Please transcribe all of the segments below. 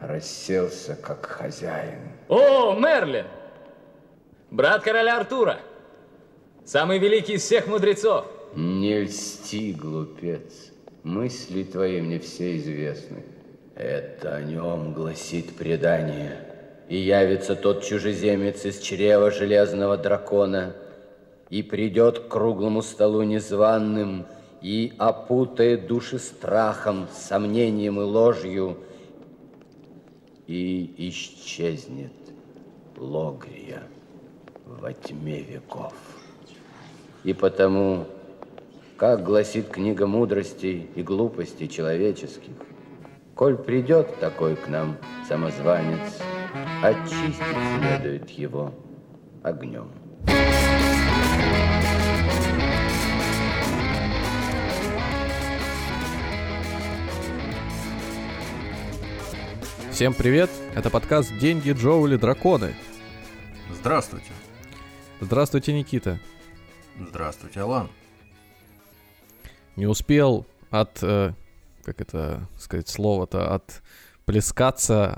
расселся как хозяин. О, Мерлин! Брат короля Артура! Самый великий из всех мудрецов! Не льсти, глупец. Мысли твои мне все известны. Это о нем гласит предание. И явится тот чужеземец из чрева железного дракона, и придет к круглому столу незваным, и опутает души страхом, сомнением и ложью, и исчезнет Логрия во тьме веков. И потому, как гласит книга мудростей и глупостей человеческих, коль придет такой к нам самозванец, очистить следует его огнем. Всем привет, это подкаст «Деньги, Джоули, драконы». Здравствуйте. Здравствуйте, Никита. Здравствуйте, Алан. Не успел как это сказать слово-то, отплескаться,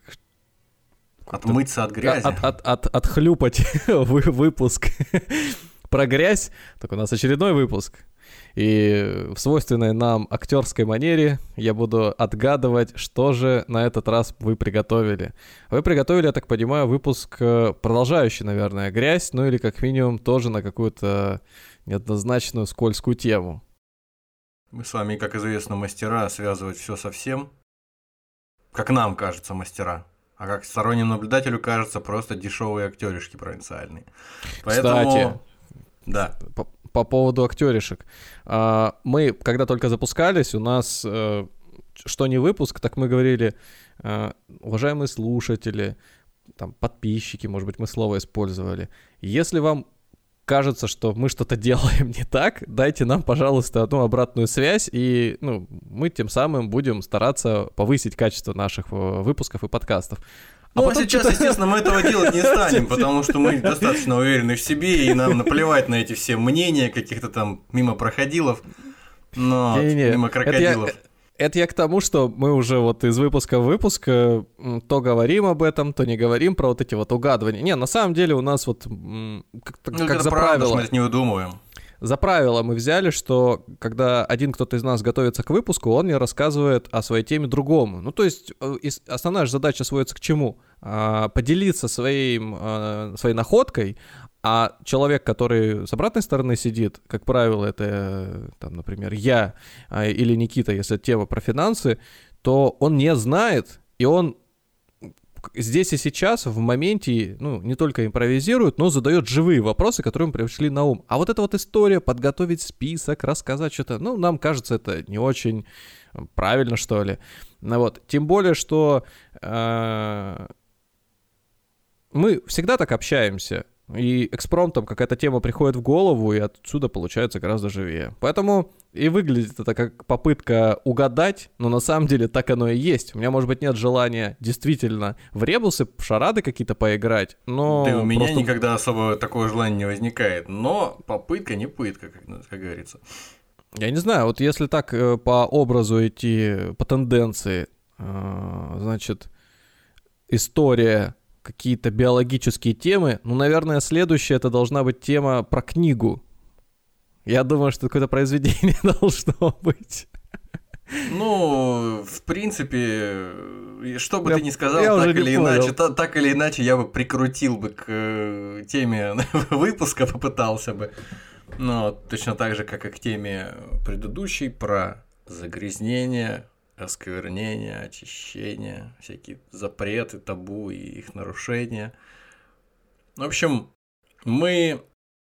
Отмыться от грязи. Отхлюпать выпуск про грязь. Так у нас очередной выпуск. И в свойственной нам актерской манере я буду отгадывать, что же на этот раз вы приготовили. Вы приготовили, я так понимаю, выпуск продолжающий, наверное, грязь, ну или как минимум тоже на какую-то неоднозначную скользкую тему. Мы с вами, как известно, мастера связывать все со всем. Как нам кажется, мастера. А как стороннему наблюдателю кажется, просто дешевые актеришки провинциальные. Поэтому... Кстати, да. По поводу актеришек. Мы, когда только запускались, у нас, что не выпуск, так мы говорили, уважаемые слушатели, там, подписчики, может быть, мы слово использовали. Если вам кажется, что мы что-то делаем не так, дайте нам, пожалуйста, одну обратную связь, и мы тем самым будем стараться повысить качество наших выпусков и подкастов. Ну, сейчас, естественно, мы этого делать не станем, потому что мы достаточно уверены в себе, и нам наплевать на эти все мнения каких-то там мимо проходилов, мимо крокодилов. Это я к тому, что мы уже вот из выпуска в выпуск то говорим об этом, то не говорим про вот эти вот угадывания. Не, на самом деле у нас вот как за правило... мы это не выдумываем. За правило мы взяли, что когда один кто-то из нас готовится к выпуску, он не рассказывает о своей теме другому. Ну, то есть основная же задача сводится к чему? Поделиться своей находкой, а человек, который с обратной стороны сидит, как правило, это, там, например, я или Никита, если тема про финансы, то он не знает, и он здесь и сейчас, в моменте, не только импровизирует, но задает живые вопросы, которые ему пришли на ум. А вот эта вот история, подготовить список, рассказать что-то, нам кажется, это не очень правильно, что ли. Тем более, что мы всегда так общаемся, и экспромтом какая-то тема приходит в голову, и отсюда получается гораздо живее. Поэтому и выглядит это как попытка угадать, но на самом деле так оно и есть. У меня, может быть, нет желания действительно в ребусы, в шарады какие-то поиграть, но... Да и у меня никогда особо такого желания не возникает, но попытка не пытка, как говорится. Я не знаю, вот если так по образу идти, по тенденции, значит, история... какие-то биологические темы, наверное, следующая это должна быть тема про книгу. Я думаю, что какое-то произведение должно быть. В принципе, что бы ты ни сказал, так или иначе я бы прикрутил бы к теме выпуска, попытался бы. Но точно так же, как и к теме предыдущей про загрязнение, осквернение, очищение, всякие запреты, табу и их нарушения. В общем, мы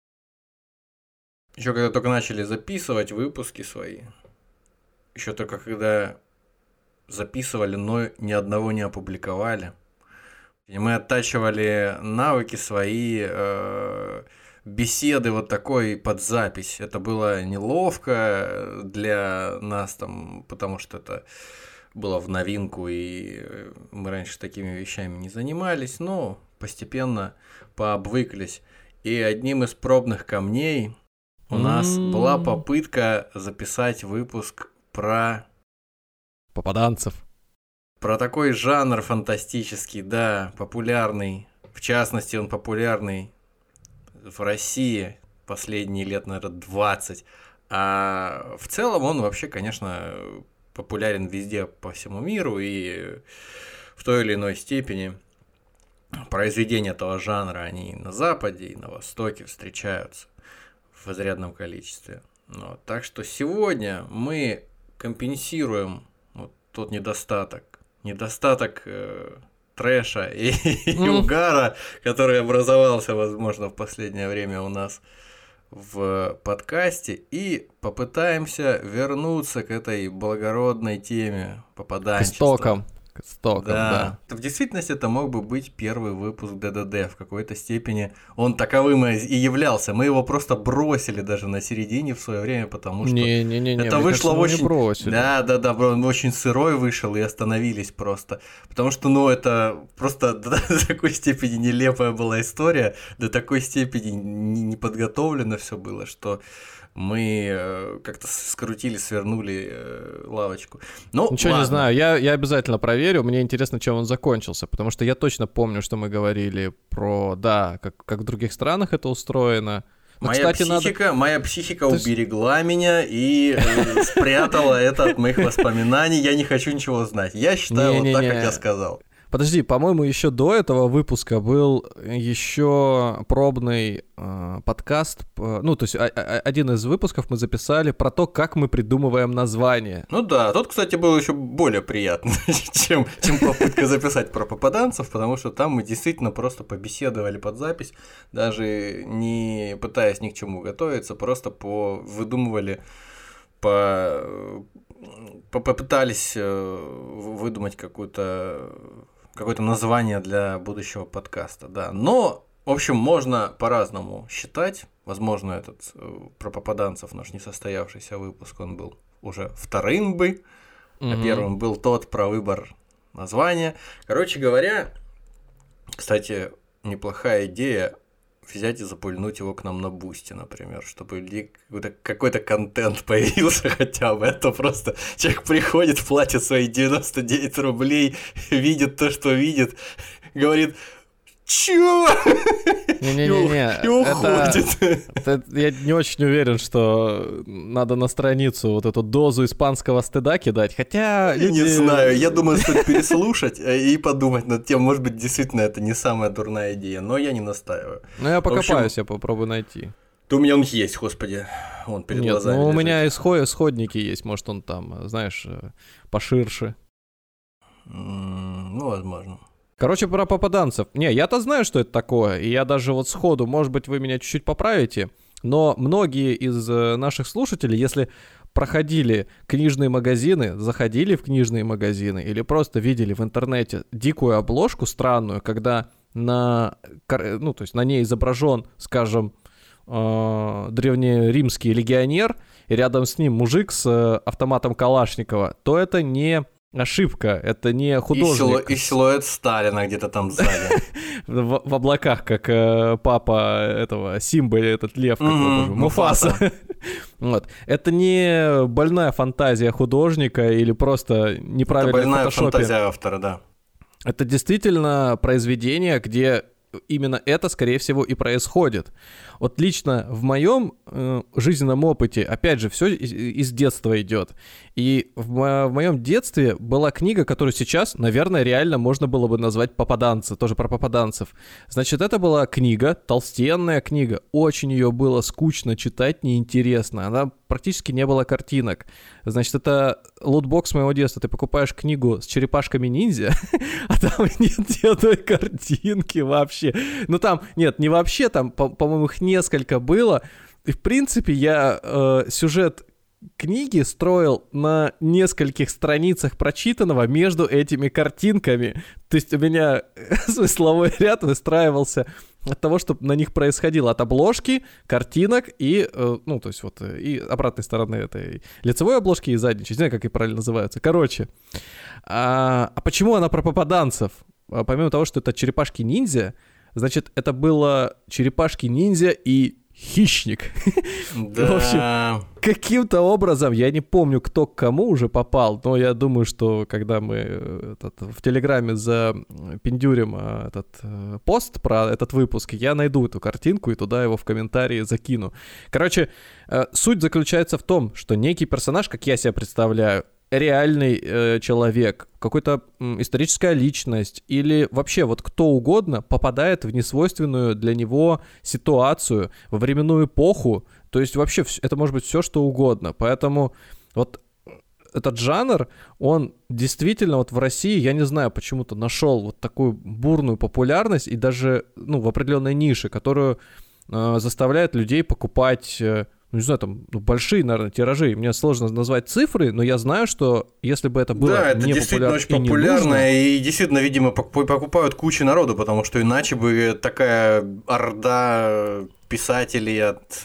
еще когда только начали записывать выпуски свои, еще только когда записывали, но ни одного не опубликовали. И мы оттачивали навыки свои, беседы вот такой под запись. Это было неловко для нас там, потому что это было в новинку, и мы раньше такими вещами не занимались, но постепенно пообвыклись. И одним из пробных камней у нас была попытка записать выпуск про... попаданцев. Про такой жанр фантастический, да, популярный. В частности, он популярный в России последние лет, наверное, 20. А в целом он вообще, конечно, популярен везде по всему миру, и в той или иной степени произведения этого жанра, они и на Западе, и на Востоке встречаются в изрядном количестве. Вот. Так что сегодня мы компенсируем вот тот недостаток трэша и угара, который образовался, возможно, в последнее время у нас в подкасте, и попытаемся вернуться к этой благородной теме попаданчества. К истокам, да. В действительности это мог бы быть первый выпуск ДДД в какой-то степени. Он таковым и являлся. Мы его просто бросили даже на середине в свое время, потому что это вышло очень... Да, он очень сырой вышел, и остановились просто. Потому что, это просто до такой степени нелепая была история, до такой степени неподготовлено все было, что мы как-то свернули лавочку. Ничего не знаю, я обязательно проверю, мне интересно, чем он закончился, потому что я точно помню, что мы говорили про, как в других странах это устроено. Моя психика уберегла меня и спрятала это от моих воспоминаний, я не хочу ничего знать. Я считаю как я сказал. Подожди, по-моему, еще до этого выпуска был еще пробный подкаст. То есть один из выпусков мы записали про то, как мы придумываем название. Тот, кстати, был еще более приятный, чем попытка записать про попаданцев, потому что там мы действительно просто побеседовали под запись, даже не пытаясь ни к чему готовиться, просто выдумывали, попытались выдумать какое-то название для будущего подкаста, да. Но, в общем, можно по-разному считать. Возможно, этот про попаданцев наш несостоявшийся выпуск, он был уже вторым бы, а первым был тот про выбор названия. Короче говоря, кстати, неплохая идея взять и запульнуть его к нам на Бусти, например, чтобы какой-то контент появился хотя бы. Это просто человек приходит, платит свои 99 рублей, видит то, что видит, говорит: «Чё?» Не-не-не, и уходит. Я не очень уверен, что надо на страницу вот эту дозу испанского стыда кидать, хотя... Я не знаю, я думаю, стоит переслушать и подумать над тем, может быть, действительно это не самая дурная идея, но я не настаиваю. Я покопаюсь, я попробую найти. Да у меня он есть, господи, он перед глазами лежит. У меня исходники есть, может, он там, знаешь, поширше. Возможно. Короче, про попаданцев. Я-то знаю, что это такое, и я даже вот сходу, может быть, вы меня чуть-чуть поправите, но многие из наших слушателей, если проходили книжные магазины, заходили в книжные магазины или просто видели в интернете дикую обложку странную, когда на ней изображен, скажем, древнеримский легионер, и рядом с ним мужик с автоматом Калашникова, то это не... ошибка, это не художник. И силуэт Сталина где-то там сзади. В облаках, как папа этого Симбы, этот лев, Муфаса. Вот. Это не больная фантазия художника или просто неправильное фотошопе. Это больная фантазия автора, да. Это действительно произведение, где именно это, скорее всего, и происходит. Вот лично в моем жизненном опыте, опять же, все из детства идет. И в моем детстве была книга, которую сейчас, наверное, реально можно было бы назвать «Попаданцы», тоже про попаданцев. Значит, это была книга, толстенная книга. Очень ее было скучно читать, неинтересно. Она практически не было картинок. Значит, это лутбокс моего детства. Ты покупаешь книгу с черепашками-ниндзя, а там нет ни одной картинки вообще. Ну там, нет, не вообще, там, по-моему, их несколько было. И, в принципе, я сюжет книги строил на нескольких страницах прочитанного между этими картинками. То есть у меня смысловой ряд выстраивался от того, что на них происходило, от обложки, картинок и, и обратной стороны этой лицевой обложки и задней, не знаю, как их правильно называются. Короче, а почему она про попаданцев? Помимо того, что это черепашки-ниндзя, значит, это было черепашки-ниндзя и хищник. Да. В общем, каким-то образом, я не помню, кто к кому уже попал, но я думаю, что когда мы в Телеграме запиндюрим этот пост про этот выпуск, я найду эту картинку и туда его в комментарии закину. Короче, суть заключается в том, что некий персонаж, как я себя представляю, реальный человек, какой-то историческая личность или вообще вот кто угодно попадает в несвойственную для него ситуацию во временную эпоху, то есть вообще это может быть все что угодно, поэтому вот этот жанр, он действительно вот в России, я не знаю, почему-то нашел вот такую бурную популярность и даже, в определенной нише, которую заставляет людей покупать... не знаю, там большие, наверное, тиражи. Мне сложно назвать цифры, но я знаю, что если бы это было это не действительно очень популярно, и действительно, видимо, покупают кучу народу, потому что иначе бы такая орда писателей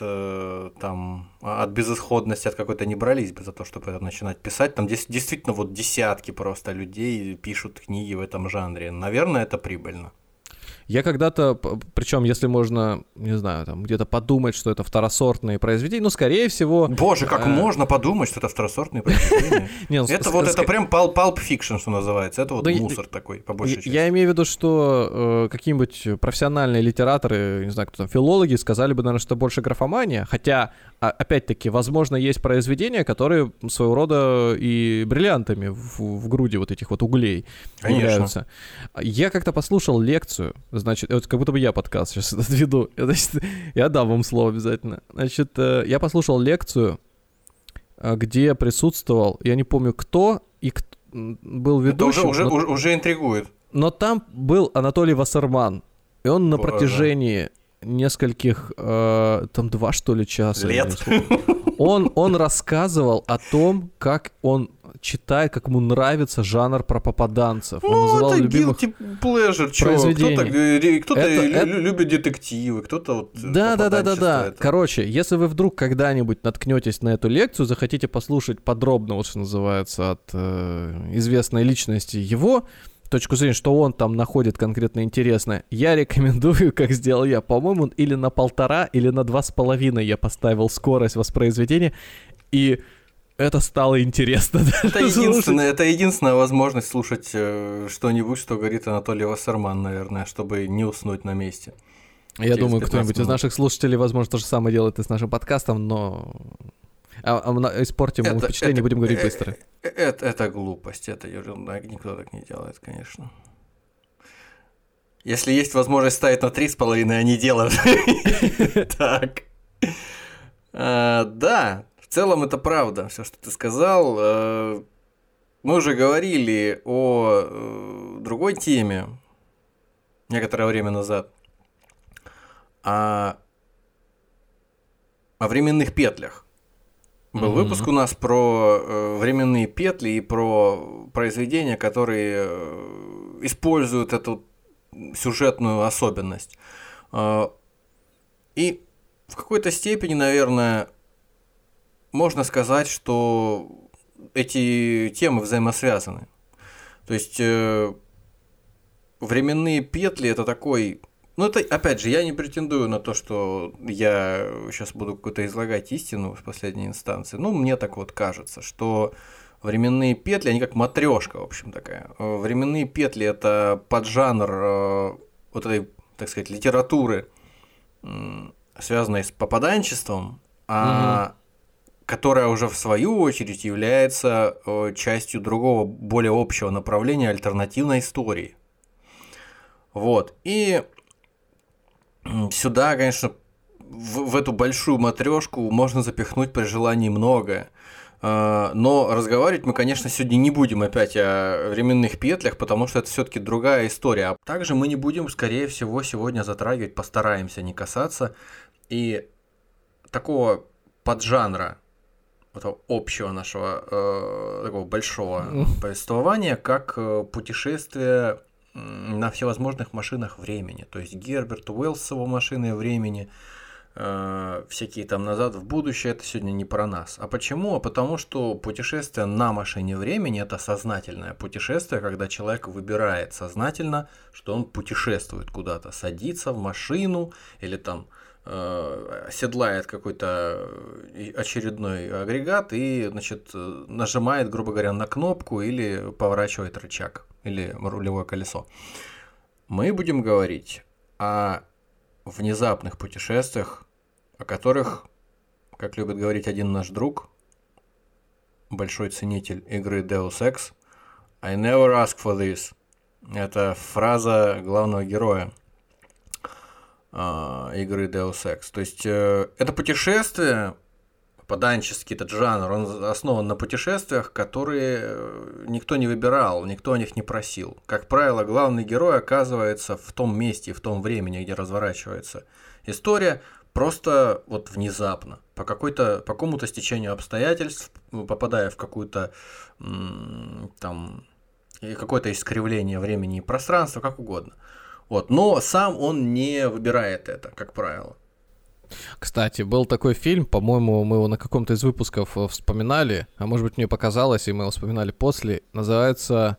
от безысходности от какой-то не брались бы за то, чтобы это начинать писать. Там действительно вот десятки просто людей пишут книги в этом жанре. Наверное, это прибыльно. Я когда-то, причем, если можно, не знаю, там где-то подумать, что это второсортные произведения, скорее всего... Боже, как можно подумать, что это второсортные произведения? Это прям pulp fiction, что называется. Это вот мусор такой, по большей части. Я имею в виду, что какие-нибудь профессиональные литераторы, не знаю, кто там, филологи, сказали бы, наверное, что больше графомания, хотя, опять-таки, возможно, есть произведения, которые своего рода и бриллиантами в груди вот этих вот углей являются. Я как-то послушал лекцию. Значит, вот как будто бы я подкаст сейчас этот веду. Значит, я дам вам слово обязательно. Значит, я послушал лекцию, где присутствовал, я не помню кто, и был ведущим. Это уже интригует. Но там был Анатолий Вассерман, и он на протяжении нескольких, там 2, что ли, часа. Лет. Он рассказывал о том, как он читает, как ему нравится жанр про попаданцев. Он называл это любимых guilty pleasure, произведений. Кто-то любит детективы, кто-то вот... Да. Короче, если вы вдруг когда-нибудь наткнетесь на эту лекцию, захотите послушать подробно, вот что называется, от известной личности его точку зрения, что он там находит конкретно интересное, я рекомендую, как сделал я, по-моему, или на 1,5, или на 2,5 я поставил скорость воспроизведения, и это стало интересно. Это единственная возможность слушать что-нибудь, что говорит Анатолий Вассерман, наверное, чтобы не уснуть на месте. Я думаю, кто-нибудь из наших слушателей, возможно, то же самое делает и с нашим подкастом, но... испортим ему впечатление, будем говорить быстро. Это глупость, это ерунда, никто так не делает, конечно. Если есть возможность ставить на 3,5, они делают. Так. Да, в целом это правда, все, что ты сказал. Мы уже говорили о другой теме некоторое время назад. О временных петлях. Был выпуск у нас про временные петли и про произведения, которые используют эту сюжетную особенность. И в какой-то степени, наверное, можно сказать, что эти темы взаимосвязаны. То есть временные петли – это такой... это, опять же, я не претендую на то, что я сейчас буду какую-то излагать истину в последней инстанции. Мне так вот кажется, что временные петли, они как матрешка, в общем, такая. Временные петли – это поджанр вот этой, так сказать, литературы, связанной с попаданчеством, которая уже в свою очередь является частью другого, более общего направления альтернативной истории. Вот. И сюда, конечно, в эту большую матрешку можно запихнуть при желании многое. Но разговаривать мы, конечно, сегодня не будем опять о временных петлях, потому что это все-таки другая история. А также мы не будем, скорее всего, сегодня затрагивать, постараемся не касаться и такого поджанра, этого общего нашего такого большого повествования, как путешествие на всевозможных машинах времени. То есть Герберт Уэллс с его машиной времени, всякие там назад в будущее, это сегодня не про нас. А почему? А потому что путешествие на машине времени – это сознательное путешествие, когда человек выбирает сознательно, что он путешествует куда-то, садится в машину или там седлает какой-то очередной агрегат и, значит, нажимает, грубо говоря, на кнопку или поворачивает рычаг или рулевое колесо. Мы будем говорить о внезапных путешествиях, о которых, как любит говорить один наш друг, большой ценитель игры Deus Ex, I never ask for this. Это фраза главного героя игры Deus Ex. То есть это путешествие, поданческий этот жанр, он основан на путешествиях, которые никто не выбирал, никто о них не просил. Как правило, главный герой оказывается в том месте, в том времени, где разворачивается история, просто вот внезапно, по какому-то стечению обстоятельств, попадая в какую-то там какое-то искривление времени и пространства, как угодно. Вот. Но сам он не выбирает это, как правило. Кстати, был такой фильм, по-моему, мы его на каком-то из выпусков вспоминали, а может быть мне показалось, и мы его вспоминали после, называется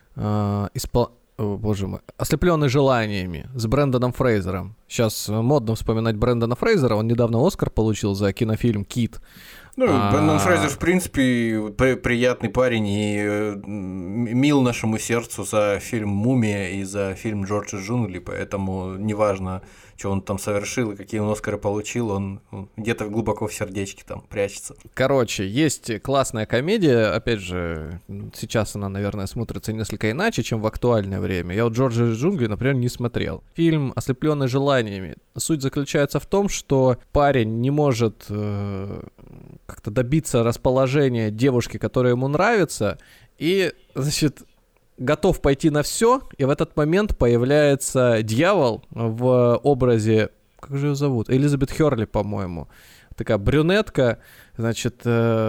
боже мой, «Ослепленный желаниями» с Брэндоном Фрейзером. Сейчас модно вспоминать Брэндона Фрейзера, он недавно Оскар получил за кинофильм «Кит». Брэндон Фрейзер, в принципе, приятный парень и мил нашему сердцу за фильм «Мумия» и за фильм «Джордж из джунглей», поэтому неважно, что он там совершил и какие он Оскары получил, он где-то глубоко в сердечке там прячется. Короче, есть классная комедия, опять же, сейчас она, наверное, смотрится несколько иначе, чем в актуальное время. Я вот «Джорджа из джунглей», например, не смотрел. Фильм «Ослепленный желаниями». Суть заключается в том, что парень не может как-то добиться расположения девушки, которая ему нравится, и, значит, готов пойти на все, и в этот момент появляется дьявол в образе, как же ее зовут? Элизабет Хёрли, по-моему. Такая брюнетка, значит,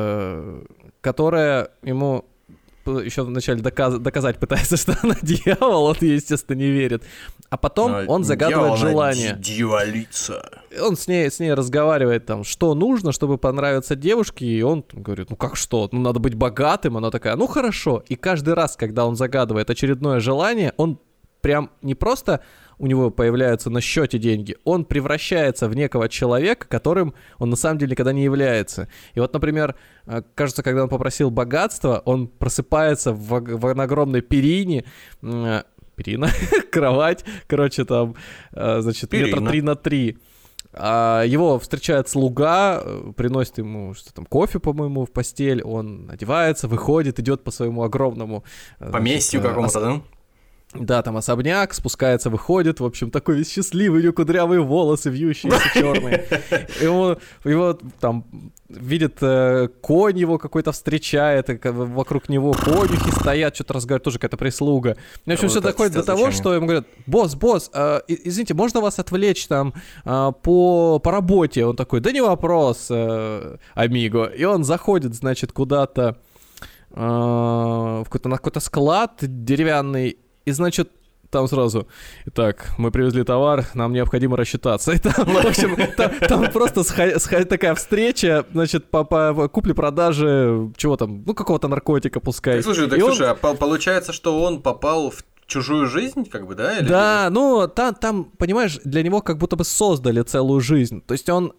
которая ему еще вначале доказать пытается, что она дьявол, он ей, естественно, не верит. А потом он загадывает желание. Дьяволица. Он с ней разговаривает, там, что нужно, чтобы понравиться девушке, и он говорит, ну как что, ну надо быть богатым. Она такая, ну хорошо. И каждый раз, когда он загадывает очередное желание, он прям не просто у него появляются на счете деньги, он превращается в некого человека, которым он на самом деле никогда не является. И вот, например, кажется, когда он попросил богатства, он просыпается в огромной перине, кровать, короче, там, значит, метра 3 на 3. Его встречает слуга, приносит ему что там, кофе, по-моему, в постель, он одевается, выходит, идет по своему огромному... Поместью какому-то, да? Да, там особняк, спускается, выходит, в общем, такой весь счастливый, у него кудрявые волосы, вьющиеся черные. Его там видит конь его какой-то встречает, вокруг него конюхи стоят, что-то разговаривают, тоже какая-то прислуга. В общем, все доходит до того, что ему говорят, босс, извините, можно вас отвлечь там по работе? Он такой, да не вопрос, амиго. И он заходит, значит, куда-то на какой-то склад деревянный, и, значит, там сразу, итак, мы привезли товар, нам необходимо рассчитаться. И там, в общем, там просто такая встреча, значит, по купле-продаже, чего там, ну, какого-то наркотика пускай. Слушай, а получается, что он попал в чужую жизнь, как бы, да? Или да, ну, там, понимаешь, для него как будто бы создали целую жизнь. То есть он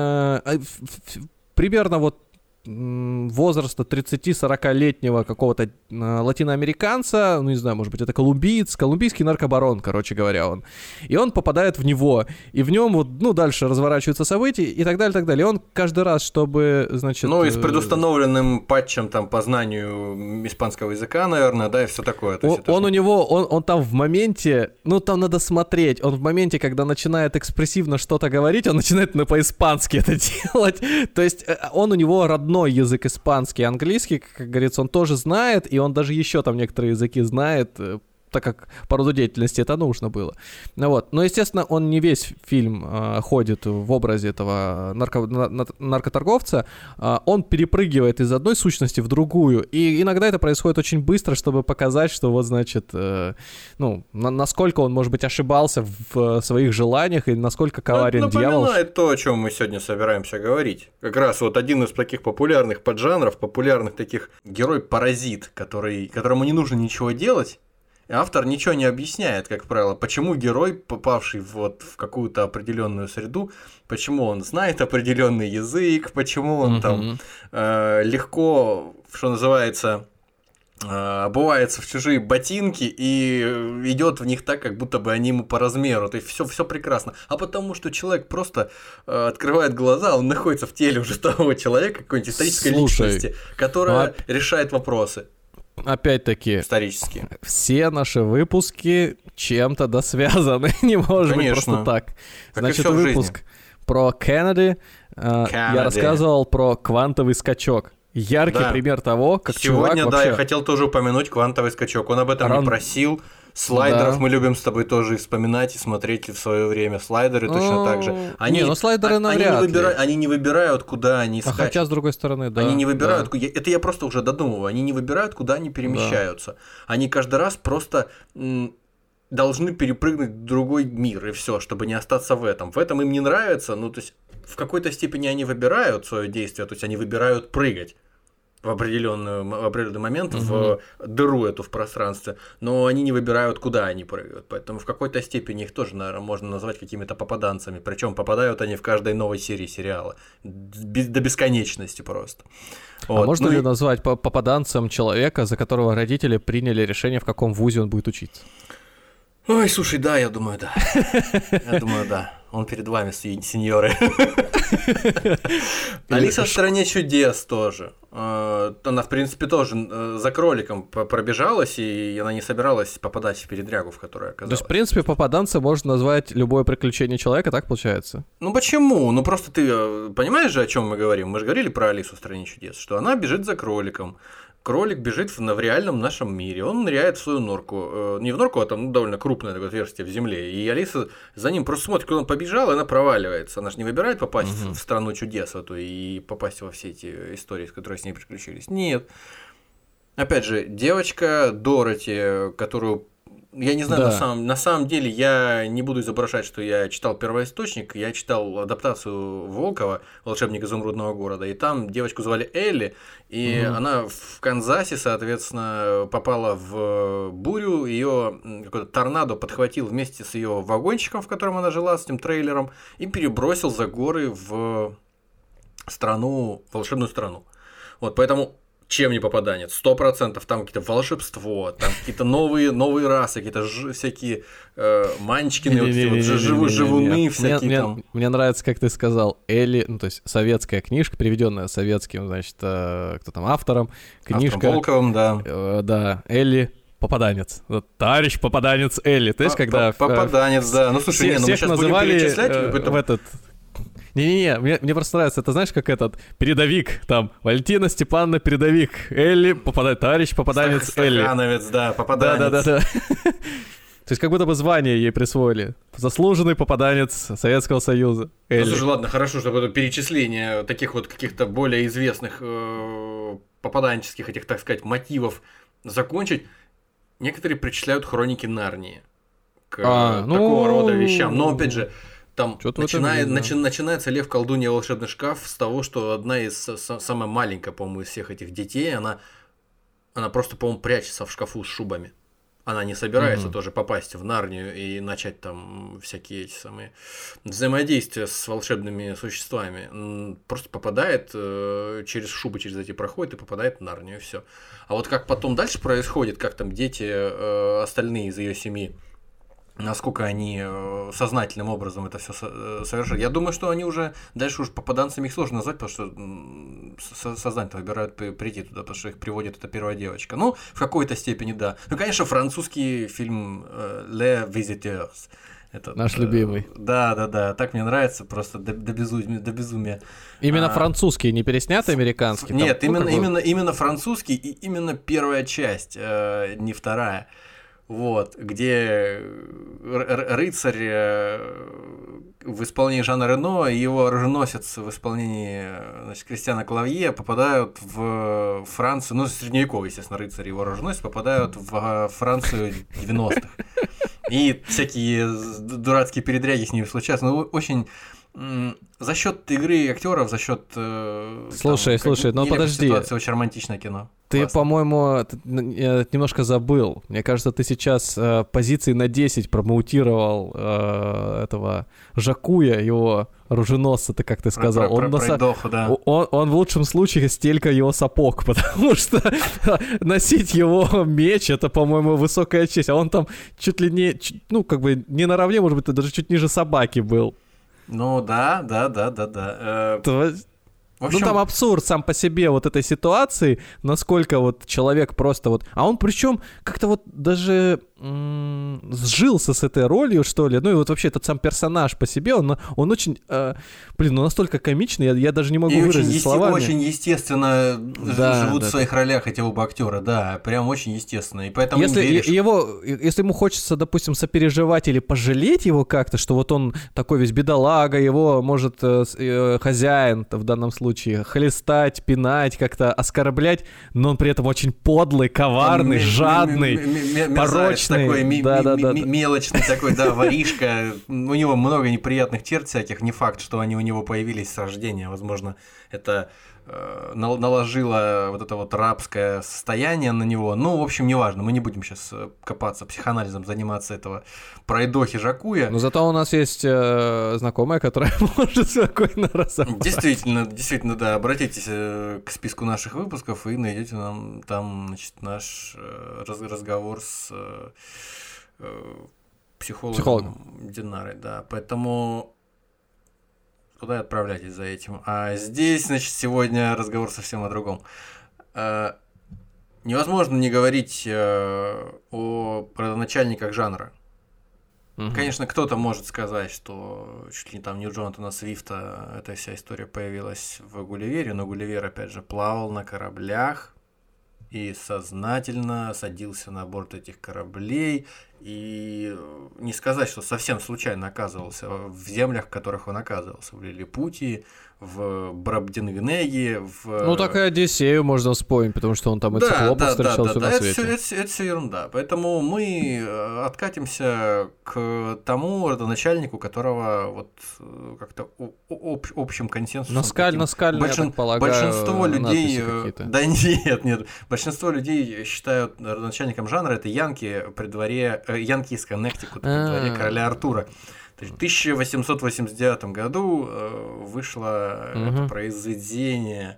примерно вот возраста 30-40-летнего какого-то латиноамериканца, ну не знаю, может быть, это колумбийский наркобарон, короче говоря, он. И он попадает в него, и в нем вот, ну, дальше разворачиваются события и так далее, так далее. И он каждый раз, чтобы, значит... Ну, и с предустановленным патчем там по знанию испанского языка, наверное, да, и все такое. Он там в моменте, ну, там надо смотреть, он в моменте, когда начинает экспрессивно что-то говорить, он начинает по-испански это делать. То есть он у него родной язык испанский, английский, как говорится, он тоже знает, и он даже еще там некоторые языки знает, так как по роду деятельности это нужно было. Вот. Но, естественно, он не весь фильм ходит в образе этого наркоторговца, он перепрыгивает из одной сущности в другую, и иногда это происходит очень быстро, чтобы показать, что вот, значит, ну, насколько он, может быть, ошибался в своих желаниях, и насколько коварен дьявол. Напоминает то, о чем мы сегодня собираемся говорить. Как раз вот один из таких популярных поджанров, популярных таких герой-паразит, которому не нужно ничего делать, автор ничего не объясняет, как правило, почему герой, попавший вот в какую-то определенную среду, почему он знает определенный язык, почему он там легко, что называется, обувается в чужие ботинки и идет в них так, как будто бы они ему по размеру. То есть все прекрасно. А потому что человек просто открывает глаза, он находится в теле уже того человека, какой-нибудь исторической личности, которая решает вопросы. Опять-таки, исторические. Все наши выпуски чем-то связаны. Не может быть просто так. Значит, выпуск про Кеннеди. Я рассказывал про квантовый скачок. Яркий пример того, как сегодня, чувак вообще... я хотел тоже упомянуть квантовый скачок. Он об этом не просил. Слайдеров мы любим с тобой тоже вспоминать и смотреть в свое время. Слайдеры точно так же. Слайдеры навряд ли. Они не выбирают, куда они скачут. Хотя, с другой стороны, да. Они не выбирают, это я просто уже додумываю. Они не выбирают, куда они перемещаются. Они каждый раз просто должны перепрыгнуть в другой мир, и все, чтобы не остаться в этом. В этом им не нравится, то есть в какой-то степени они выбирают свое действие, то есть они выбирают прыгать в определенный момент в дыру эту в пространстве, но они не выбирают, куда они прыгают. Поэтому в какой-то степени их тоже, наверное, можно назвать какими-то попаданцами. Причем попадают они в каждой новой серии сериала. До бесконечности просто. А можно ли назвать попаданцем человека, за которого родители приняли решение, в каком вузе он будет учиться? Ой, слушай, да, я думаю, да. Он перед вами, сеньоры. Алиса в стране чудес тоже. Она, в принципе, тоже за кроликом пробежалась, и она не собиралась попадать в передрягу, в которой оказалась. То есть, в принципе, попаданцем можно назвать любое приключение человека, так получается? Почему? Просто ты понимаешь же, о чем мы говорим? Мы же говорили про Алису в стране чудес, что она бежит за кроликом. Кролик бежит в реальном нашем мире, он ныряет в свою норку, не в норку, а там довольно крупное такое отверстие в земле, и Алиса за ним просто смотрит, куда он побежал, и она проваливается, она же не выбирает попасть в страну чудес эту и попасть во все эти истории, которые с ней приключились. Нет. Опять же, девочка Дороти, которую... Я не знаю, на самом деле я не буду изображать, что я читал первоисточник, я читал адаптацию Волкова «Волшебник изумрудного города», и там девочку звали Элли, и она в Канзасе, соответственно, попала в бурю, ее какой-то торнадо подхватил вместе с ее вагончиком, в котором она жила, с этим трейлером, и перебросил за горы в волшебную страну. Вот, поэтому... Чем не попаданец? 100%. Там какие-то волшебство, там какие-то новые расы, какие-то всякие манчкины, живуны всякие там. Мне нравится, как ты сказал, Элли, то есть советская книжка, переведенная советским, значит, кто там, автором. Книжка. Автором Волковым, да. Да, Элли. Попаданец. Товарищ попаданец Элли. То есть, когда... Попаданец, да. Слушай, мы сейчас называли будем перечислять в этот... Не-не-не, мне просто нравится, это знаешь, как этот передовик, там, Валентина Степановна передовик, Элли, товарищ попаданец Элли. Стахановец, да, попаданец. Да. То есть как будто бы звание ей присвоили. Заслуженный попаданец Советского Союза. Элли. Слушай, ладно, хорошо, чтобы это перечисление таких вот каких-то более известных попаданческих этих, так сказать, мотивов закончить. Некоторые причисляют хроники Нарнии к такого рода вещам. Но опять же, там начинается Лев, колдунья, волшебный шкаф с того, что одна из самая маленькая, по-моему, из всех этих детей, она просто, по-моему, прячется в шкафу с шубами. Она не собирается тоже попасть в Нарнию и начать там всякие эти самые взаимодействия с волшебными существами. Просто попадает через шубы, через эти проходит и попадает в Нарнию, и все. А вот как потом дальше происходит, как там дети остальные из ее семьи, насколько они сознательным образом это все совершают. Я думаю, что они уже дальше уж попаданцами их сложно назвать, потому что сознательно выбирают прийти туда, потому что их приводит эта первая девочка. Ну, в какой-то степени, да. Ну, конечно, французский фильм «Les Visiteurs». Наш любимый. Да. Так мне нравится, просто до безумия. Именно французский, не переснятый американский? Нет, именно французский и именно первая часть, не вторая. Вот, где рыцарь в исполнении Жана Рено и его оруженосец в исполнении, значит, Кристиана Клавье попадают в Францию, средневековый, естественно, рыцарь и его оруженосец попадают в Францию 90-х. И всякие дурацкие передряги с ними случаются. Очень за счет игры актеров, за счет... Слушай, но подожди. Ситуация очень романтичное кино. Ты, по-моему, немножко забыл. Мне кажется, ты сейчас позиции на 10 промоутировал этого Жакуя, его оруженосца, ты как ты сказал. Он в лучшем случае стелька его сапог, потому что носить его меч — это, по-моему, высокая честь. А он там чуть ли не, ну, как бы не наравне, может быть, даже чуть ниже собаки был. Ну, да. В общем... Ну, там абсурд сам по себе вот этой ситуации, насколько вот человек просто вот... А он причем как-то вот даже сжился с этой ролью, что ли. Ну, и вот вообще этот сам персонаж по себе, он очень... ну, настолько комичный, я даже не могу выразить словами. Очень естественно живут в своих ролях эти оба актера, да, прям очень естественно. И поэтому если ему хочется, допустим, сопереживать или пожалеть его как-то, что вот он такой весь бедолага, его может хозяин в данном случае хлестать, пинать, как-то оскорблять, но он при этом очень подлый, коварный, жадный, порочный. Такой мелочный такой, да, воришка. У него много неприятных черт всяких. Не факт, что они у него появились с рождения. Возможно, это наложило вот это вот рабское состояние на него. Ну, в общем, неважно. Мы не будем сейчас копаться психоанализом, заниматься этого пройдохи Жакуя. Но зато у нас есть знакомая, которая может спокойно разобрать. Действительно, да. Обратитесь к списку наших выпусков и найдете нам там, значит, наш разговор с психологом Динарой. Да. Поэтому... Куда отправляйтесь за этим? А здесь, значит, сегодня разговор совсем о другом. Невозможно не говорить о родоначальниках жанра. Конечно, кто-то может сказать, что чуть ли не там не у Джонатана Свифта эта вся история появилась в Гулливере, но Гулливер, опять же, плавал на кораблях и сознательно садился на борт этих кораблей, и не сказать, что совсем случайно оказывался в землях, в которых он оказывался, в Лилипутии, в Брабдингнеге, Ну, так и Одиссею можно вспомнить, потому что он там и циклопов встречал все на свете. Это все ерунда. Поэтому мы откатимся к тому родоначальнику, которого вот как-то общим консенсусом... Наскально, я так полагаю, большинство людей... Да нет. Большинство людей считают родоначальником жанра это янки при дворе... Янки из Коннектикута при дворе короля Артура. В 1889 году вышло это произведение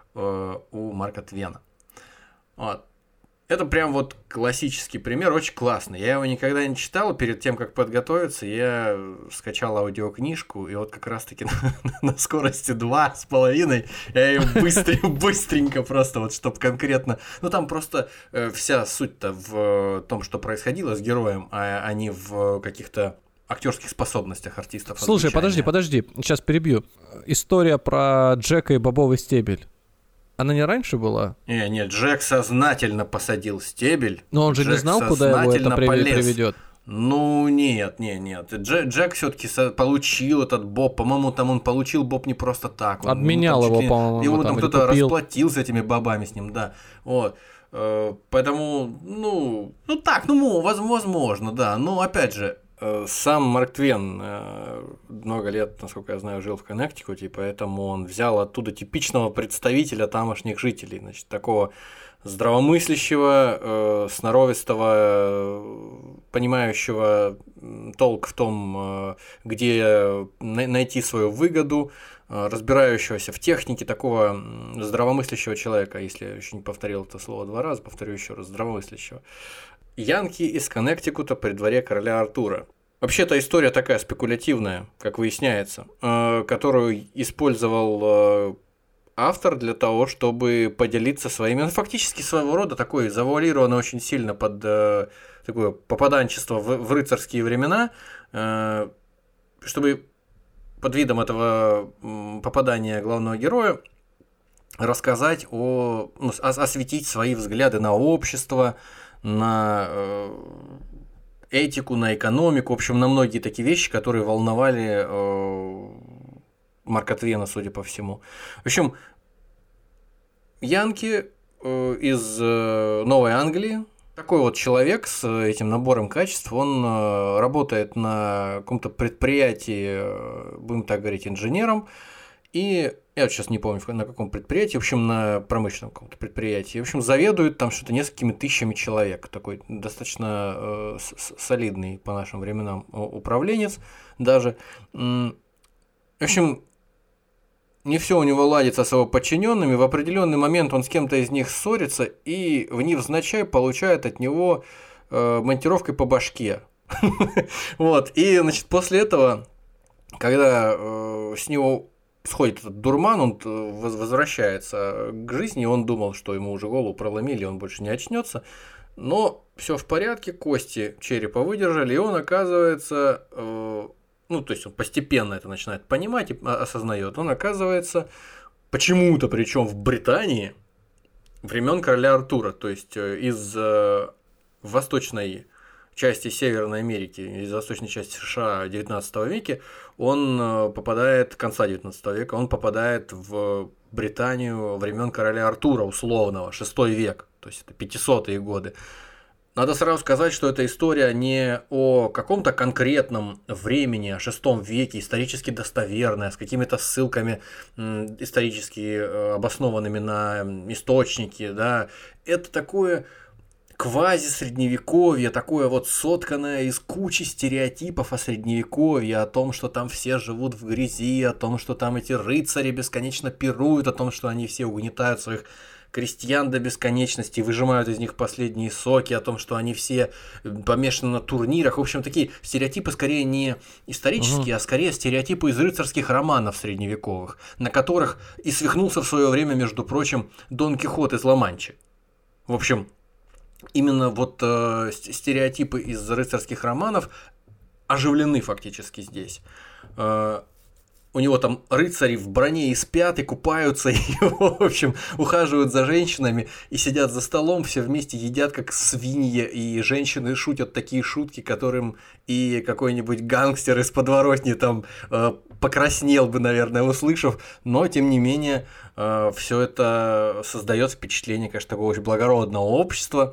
у Марка Твена. Вот. Это прям вот классический пример, очень классный. Я его никогда не читал, перед тем, как подготовиться, я скачал аудиокнижку, и вот как раз-таки на скорости 2,5 я ее быстренько просто, вот чтобы конкретно... Ну, там просто вся суть-то в том, что происходило с героем, а не в каких-то актерских способностях артистов. Слушай, подожди, сейчас перебью. История про Джека и бобовый стебель. Она не раньше была? Нет, Джек сознательно посадил стебель. Но он же не знал, куда его это приведет. Ну, нет. Джек все-таки получил этот боб. По-моему, там он получил боб не просто так. Он, обменял его, по-моему. Его там кто-то расплатился этими бобами с ним, да. Вот. Поэтому, возможно, да. Но опять же, сам Марк Твен много лет, насколько я знаю, жил в Коннектикуте, поэтому он взял оттуда типичного представителя тамошних жителей, значит, такого здравомыслящего, сноровистого, понимающего толк в том, где найти свою выгоду, разбирающегося в технике, такого здравомыслящего человека, если я еще не повторил это слово 2 раза, повторю еще раз, здравомыслящего. Янки из Коннектикута при дворе короля Артура. Вообще-то история такая спекулятивная, как выясняется, которую использовал автор для того, чтобы поделиться своими... Ну, фактически своего рода такой завуалированный очень сильно под такое попаданчество в рыцарские времена, чтобы под видом этого попадания главного героя рассказать осветить свои взгляды на общество, на этику, на экономику, в общем, на многие такие вещи, которые волновали Марка Твена, судя по всему. В общем, янки из Новой Англии, Такой вот человек с этим набором качеств, он работает на каком-то предприятии, будем так говорить, инженером, и я вот сейчас не помню, на каком предприятии, в общем, на промышленном каком-то предприятии, в общем, заведует там что-то несколькими тысячами человек, такой достаточно солидный по нашим временам управленец даже. В общем, не все у него ладится с его подчиненными. В определенный момент он с кем-то из них ссорится и невзначай получает от него монтировкой по башке. Вот. И, значит, после этого, когда с него сходит этот дурман, он возвращается к жизни, он думал, что ему уже голову проломили, он больше не очнется. Но все в порядке, кости черепа выдержали, и он оказывается. Ну, то есть он постепенно это начинает понимать и осознает. Он оказывается почему-то, причем в Британии, времен короля Артура, то есть из восточной части Северной Америки, из восточной части США в 19 веке, он попадает, конца 19 века, он попадает в Британию времен короля Артура условного, 6 век, то есть это 500-е годы. Надо сразу сказать, что эта история не о каком-то конкретном времени, о VI веке, исторически достоверная, с какими-то ссылками исторически обоснованными на источники, да. Это такое квази-средневековье, такое вот сотканное из кучи стереотипов о средневековье, о том, что там все живут в грязи, о том, что там эти рыцари бесконечно пируют, о том, что они все угнетают своих крестьян до бесконечности, выжимают из них последние соки, о том, что они все помешаны на турнирах. В общем, такие стереотипы скорее не исторические, а скорее стереотипы из рыцарских романов средневековых, на которых и свихнулся в свое время, между прочим, Дон Кихот из Ла-Манчи. В общем, именно вот стереотипы из рыцарских романов оживлены фактически здесь. У него там рыцари в броне и спят, и купаются, и, в общем, ухаживают за женщинами, и сидят за столом, все вместе едят, как свиньи, и женщины шутят такие шутки, которым и какой-нибудь гангстер из подворотни там покраснел бы, наверное, услышав, но, тем не менее, все это создает впечатление, конечно, такого очень благородного общества.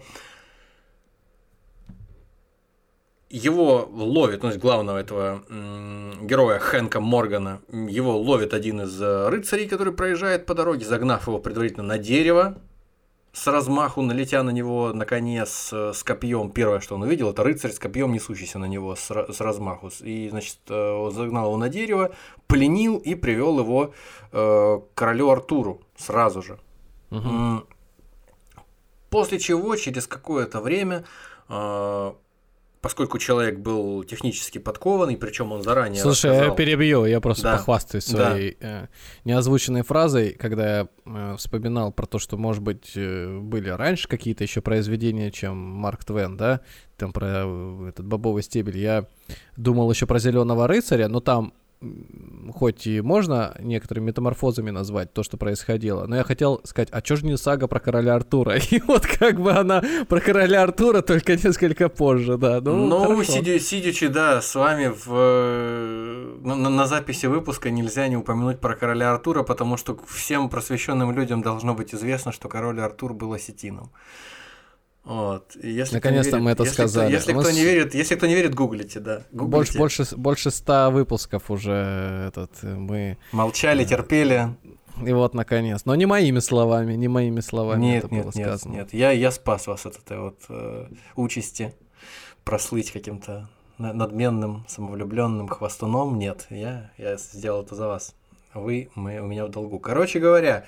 Его ловит, ну, главного этого героя Хэнка Моргана, его ловит один из рыцарей, который проезжает по дороге, загнав его предварительно на дерево, с размаху, налетя на него на коне с копьем. Первое, что он увидел, это рыцарь с копьем, несущийся на него с размаху. И, значит, загнал его на дерево, пленил и привел его к королю Артуру сразу же. Угу. После чего, через какое-то время, поскольку человек был технически подкованный, причем он заранее Слушай, я перебью, я просто похвастаюсь своей неозвученной фразой, когда я вспоминал про то, что, может быть, были раньше какие-то еще произведения, чем Марк Твен, да, там про этот бобовый стебель. Я думал еще про Зеленого рыцаря, но там хоть и можно некоторыми метаморфозами назвать то, что происходило, но я хотел сказать, а чё же не сага про короля Артура? И вот как бы она про короля Артура, только несколько позже, да. Ну сидячи, да, с вами на записи выпуска нельзя не упомянуть про короля Артура, потому что всем просвещенным людям должно быть известно, что король Артур был осетином. Вот. Наконец-то мы это сказали. Если кто не верит, гуглите, да. Гуглите. Больше 100 выпусков уже мы... Молчали, терпели. И вот, наконец. Но не моими словами нет, это было сказано. Нет, я спас вас от этой вот участи прослыть каким-то надменным, самовлюбленным хвастуном. Нет, я сделал это за вас. Вы у меня в долгу. Короче говоря...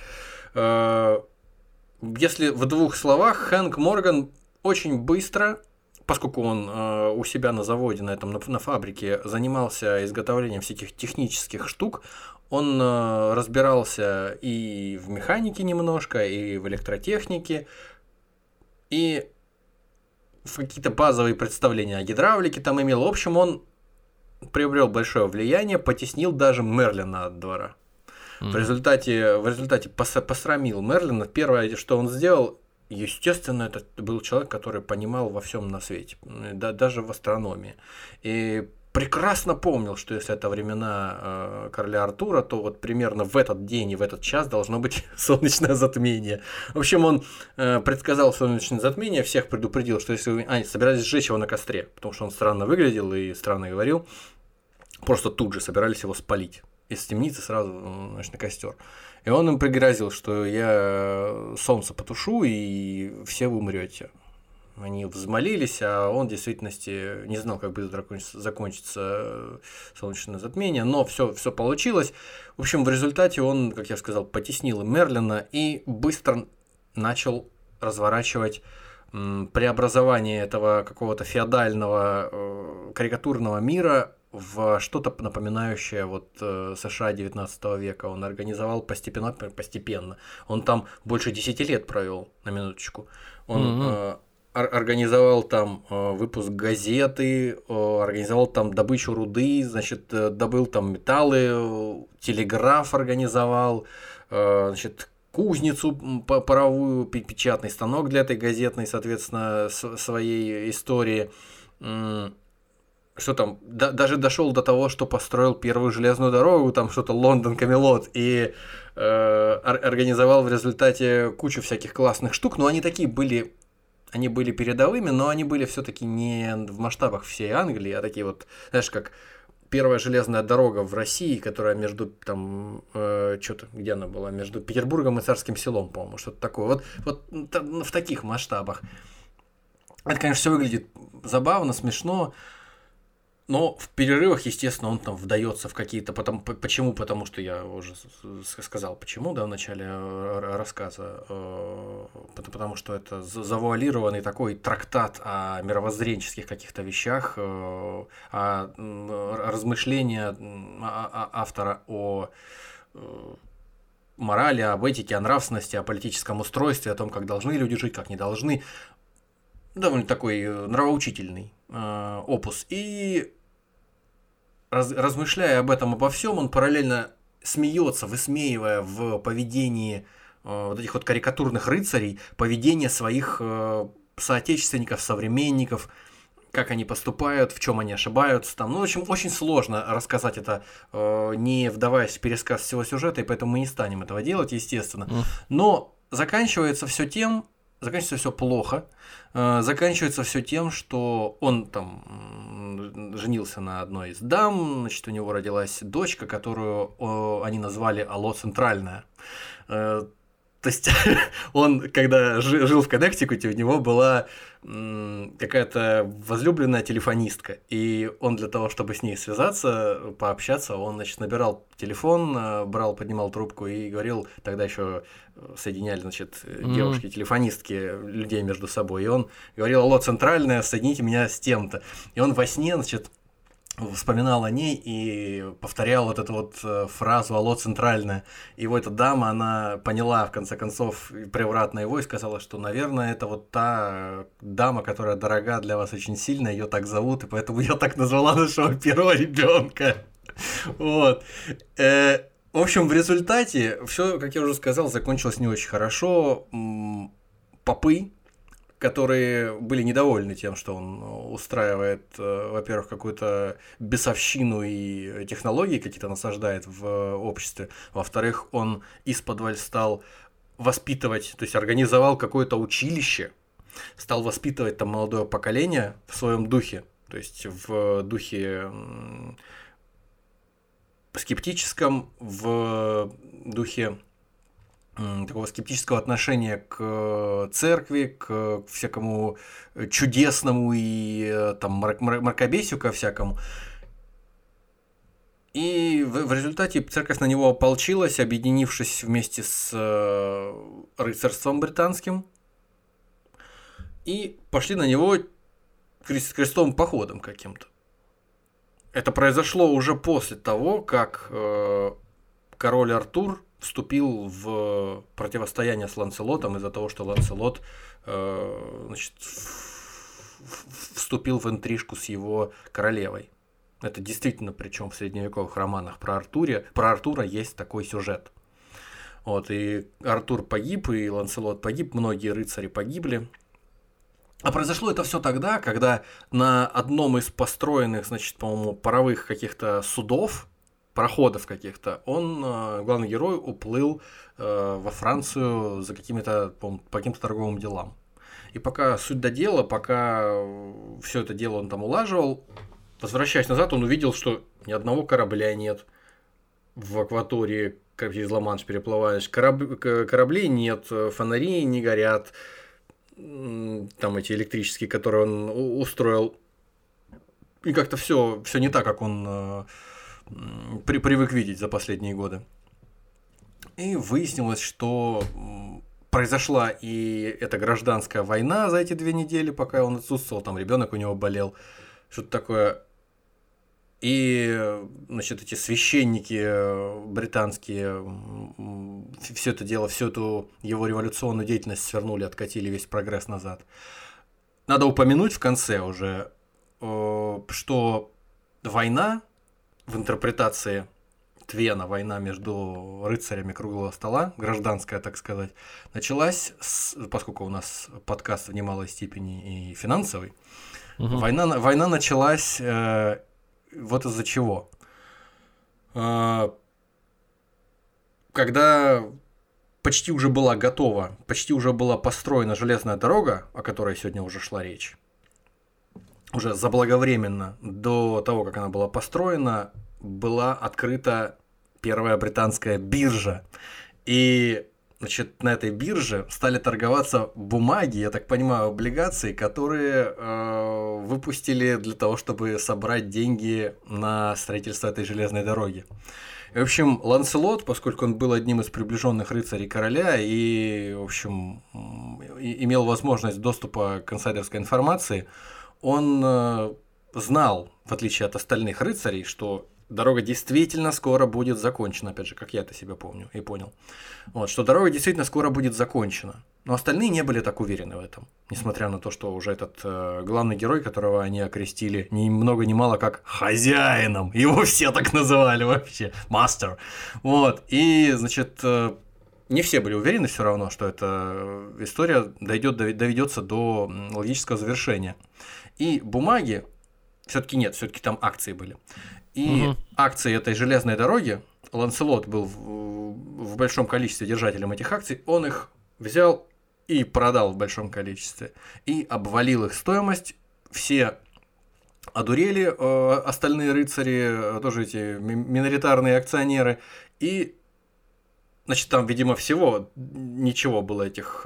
Если в двух словах, Хэнк Морган очень быстро, поскольку он у себя на заводе, на фабрике занимался изготовлением всяких технических штук, он разбирался и в механике немножко, и в электротехнике, и в какие-то базовые представления о гидравлике там имел. В общем, он приобрел большое влияние, потеснил даже Мерлина от двора. В результате посрамил Мерлина. Первое, что он сделал, естественно, это был человек, который понимал во всем на свете, даже в астрономии. И прекрасно помнил, что если это времена короля Артура, то вот примерно в этот день и в этот час должно быть солнечное затмение. В общем, он предсказал солнечное затмение, всех предупредил, что если вы собирались сжечь его на костре, потому что он странно выглядел и странно говорил, просто тут же собирались его спалить. Из темницы сразу, значит, на костер. И он им пригрозил, что я солнце потушу, и все вы умрете. Они взмолились, а он в действительности не знал, как быстро закончится солнечное затмение, но все получилось. В общем, в результате он, как я сказал, потеснил Мерлина и быстро начал разворачивать преобразование этого какого-то феодального карикатурного мира в что-то напоминающее вот США 19 века. Он организовал постепенно. Он там больше 10 лет провел, на минуточку. Он организовал там выпуск газеты, организовал там добычу руды, значит, добыл там металлы, телеграф организовал, значит, кузницу паровую, печатный станок для этой газетной, соответственно, своей истории. Что там, даже дошел до того, что построил первую железную дорогу, там что-то Лондон-Камелот, и организовал в результате кучу всяких классных штук, но они были передовыми, но они были все-таки не в масштабах всей Англии, а такие вот, знаешь, как первая железная дорога в России, которая между там что-то, где она была, между Петербургом и Царским Селом, по-моему, что-то такое. Вот в таких масштабах. Это, конечно, все выглядит забавно, смешно. Но в перерывах, естественно, он там вдается в какие-то... Почему? Потому что я уже сказал, почему, да, в начале рассказа. Потому что это завуалированный такой трактат о мировоззренческих каких-то вещах, о размышления автора о морали, об этике, о нравственности, о политическом устройстве, о том, как должны люди жить, как не должны. Довольно такой нравоучительный опус. И размышляя об этом, обо всем, он параллельно смеется, высмеивая в поведении вот этих вот карикатурных рыцарей поведение своих соотечественников, современников, как они поступают, в чем они ошибаются. Там. Ну, в общем, очень сложно рассказать это, не вдаваясь в пересказ всего сюжета, и поэтому мы не станем этого делать, естественно. Но заканчивается все плохо. Заканчивается все тем, что он там женился на одной из дам, значит, у него родилась дочка, которую они назвали Алло Центральная. То есть он, когда жил в Коннектикуте, у него была какая-то возлюбленная телефонистка, и он для того, чтобы с ней связаться, пообщаться, он, значит, набирал телефон, поднимал трубку и говорил, тогда еще соединяли, значит, девушки-телефонистки людей между собой, и он говорил: алло, Центральная, соедините меня с тем-то. И он во сне, значит, вспоминал о ней и повторял вот эту вот фразу «Алло, Центральная». И вот эта дама, она поняла, в конце концов, превратно его и сказала, что, наверное, это вот та дама, которая дорога для вас очень сильно, ее так зовут, и поэтому я так назвала нашего первого ребенка. Вот. В общем, в результате все, как я уже сказал, закончилось не очень хорошо. Попы, которые были недовольны тем, что он устраивает, во-первых, какую-то бесовщину и технологии какие-то насаждает в обществе, во-вторых, он исподволь стал воспитывать, то есть организовал какое-то училище, стал воспитывать там молодое поколение в своем духе, то есть в духе скептическом, в духе такого скептического отношения к церкви, к всякому чудесному и там мракобесию ко всякому. И в результате церковь на него ополчилась, объединившись вместе с рыцарством британским, и пошли на него крестовым походом каким-то. Это произошло уже после того, как король Артур вступил в противостояние с Ланселотом из-за того, что Ланселот значит, вступил в интрижку с его королевой. Это действительно, причем в средневековых романах про Артура есть такой сюжет. Вот, и Артур погиб, и Ланселот погиб, многие рыцари погибли. А произошло это все тогда, когда на одном из построенных, значит, по-моему, паровых каких-то судов, пароходов каких-то, главный герой, уплыл во Францию за по каким-то торговым делам. И пока суть до дела, пока все это дело он там улаживал, возвращаясь назад, он увидел, что ни одного корабля нет в акватории, как через Ла-Манш переплываешь. Кораблей нет, фонари не горят, там эти электрические, которые он устроил. И как-то все не так, как он привык видеть за последние годы. И выяснилось, что произошла и эта гражданская война за эти 2 недели, пока он отсутствовал, там ребенок у него болел, что-то такое. И, значит, эти священники британские все это дело, всю эту его революционную деятельность свернули, откатили весь прогресс назад. Надо упомянуть в конце уже, что война в интерпретации Твена, война между рыцарями круглого стола, гражданская, так сказать, началась, поскольку у нас подкаст в немалой степени и финансовый, война началась вот из-за чего. Когда почти уже была готова, почти уже была построена железная дорога, о которой сегодня уже шла речь, уже заблаговременно до того, как она была построена, была открыта первая британская биржа. И, значит, на этой бирже стали торговаться бумаги, я так понимаю, облигации, которые выпустили для того, чтобы собрать деньги на строительство этой железной дороги. И, в общем, Ланселот, поскольку он был одним из приближенных рыцарей короля и, в общем, имел возможность доступа к инсайдерской информации, он знал, в отличие от остальных рыцарей, что дорога действительно скоро будет закончена, опять же, как я это себя помню и понял. Вот, что дорога действительно скоро будет закончена. Но остальные не были так уверены в этом, несмотря на то, что уже этот главный герой, которого они окрестили ни много ни мало как хозяином, его все так называли вообще, мастер. Вот, и, значит, не все были уверены все равно, что эта история доведется до логического завершения. И бумаги, все-таки нет, все-таки там акции были. И акции этой железной дороги, Ланселот был в большом количестве держателем этих акций, он их взял и продал в большом количестве. И обвалил их стоимость. Все одурели, остальные рыцари, тоже эти миноритарные акционеры. И, значит, там, видимо, всего ничего было этих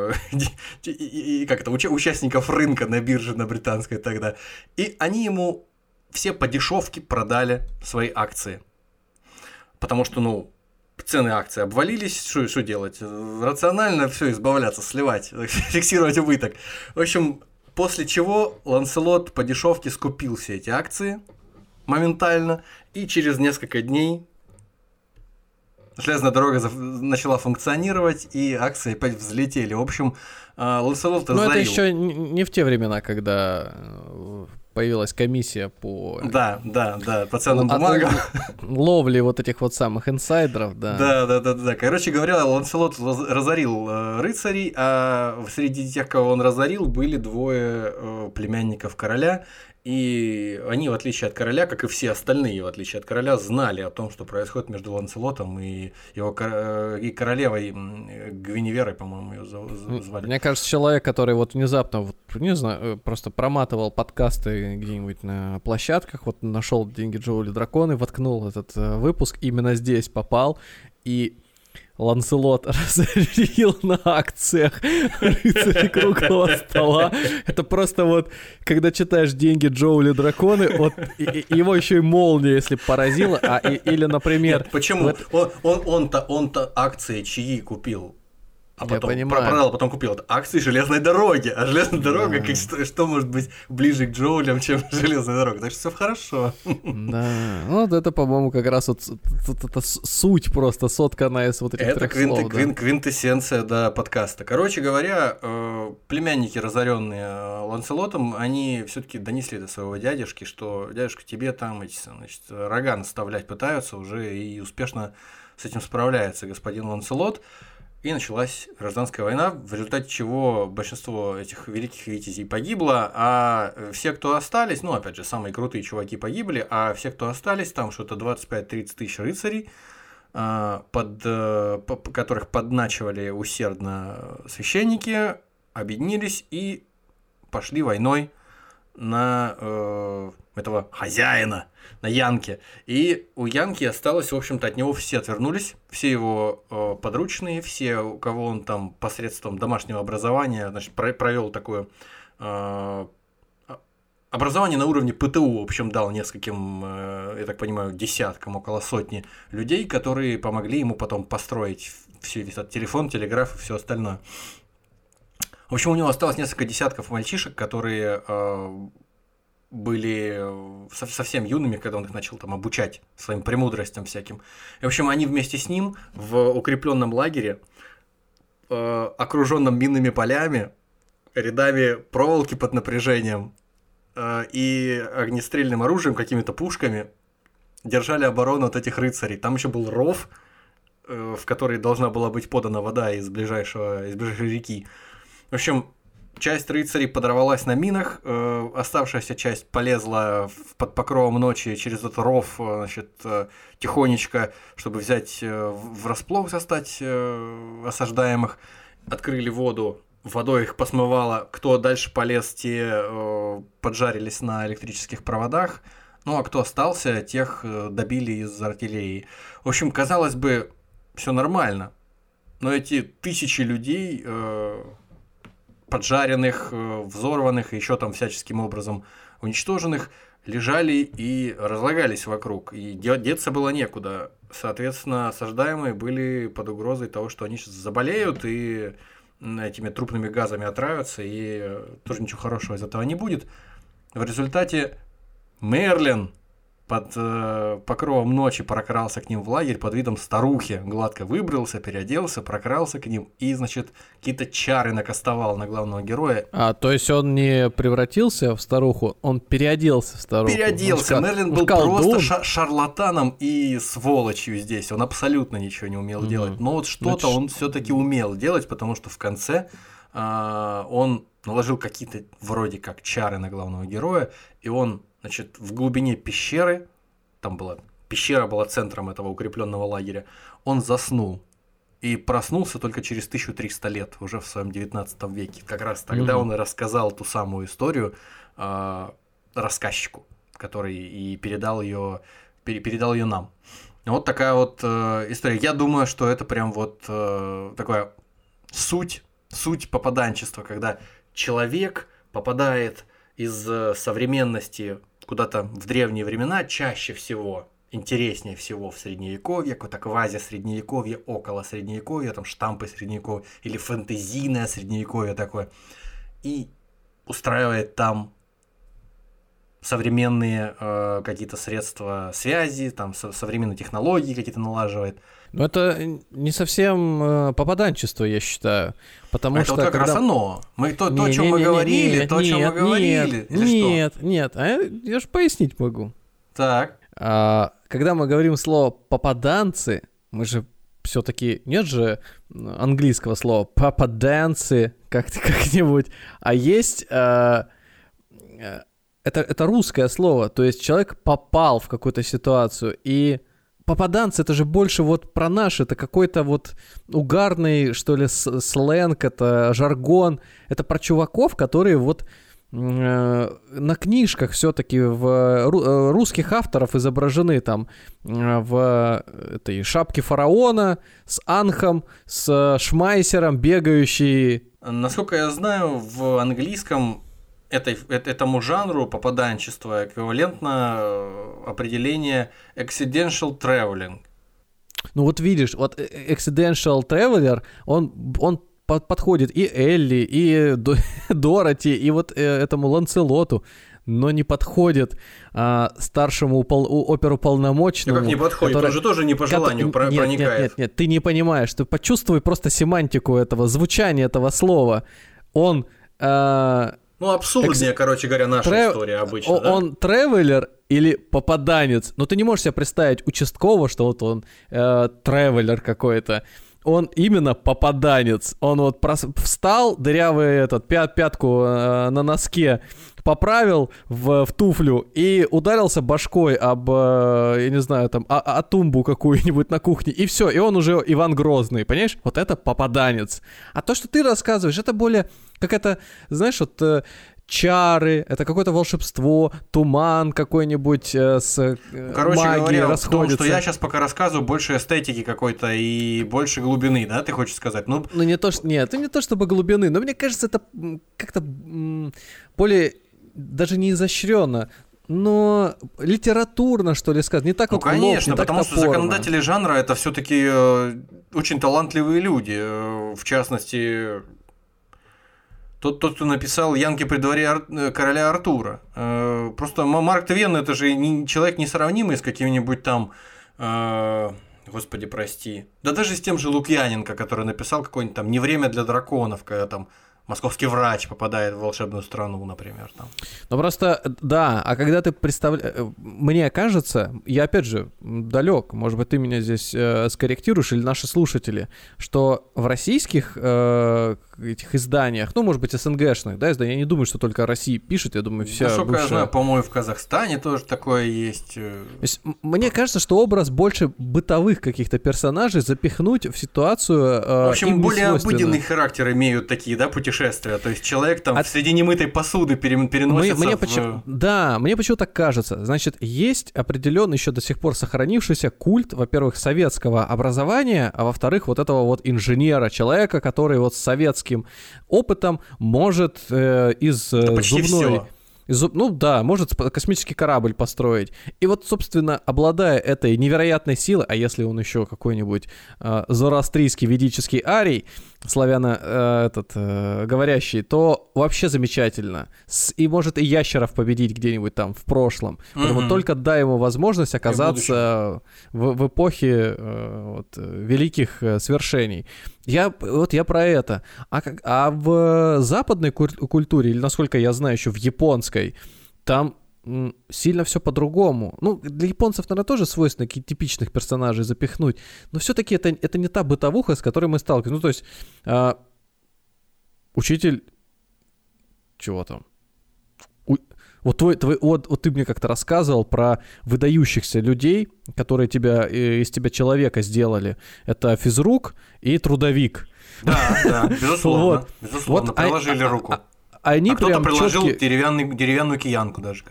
участников рынка на бирже на британской тогда. И они ему все по дешевке продали свои акции. Потому что, цены акций обвалились, что делать? Рационально все избавляться, сливать, фиксировать убыток. В общем, после чего Ланселот по дешевке скупил все эти акции моментально, и через несколько дней железная дорога начала функционировать, и акции опять взлетели. В общем, Ланселот разорил. Но это еще не в те времена, когда появилась комиссия по... Да, по ценным бумагам. Ловли вот этих вот самых инсайдеров, да. Да. Короче говоря, Ланселот разорил рыцарей, а среди тех, кого он разорил, были 2 племянников короля. И они, в отличие от короля, как и все остальные, в отличие от короля, знали о том, что происходит между Ланселотом и его и королевой Гвиневерой, по-моему, ее звали. Мне кажется, человек, который вот внезапно, не знаю, просто проматывал подкасты где-нибудь на площадках, вот нашел «Деньги Джоули Драконы», воткнул этот выпуск, именно здесь попал, и Ланселот разорил на акциях рыцарей круглого стола. Это просто вот, когда читаешь «Деньги Джоули Драконы», вот его еще и молния, если поразила, или, например... Нет, почему? Он-то акции чьи купил? А потом продал, потом купил акции железной дороги. А железная дорога, что может быть ближе к Джоулям, чем железная дорога? Так что все хорошо. Да, вот это, по-моему, как раз вот эта суть просто сотканная из вот этих 3 слов. Это квинтэссенция подкаста. Короче говоря, племянники, разоренные Ланселотом, они все-таки донесли до своего дядюшки, что дядюшка, тебе там рога наставлять пытаются уже и успешно с этим справляется господин Ланселот. и началась гражданская война, в результате чего большинство этих великих витязей погибло, а все, кто остались, ну, опять же, самые крутые чуваки погибли, а все, кто остались, там что-то 25-30 тысяч рыцарей, которых подначивали усердно священники, объединились и пошли войной на этого хозяина, на Янки. И у Янки осталось, в общем-то, от него все отвернулись, все его подручные, все, у кого он там посредством домашнего образования, значит, провел такое образование на уровне ПТУ, в общем, дал нескольким, я так понимаю, десяткам, около сотни людей, которые помогли ему потом построить все этот телефон, телеграф и все остальное. В общем, у него осталось несколько десятков мальчишек, которые были совсем юными, когда он их начал там обучать своим премудростям всяким. И, в общем, они вместе с ним в укрепленном лагере, окруженном минными полями, рядами проволоки под напряжением и огнестрельным оружием, какими-то пушками, держали оборону от этих рыцарей. Там еще был ров, в который должна была быть подана вода из ближайшей реки. В общем, часть рыцарей подорвалась на минах, оставшаяся часть полезла под покровом ночи через этот ров, значит, тихонечко, чтобы взять врасплох, застать осаждаемых. Открыли воду, водой их посмывало. Кто дальше полез, те поджарились на электрических проводах. Ну, а кто остался, тех добили из артиллерии. В общем, казалось бы, все нормально. Но эти тысячи людей, поджаренных, взорванных и еще там всяческим образом уничтоженных, лежали и разлагались вокруг. И деться было некуда. Соответственно, осаждаемые были под угрозой того, что они сейчас заболеют и этими трупными газами отравятся, и тоже ничего хорошего из этого не будет. В результате Мерлин под покровом ночи прокрался к ним в лагерь под видом старухи, гладко выбрался, переоделся, прокрался к ним и, значит, какие-то чары накастовал на главного героя. То есть он не превратился в старуху, он переоделся в старуху? Переоделся. Мерлин был просто шарлатаном и сволочью здесь, он абсолютно ничего не умел делать, но вот что-то он все-таки умел делать, потому что в конце он наложил какие-то вроде как чары на главного героя, и он, значит, в глубине пещеры, пещера была центром этого укрепленного лагеря, он заснул и проснулся только через 1300 лет, уже в своем 19 веке. Как раз тогда он и рассказал ту самую историю рассказчику, который и передал ее нам. Вот такая вот история. Я думаю, что это прям вот такая суть попаданчества, когда человек попадает из современности куда-то в древние времена, чаще всего, интереснее всего в Средневековье, какое-то квази-средневековье, около Средневековья, там штампы Средневековья или фэнтезийное Средневековье такое, и устраивает там современные какие-то средства связи, там современные технологии какие-то налаживает. Но это не совсем попаданчество, я считаю, потому это что... Это вот как раз оно. Мы о чем мы говорили, то, о чем мы говорили. Нет, я же пояснить могу. Так. Когда мы говорим слово «попаданцы», мы же все-таки... Нет же английского слова «попаданцы» как-нибудь, а есть... Это русское слово, то есть человек попал в какую-то ситуацию, и попаданцы это же больше вот про наш, это какой-то вот угарный, что ли, сленг, это жаргон, это про чуваков, которые вот на книжках все-таки в русских авторов изображены там в этой шапке фараона, с анхом, с шмайсером, бегающие. Насколько я знаю, в английском этому жанру попаданчества эквивалентно определение accidental traveling. Ну вот видишь, вот accidental traveler, он подходит и Элли, и Дороти, и вот этому Ланцелоту, но не подходит старшему оперуполномоченному. Ну как не подходит? Он же тоже не по желанию проникает. Нет, ты не понимаешь, ты почувствуй просто семантику этого, звучание этого слова. Он... Ну, абсурднее, короче говоря, наша история обычно, да? Он тревелер или попаданец? Ну, ты не можешь себе представить участкового, что вот он тревелер какой-то. он именно попаданец. Он вот встал, дырявый пятку на носке поправил в туфлю и ударился башкой об, я не знаю, там, о тумбу какую-нибудь на кухне, и все, и он уже Иван Грозный, понимаешь? Вот это попаданец. А то, что ты рассказываешь, это более какая-то, знаешь, вот... чары, это какое-то волшебство, туман какой-нибудь с магией говоря, расходится. В том, что я сейчас пока рассказываю, больше эстетики какой-то и больше глубины, да, ты хочешь сказать? Ну не то, что... Нет, не то чтобы глубины, но мне кажется, это как-то более, даже не изощренно, но литературно, что ли, сказать, не так вот конечно, не так потому что законодатели жанра это все-таки очень талантливые люди, в частности... Тот, кто написал «Янки при дворе короля Артура». Просто Марк Твен – это же человек несравнимый с каким-нибудь там… Господи, прости. Да даже с тем же Лукьяненко, который написал какой-нибудь там «Не время для драконов», когда там московский врач попадает в волшебную страну, например. Там. Ну просто, да, а когда ты представляешь... Мне кажется, я опять же далек, может быть, ты меня здесь скорректируешь или наши слушатели, что в российских этих изданиях, ну, может быть, СНГшных, да, изданиях, я не думаю, что только о России пишет, я думаю, вся насколько бывшая... я знаю, по-моему, в Казахстане тоже такое есть. То есть мне кажется, что образ больше бытовых каких-то персонажей запихнуть в ситуацию в общем, более обыденный характер имеют такие, да, путешествия. То есть человек там среди немытой посуды переносится Да, мне почему-то кажется. Значит, есть определенный еще до сих пор сохранившийся культ, во-первых, советского образования, а во-вторых, вот этого вот инженера, человека, который вот с советским опытом может из зубной... Ну да, может космический корабль построить. И вот, собственно, обладая этой невероятной силой, а если он еще какой-нибудь зороастрийский ведический арий, говорящий, то вообще замечательно. И может и ящеров победить где-нибудь там в прошлом. Поэтому только дай ему возможность оказаться в эпохе великих свершений. Я про это. А в западной культуре, или насколько я знаю, еще в японской, там сильно все по-другому. Ну, для японцев, наверное, тоже свойственно каких-то типичных персонажей запихнуть, но все-таки это не та бытовуха, с которой мы сталкиваемся. Ну, то есть, учитель... Чего там? Вот ты мне как-то рассказывал про выдающихся людей, которые из тебя человека сделали. Это физрук и трудовик. Да, безусловно. Безусловно, приложили руку. Кто-то приложил деревянную киянку даже.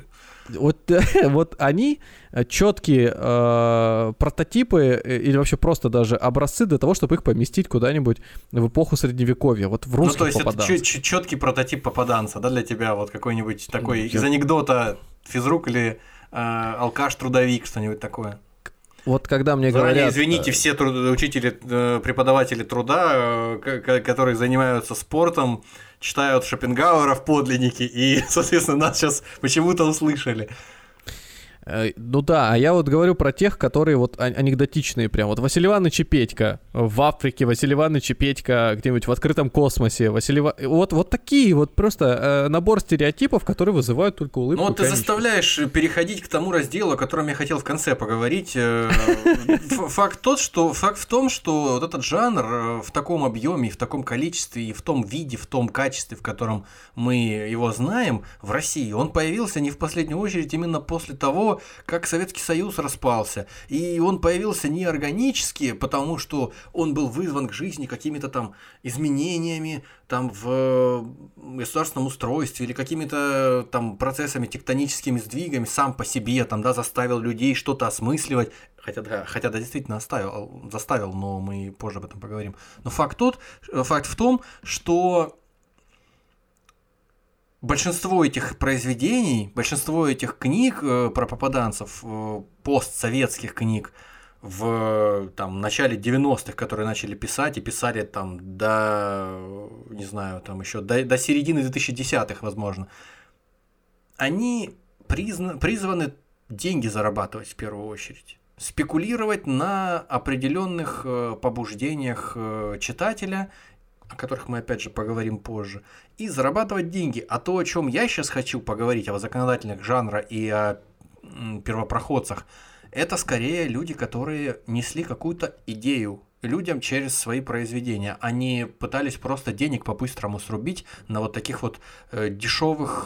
Вот они четкие прототипы или вообще просто даже образцы для того, чтобы их поместить куда-нибудь в эпоху Средневековья, вот в русских попаданцев. Ну, то есть это четкий прототип попаданца, да, для тебя вот какой-нибудь такой из анекдота физрук или алкаш-трудовик, что-нибудь такое. Вот когда мне говорят... Извините, все учители, преподаватели труда, которые занимаются спортом, читают Шопенгауэра в подлиннике, и, соответственно, нас сейчас почему-то услышали. Ну да, а я вот говорю про тех, которые вот анекдотичные прям. Вот Василий Иванович и Петька в Африке, Василий Иванович и Петька где-нибудь в открытом космосе, вот такие вот просто набор стереотипов, которые вызывают только улыбку. Ну вот ты заставляешь переходить к тому разделу, о котором я хотел в конце поговорить. Факт в том, что вот этот жанр в таком объеме, в таком количестве, и в том виде, в том качестве, в котором мы его знаем в России, он появился не в последнюю очередь именно после того, как Советский Союз распался. И он появился не органически, потому что он был вызван к жизни какими-то там изменениями там в государственном устройстве или какими-то там процессами, тектоническими сдвигами сам по себе, там, да, заставил людей что-то осмысливать. Хотя да, действительно заставил, но мы позже об этом поговорим. Но факт в том, что большинство этих произведений, большинство этих книг про попаданцев, постсоветских книг в начале 90-х, которые начали писать и писали там до, не знаю, там еще до середины 2010-х, возможно, они призваны деньги зарабатывать в первую очередь. Спекулировать на определенных побуждениях читателя, о которых мы опять же поговорим позже, и зарабатывать деньги. А то, о чем я сейчас хочу поговорить, о законодателях жанра и о первопроходцах, это скорее люди, которые несли какую-то идею людям через свои произведения. Они пытались просто денег по-быстрому срубить на вот таких вот дешевых,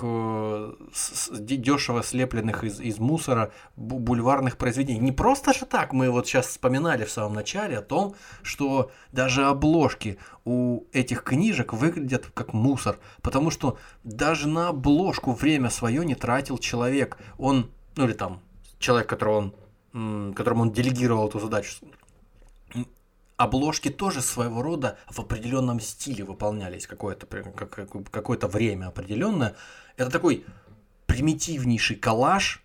дешево слепленных из мусора бульварных произведений. Не просто же так, мы вот сейчас вспоминали в самом начале о том, что даже обложки у этих книжек выглядят как мусор, потому что даже на обложку время свое не тратил человек. Он, ну или там, человек, которому он делегировал эту задачу. Обложки тоже своего рода в определенном стиле выполнялись какое-то время определенное. Это такой примитивнейший коллаж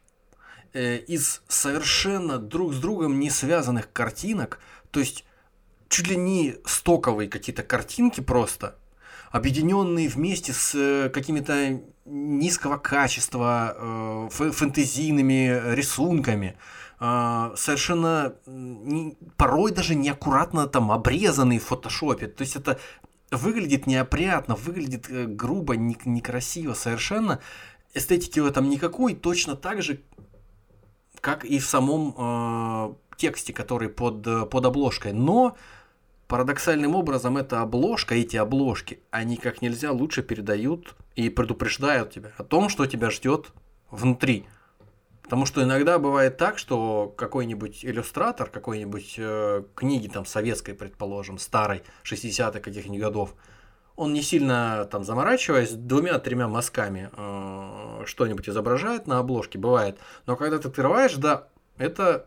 из совершенно друг с другом не связанных картинок, то есть чуть ли не стоковые какие-то картинки просто, объединенные вместе с какими-то низкого качества фэнтезийными рисунками. Совершенно порой даже неаккуратно там обрезанный в фотошопе. То есть это выглядит неопрятно, выглядит грубо, некрасиво совершенно. Эстетики в этом никакой, точно так же, как и в самом тексте, который под обложкой. Но парадоксальным образом эти обложки, они как нельзя лучше передают и предупреждают тебя о том, что тебя ждет внутри. Потому что иногда бывает так, что какой-нибудь иллюстратор какой-нибудь книги там советской, предположим, старой, 60-х каких-нибудь годов, он не сильно там заморачиваясь, 2-3 мазками что-нибудь изображает на обложке, бывает. Но когда ты открываешь, да, это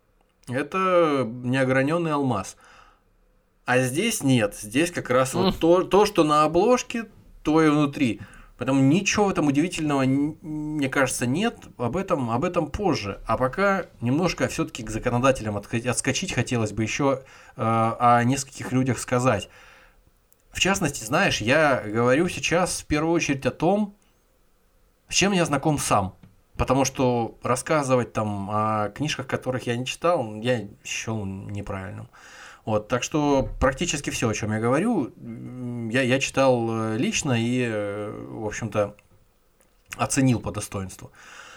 неограненный алмаз. А здесь нет, здесь как раз вот то, что на обложке, то и внутри. Поэтому ничего там удивительного, мне кажется, нет, об этом позже. А пока немножко все-таки к законодателям отскочить хотелось бы еще о нескольких людях сказать. В частности, знаешь, я говорю сейчас в первую очередь о том, с чем я знаком сам. Потому что рассказывать там о книжках, которых я не читал, я счел неправильным. Вот, так что практически все, о чем я говорю, я читал лично и, в общем-то, оценил по достоинству.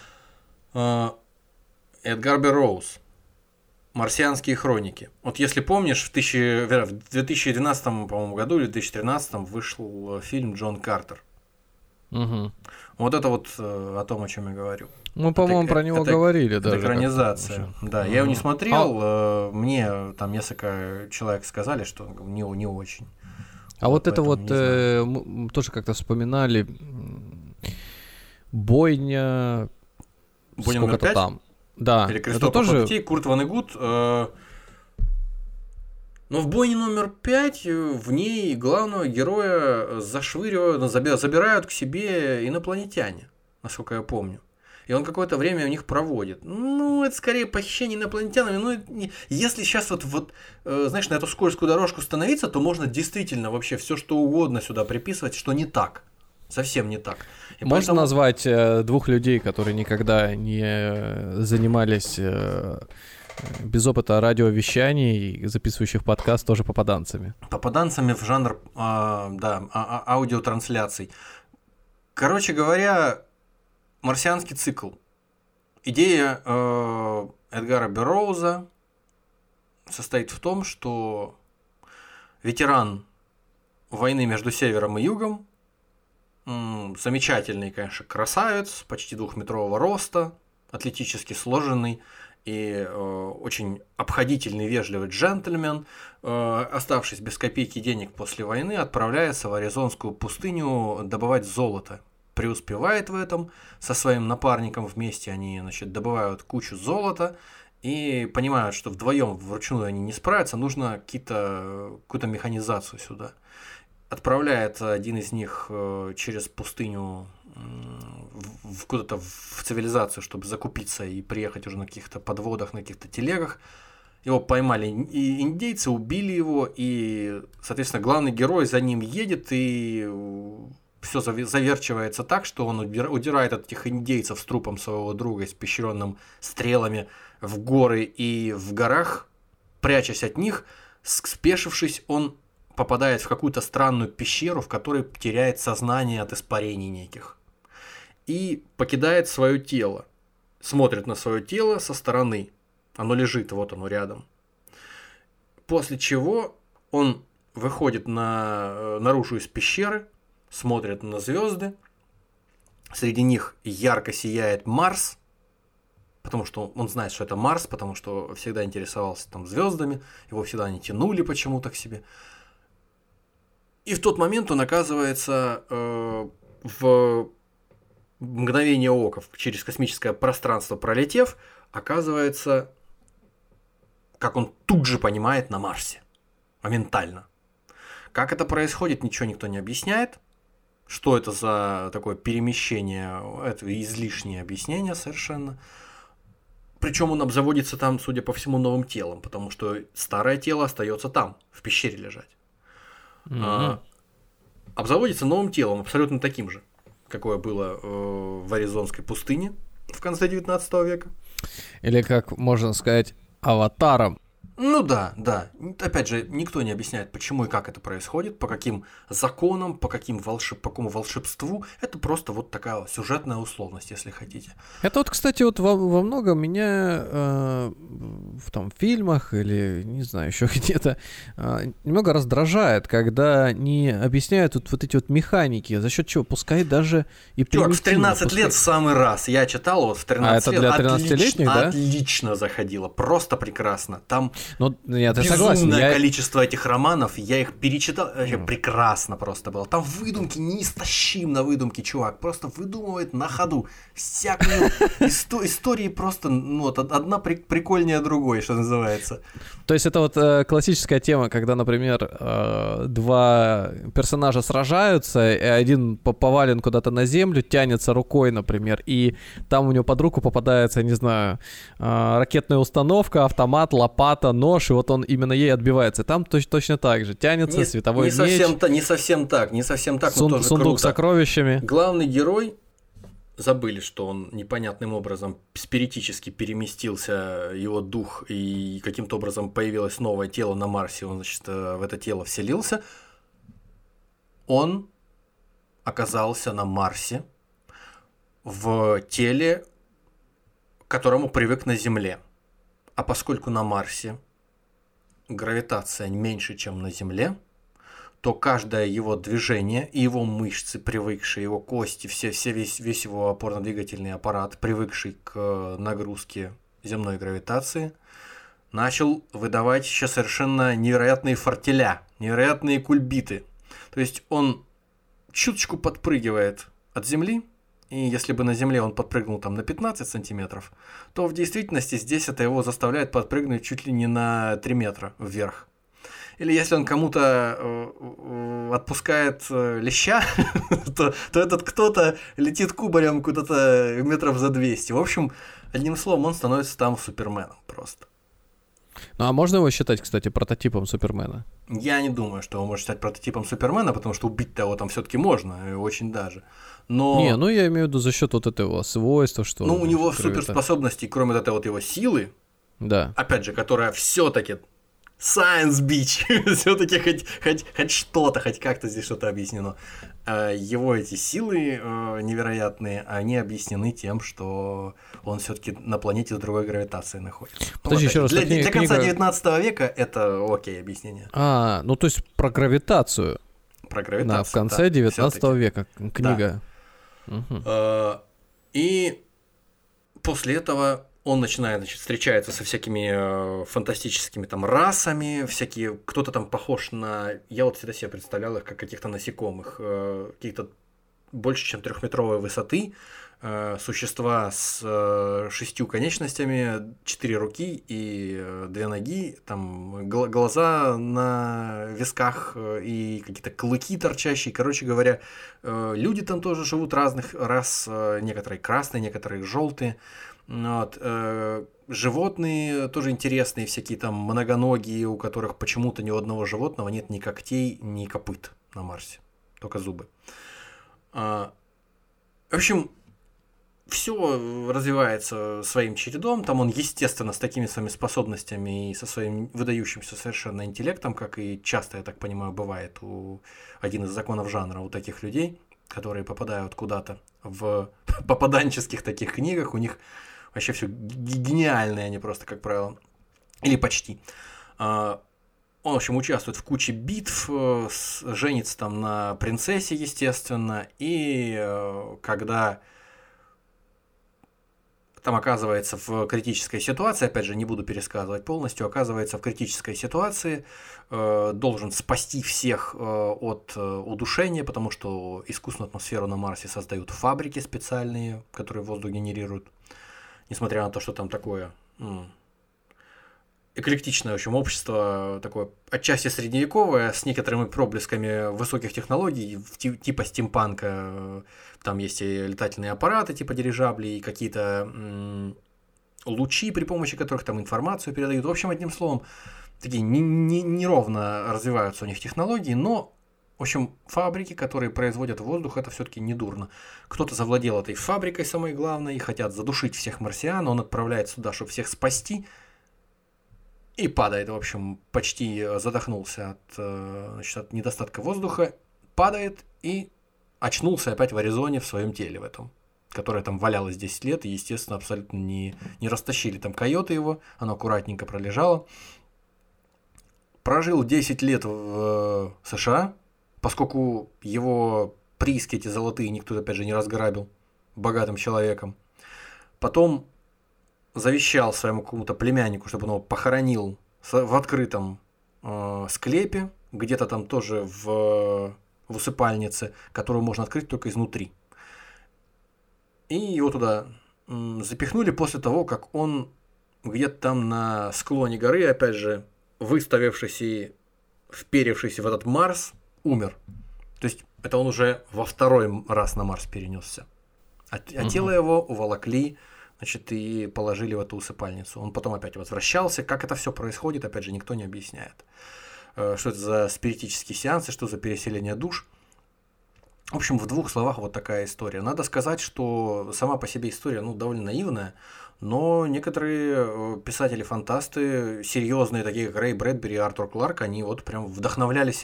Эдгар Берроуз. «Марсианские хроники». Вот если помнишь, в 2012, по-моему, году или 2013 вышел фильм «Джон Картер». Угу. Вот это вот о том, о чем я говорю. Мы, по-моему, про него говорили даже. Это экранизация. Да, я его не смотрел. Мне там несколько человек сказали, что не очень. А вот это вот мы тоже как-то вспоминали. Бойня номер 5? Там. Да. Или «Крестов поход детей», Курт Воннегут. Но в «Бойне номер 5» в ней главного героя забирают к себе инопланетяне, насколько я помню. И он какое-то время у них проводит. Ну, это скорее похищение инопланетянами. Ну, если сейчас знаешь, на эту скользкую дорожку становиться, то можно действительно вообще все что угодно сюда приписывать, что не так. Совсем не так. И можно назвать двух людей, которые никогда не занимались без опыта радиовещаний, записывающих подкаст, тоже попаданцами. Попаданцами в жанр аудиотрансляций. Короче говоря, марсианский цикл. Идея Эдгара Берроуза состоит в том, что ветеран войны между Севером и Югом, замечательный, конечно, красавец, почти 2-метрового роста, атлетически сложенный и очень обходительный, вежливый джентльмен, оставшись без копейки денег после войны, отправляется в Аризонскую пустыню добывать золото. Преуспевает в этом, со своим напарником вместе они, добывают кучу золота и понимают, что вдвоем вручную они не справятся, нужно какую-то механизацию сюда. Отправляет один из них через пустыню куда-то в цивилизацию, чтобы закупиться и приехать уже на каких-то подводах, на каких-то телегах. Его поймали и индейцы, убили его, и, соответственно, главный герой за ним едет, и все заверчивается так, что он удирает от этих индейцев с трупом своего друга, испещренным стрелами, в горы, и в горах, прячась от них, спешившись, он попадает в какую-то странную пещеру, в которой теряет сознание от испарений неких. И покидает свое тело. Смотрит на свое тело со стороны. Оно лежит, вот оно рядом. После чего он выходит наружу из пещеры, смотрит на звезды. Среди них ярко сияет Марс, потому что он знает, что это Марс, потому что всегда интересовался там звездами, его всегда они тянули почему-то к себе. И в тот момент он оказывается в мгновение ока, через космическое пространство пролетев, оказывается, как он тут же понимает, на Марсе. Моментально. Как это происходит, ничего никто не объясняет. Что это за такое перемещение, это излишнее объяснение совершенно. Причем он обзаводится там, судя по всему, новым телом, потому что старое тело остается там, в пещере лежать. Обзаводится новым телом, абсолютно таким же, какое было в Аризонской пустыне в конце 19 века. Или, как можно сказать, аватаром. Ну да. Опять же, никто не объясняет, почему и как это происходит, по каким законам, по какому волшебству. Это просто вот такая сюжетная условность, если хотите. Это вот, кстати, вот во многом меня в там фильмах или, не знаю, еще где-то немного раздражает, когда не объясняют вот эти вот механики, за счет чего, пускай даже и примитивно. Чувак, в 13 лет в самый раз. Я читал вот в 13 лет. А это для 13-летних, да? Отлично заходило, просто прекрасно. Там я безумное количество этих романов, я их перечитал, прекрасно просто было. Там выдумки, неистощимно выдумки, чувак, просто выдумывает на ходу всякую истории просто, одна прикольнее другой, что называется. То есть это вот классическая тема, когда, например, два персонажа сражаются, и один повален куда-то на землю, тянется рукой, например, и там у него под руку попадается, не знаю, ракетная установка, автомат, лопата, нож, и вот он именно ей отбивается. Там точно так же. Тянется световой меч. Не совсем так. Сундук круто. С сокровищами. Главный герой, забыли, что он непонятным образом спиритически переместился, его дух, и каким-то образом появилось новое тело на Марсе, он, значит, в это тело вселился. Он оказался на Марсе в теле, к которому привык на Земле. А поскольку на Марсе гравитация меньше, чем на Земле, то каждое его движение и его мышцы, привыкшие, его кости, весь его опорно-двигательный аппарат, привыкший к нагрузке земной гравитации, начал выдавать еще совершенно невероятные фортеля, невероятные кульбиты. То есть он чуточку подпрыгивает от Земли, и если бы на Земле он подпрыгнул там на 15 сантиметров, то в действительности здесь это его заставляет подпрыгнуть чуть ли не на 3 метра вверх. Или если он кому-то отпускает леща, то этот кто-то летит кубарем куда-то метров за 200. В общем, одним словом, он становится там Суперменом просто. Ну а можно его считать, кстати, прототипом Супермена? Я не думаю, что его можно считать прототипом Супермена, потому что убить-то его там все-таки можно, и очень даже. Но... Не, я имею в виду за счет вот этого свойства, что... у него суперспособности, кроме этой вот его силы, да. Опять же, которая все-таки Science Beach, все-таки хоть что-то, хоть как-то здесь что-то объяснено. Его эти силы невероятные, они объяснены тем, что он все-таки на планете с другой гравитацией находится. Подожди, еще раз. Для конца 19 века это окей объяснение. То есть про гравитацию. Про гравитацию, в конце 19 века книга. Да. Угу. И после этого он начинает, встречается со всякими фантастическими там расами, кто-то там похож на... Я вот всегда себе представлял их как каких-то насекомых, каких-то больше, чем 3-метровой высоты, существа с 6 конечностями, 4 руки и 2 ноги, там глаза на висках и какие-то клыки торчащие. Короче говоря, люди там тоже живут разных рас, некоторые красные, некоторые желтые. Животные тоже интересные, всякие там многоногие, у которых почему-то ни у одного животного нет ни когтей, ни копыт на Марсе, только зубы. В общем, все развивается своим чередом. Там он, естественно, с такими своими способностями и со своим выдающимся совершенно интеллектом, как и часто, я так понимаю, бывает один из законов жанра у таких людей, которые попадают куда-то в попаданческих таких книгах, у них вообще все гениальные они просто, как правило. Или почти. Он, в общем, участвует в куче битв, женится там на принцессе, естественно, и когда там оказывается в критической ситуации, опять же, не буду пересказывать полностью, оказывается в критической ситуации, должен спасти всех от удушения, потому что искусственную атмосферу на Марсе создают фабрики специальные, которые воздух генерируют, несмотря на то, что там такое эклектичное, в общем, общество, такое отчасти средневековое, с некоторыми проблесками высоких технологий, типа стимпанка. Там есть и летательные аппараты, типа дирижаблей, и какие-то лучи, при помощи которых там информацию передают. В общем, одним словом, такие неровно развиваются у них технологии, но, в общем, фабрики, которые производят воздух, это все-таки недурно. Кто-то завладел этой фабрикой, самой главной, и хотят задушить всех марсиан, он отправляет сюда, чтобы всех спасти, и падает, в общем, почти задохнулся от недостатка воздуха, падает и очнулся опять в Аризоне в своем теле в этом, которое там валялось 10 лет, и, естественно, абсолютно не растащили там койоты его, оно аккуратненько пролежало. Прожил 10 лет в США, поскольку его прииски эти золотые никто, опять же, не разграбил богатым человеком. Потом завещал своему какому-то племяннику, чтобы он его похоронил в открытом склепе, где-то там тоже в усыпальнице, которую можно открыть только изнутри. И его туда запихнули после того, как он где-то там на склоне горы, опять же, выставившись и вперевшись в этот Марс, умер. То есть это он уже во второй раз на Марс перенесся. А тело его уволокли, значит, и положили в эту усыпальницу. Он потом опять возвращался. Как это все происходит, опять же, никто не объясняет. Что это за спиритические сеансы, что за переселение душ. В общем, в двух словах вот такая история. Надо сказать, что сама по себе история, довольно наивная, но некоторые писатели-фантасты, серьезные, такие как Рэй Брэдбери и Артур Кларк, они вот прям вдохновлялись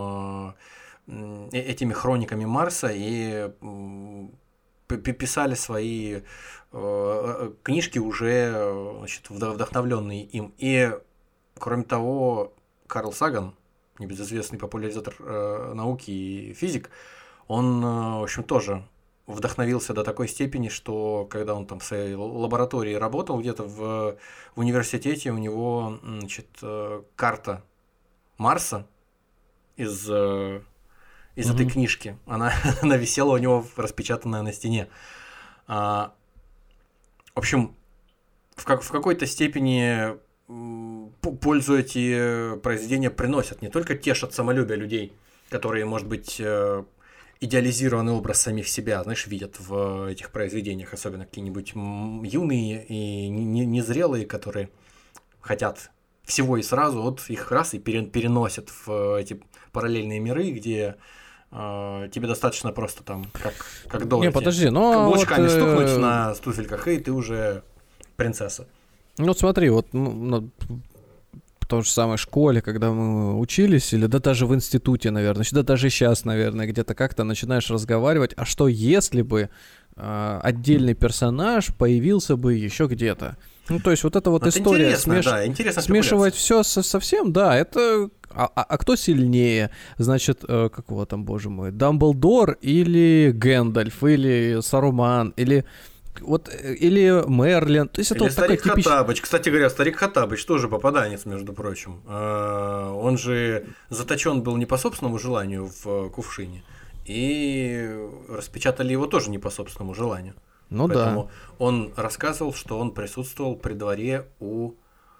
этими хрониками Марса и писали свои книжки уже, значит, вдохновленные им. И, кроме того, Карл Саган, небезызвестный популяризатор науки и физик, он, в общем, тоже вдохновился до такой степени, что когда он там в своей лаборатории работал, где-то в университете, у него, значит, карта Марса из этой книжки, она висела у него распечатанная на стене. В общем, в какой-то степени пользу эти произведения приносят, не только тешат самолюбие людей, которые, может быть, идеализированный образ самих себя, знаешь, видят в этих произведениях, особенно какие-нибудь юные и незрелые, которые хотят всего и сразу, вот их раз и переносят в эти параллельные миры, где тебе достаточно просто там, как Дороти, каблучками стукнуть на туфельках, и ты уже принцесса. Ну, смотри, вот в той же самой школе, когда мы учились, или даже в институте, наверное, даже сейчас, наверное, где-то как-то начинаешь разговаривать, а что если бы отдельный персонаж появился бы еще где-то? Ну, то есть вот эта вот это история, смешивать все со всем, да, это... А кто сильнее? Значит, как его там, боже мой, Дамблдор или Гэндальф, или Саруман, или Мерлин. То есть это или вот старик такой Хоттабыч. Кстати говоря, старик Хоттабыч тоже попаданец, между прочим. Он же заточен был не по собственному желанию в кувшине, и распечатали его тоже не по собственному желанию. Ну поэтому да. Он рассказывал, что он присутствовал при дворе у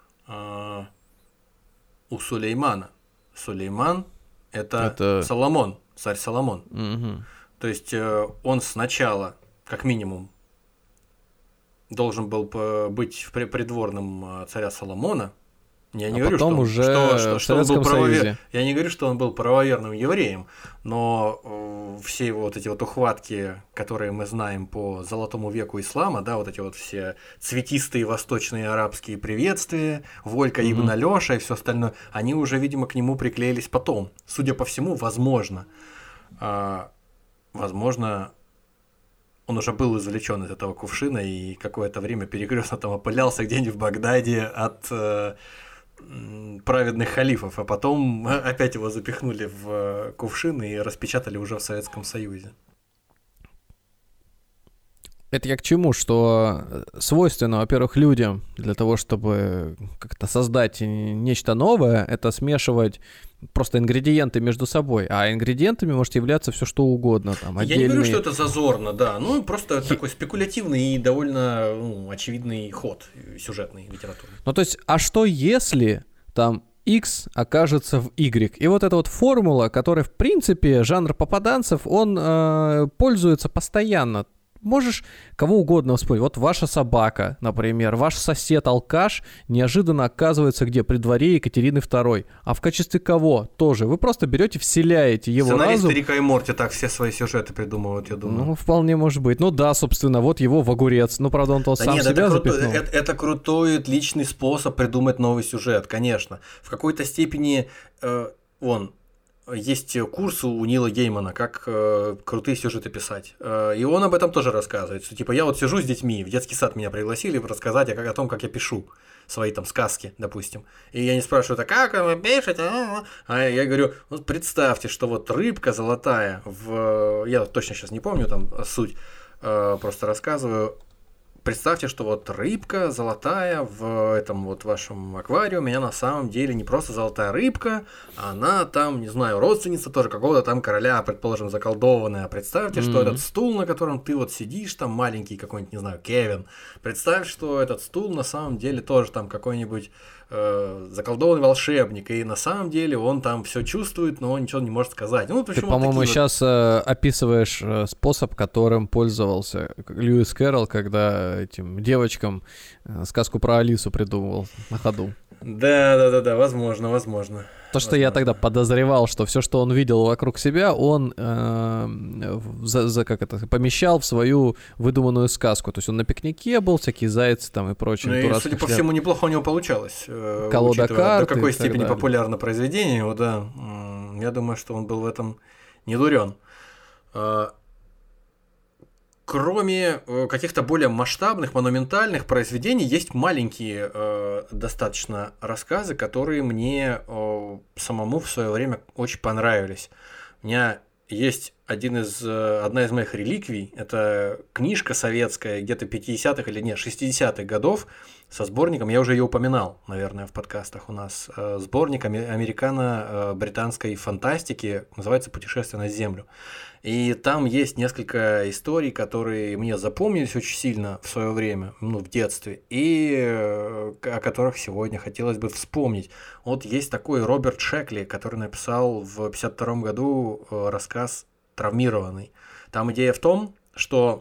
Сулеймана. Сулейман – это Соломон, царь Соломон. Угу. То есть он сначала, как минимум, должен был быть придворным царя Соломона. Я не говорю, потом что он был правоверным. Я не говорю, что он был правоверным евреем, но все его вот эти вот ухватки, которые мы знаем по золотому веку ислама, да, вот эти вот все цветистые восточные арабские приветствия, Волька Ибн Алёша и все остальное, они уже, видимо, к нему приклеились потом. Судя по всему, возможно, он уже был извлечен из этого кувшина и какое-то время перекрестно там опылялся где-нибудь в Багдаде от праведных халифов, а потом опять его запихнули в кувшин и распечатали уже в Советском Союзе. Это я к чему? Что свойственно, во-первых, людям для того, чтобы как-то создать нечто новое, это смешивать просто ингредиенты между собой. А ингредиентами может являться все что угодно. Там, отдельные... Я не говорю, что это зазорно, да. Ну, просто такой спекулятивный и довольно очевидный ход сюжетной литературы. Ну, то есть, а что если там X окажется в Y? И вот эта вот формула, которой, в принципе, жанр попаданцев, он пользуется постоянно. Можешь кого угодно вспомнить. Вот ваша собака, например, ваш сосед-алкаш неожиданно оказывается где? При дворе Екатерины II. А в качестве кого? Тоже. Вы просто берете, вселяете его разум. Рика и Морти так все свои сюжеты придумывают, я думаю. Ну, вполне может быть. Ну да, собственно, вот его в огурец. Ну, правда, он то сам себя запихнул. Это крутой, отличный способ придумать новый сюжет, конечно. В какой-то степени есть курс у Нила Геймана, как крутые сюжеты писать. И он об этом тоже рассказывает. Что, типа, я вот сижу с детьми, в детский сад меня пригласили рассказать о том, как я пишу свои там сказки, допустим. И я не спрашиваю, как вы пишете? А я говорю, вот представьте, что вот рыбка золотая, я точно сейчас не помню там суть, просто рассказываю. Представьте, что вот рыбка золотая в этом вот вашем аквариуме, она на самом деле не просто золотая рыбка, она там, не знаю, родственница тоже какого-то там короля, предположим, заколдованная. Представьте, что этот стул, на котором ты вот сидишь, там маленький какой-нибудь, не знаю, Кевин. Представь, что этот стул на самом деле тоже там какой-нибудь заколдованный волшебник, и на самом деле он там все чувствует, но он ничего не может сказать. Ну, ты, по-моему, сейчас описываешь способ, которым пользовался Льюис Кэрролл, когда этим девочкам сказку про Алису придумывал на ходу. Да, возможно. То, что я тогда подозревал, что все, что он видел вокруг себя, он помещал в свою выдуманную сказку. То есть он на пикнике был, всякие зайцы там и прочее. Ну и, судя по всему, неплохо у него получалось. Колода карт. До какой степени популярно произведение его, да. Я думаю, что он был в этом не дурен. Кроме каких-то более масштабных, монументальных произведений, есть маленькие достаточно рассказы, которые мне самому в свое время очень понравились. У меня есть одна из моих реликвий, это книжка советская, где-то 50-х или 60-х годов, со сборником, я уже ее упоминал, наверное, в подкастах у нас, сборник американо-британской фантастики, называется «Путешествие на Землю». И там есть несколько историй, которые мне запомнились очень сильно в свое время, в детстве, и о которых сегодня хотелось бы вспомнить. Вот есть такой Роберт Шекли, который написал в 1952 году рассказ «Травмированный». Там идея в том, что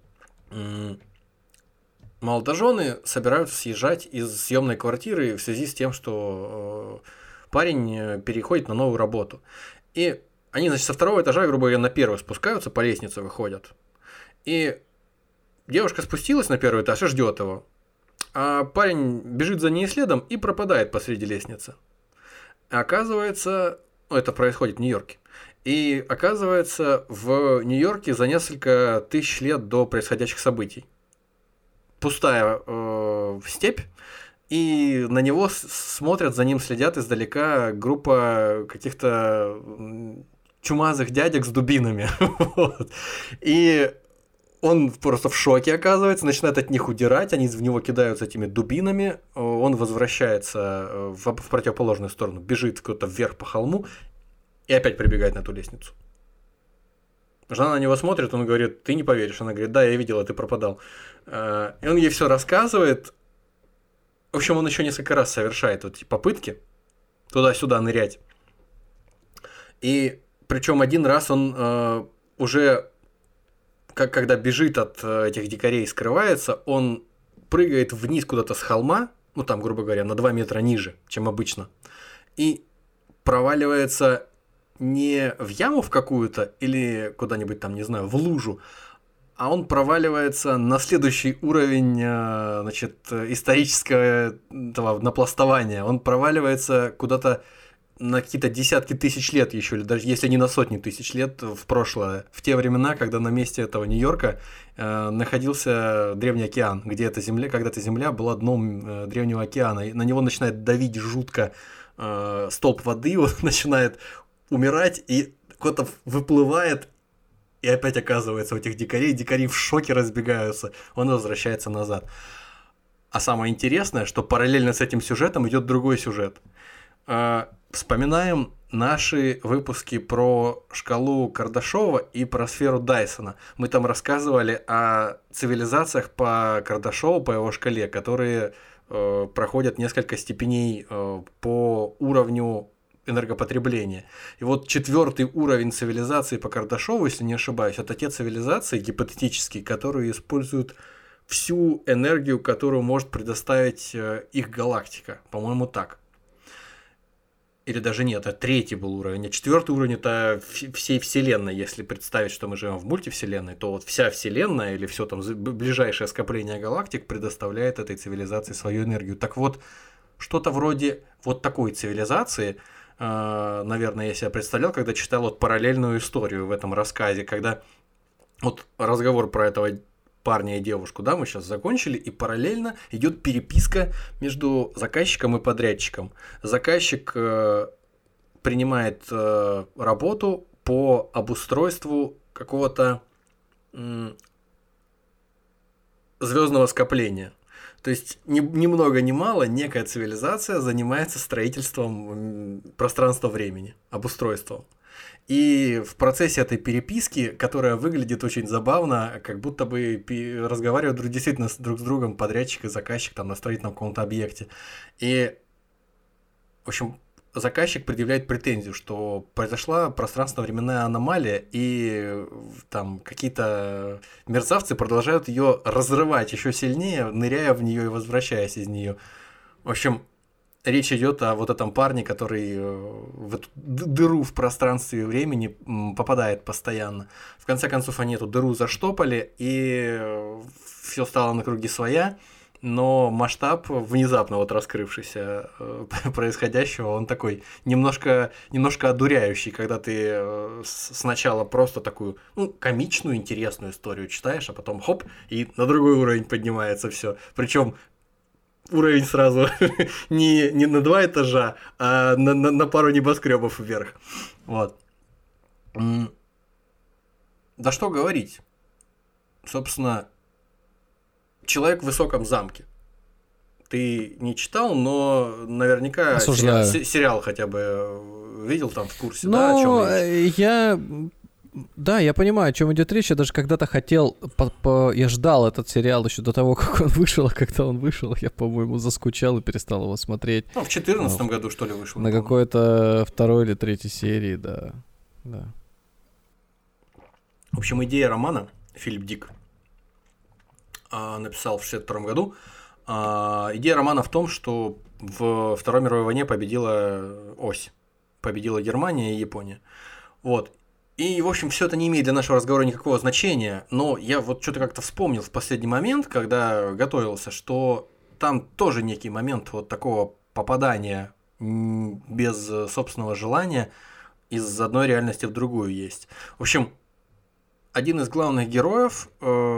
молодожены собираются съезжать из съемной квартиры в связи с тем, что парень переходит на новую работу. И они, значит, со второго этажа, грубо говоря, на первый спускаются, по лестнице выходят. И девушка спустилась на первый этаж и ждет его. А парень бежит за ней следом и пропадает посреди лестницы. Оказывается, это происходит в Нью-Йорке. И оказывается, в Нью-Йорке за несколько тысяч лет до происходящих событий пустая степь, и на него смотрят, за ним следят издалека группа каких-то чумазых дядек с дубинами. Вот. И он просто в шоке оказывается, начинает от них удирать, они в него кидаются этими дубинами, он возвращается в противоположную сторону, бежит куда-то вверх по холму и опять прибегает на ту лестницу. Жена на него смотрит, он говорит, ты не поверишь. Она говорит, да, я видела, ты пропадал. И он ей все рассказывает. В общем, он еще несколько раз совершает эти попытки туда-сюда нырять. И причем один раз он уже, когда бежит от этих дикарей, скрывается, он прыгает вниз куда-то с холма, ну там, грубо говоря, на 2 метра ниже, чем обычно, и проваливается не в яму в какую-то или куда-нибудь там, не знаю, в лужу, а он проваливается на следующий уровень, значит, исторического напластования. Он проваливается куда-то на какие-то десятки тысяч лет еще, или даже если не на сотни тысяч лет в прошлое, в те времена, когда на месте этого Нью-Йорка находился Древний океан, где эта земля, когда-то земля была дном Древнего океана, и на него начинает давить жутко столб воды, он начинает умирать, и кто-то выплывает, и опять оказывается у этих дикари в шоке разбегаются, он возвращается назад. А самое интересное, что параллельно с этим сюжетом идет другой сюжет. Вспоминаем наши выпуски про шкалу Кардашова и про сферу Дайсона. Мы там рассказывали о цивилизациях по Кардашову, по его шкале, которые проходят несколько степеней по уровню энергопотребления. И вот 4-й уровень цивилизации по Кардашову, если не ошибаюсь, это те цивилизации гипотетические, которые используют всю энергию, которую может предоставить их галактика. По-моему, так. Или даже нет, это 3-й был уровень, а 4-й уровень это всей Вселенной. Если представить, что мы живем в мультивселенной, то вот вся Вселенная или все там ближайшее скопление галактик предоставляет этой цивилизации свою энергию. Так вот, что-то вроде вот такой цивилизации, наверное, я себя представлял, когда читал вот параллельную историю в этом рассказе, когда вот разговор про этого парня и девушку, да, мы сейчас закончили, и параллельно идет переписка между заказчиком и подрядчиком. Заказчик принимает работу по обустройству какого-то звездного скопления. То есть ни много ни мало некая цивилизация занимается строительством пространства-времени, обустройством. И в процессе этой переписки, которая выглядит очень забавно, как будто бы разговаривают действительно друг с другом подрядчик и заказчик там на строительном каком-то объекте. И, в общем, заказчик предъявляет претензию, что произошла пространственно-временная аномалия, и там какие-то мерзавцы продолжают ее разрывать еще сильнее, ныряя в нее и возвращаясь из нее. В общем, речь идет о вот этом парне, который в эту дыру в пространстве и времени попадает постоянно. В конце концов, они эту дыру заштопали, и все стало на круги своя, но масштаб внезапно вот раскрывшийся происходящего, он такой немножко одуряющий, когда ты сначала просто такую комичную, интересную историю читаешь, а потом хоп, и на другой уровень поднимается все. Причем уровень сразу не на 2 этажа, а на пару небоскребов вверх. Вот. Да что говорить. Собственно, «Человек в высоком замке». Ты не читал, но наверняка сериал хотя бы видел там в курсе, да, о чём речь? Я понимаю, о чем идет речь. Я даже когда-то хотел, я ждал этот сериал еще до того, как он вышел, а когда он вышел, я, по-моему, заскучал и перестал его смотреть. В 2014 году, что ли, вышел? На какой-то 2-й или 3-й серии, да. В общем, идея романа Филипп Дик написал в 1962 году. Идея романа в том, что в Второй мировой войне победила ось. Победила Германия и Япония. Вот. И, в общем, все это не имеет для нашего разговора никакого значения, но я вот что-то как-то вспомнил в последний момент, когда готовился, что там тоже некий момент вот такого попадания без собственного желания из одной реальности в другую есть. В общем, один из главных героев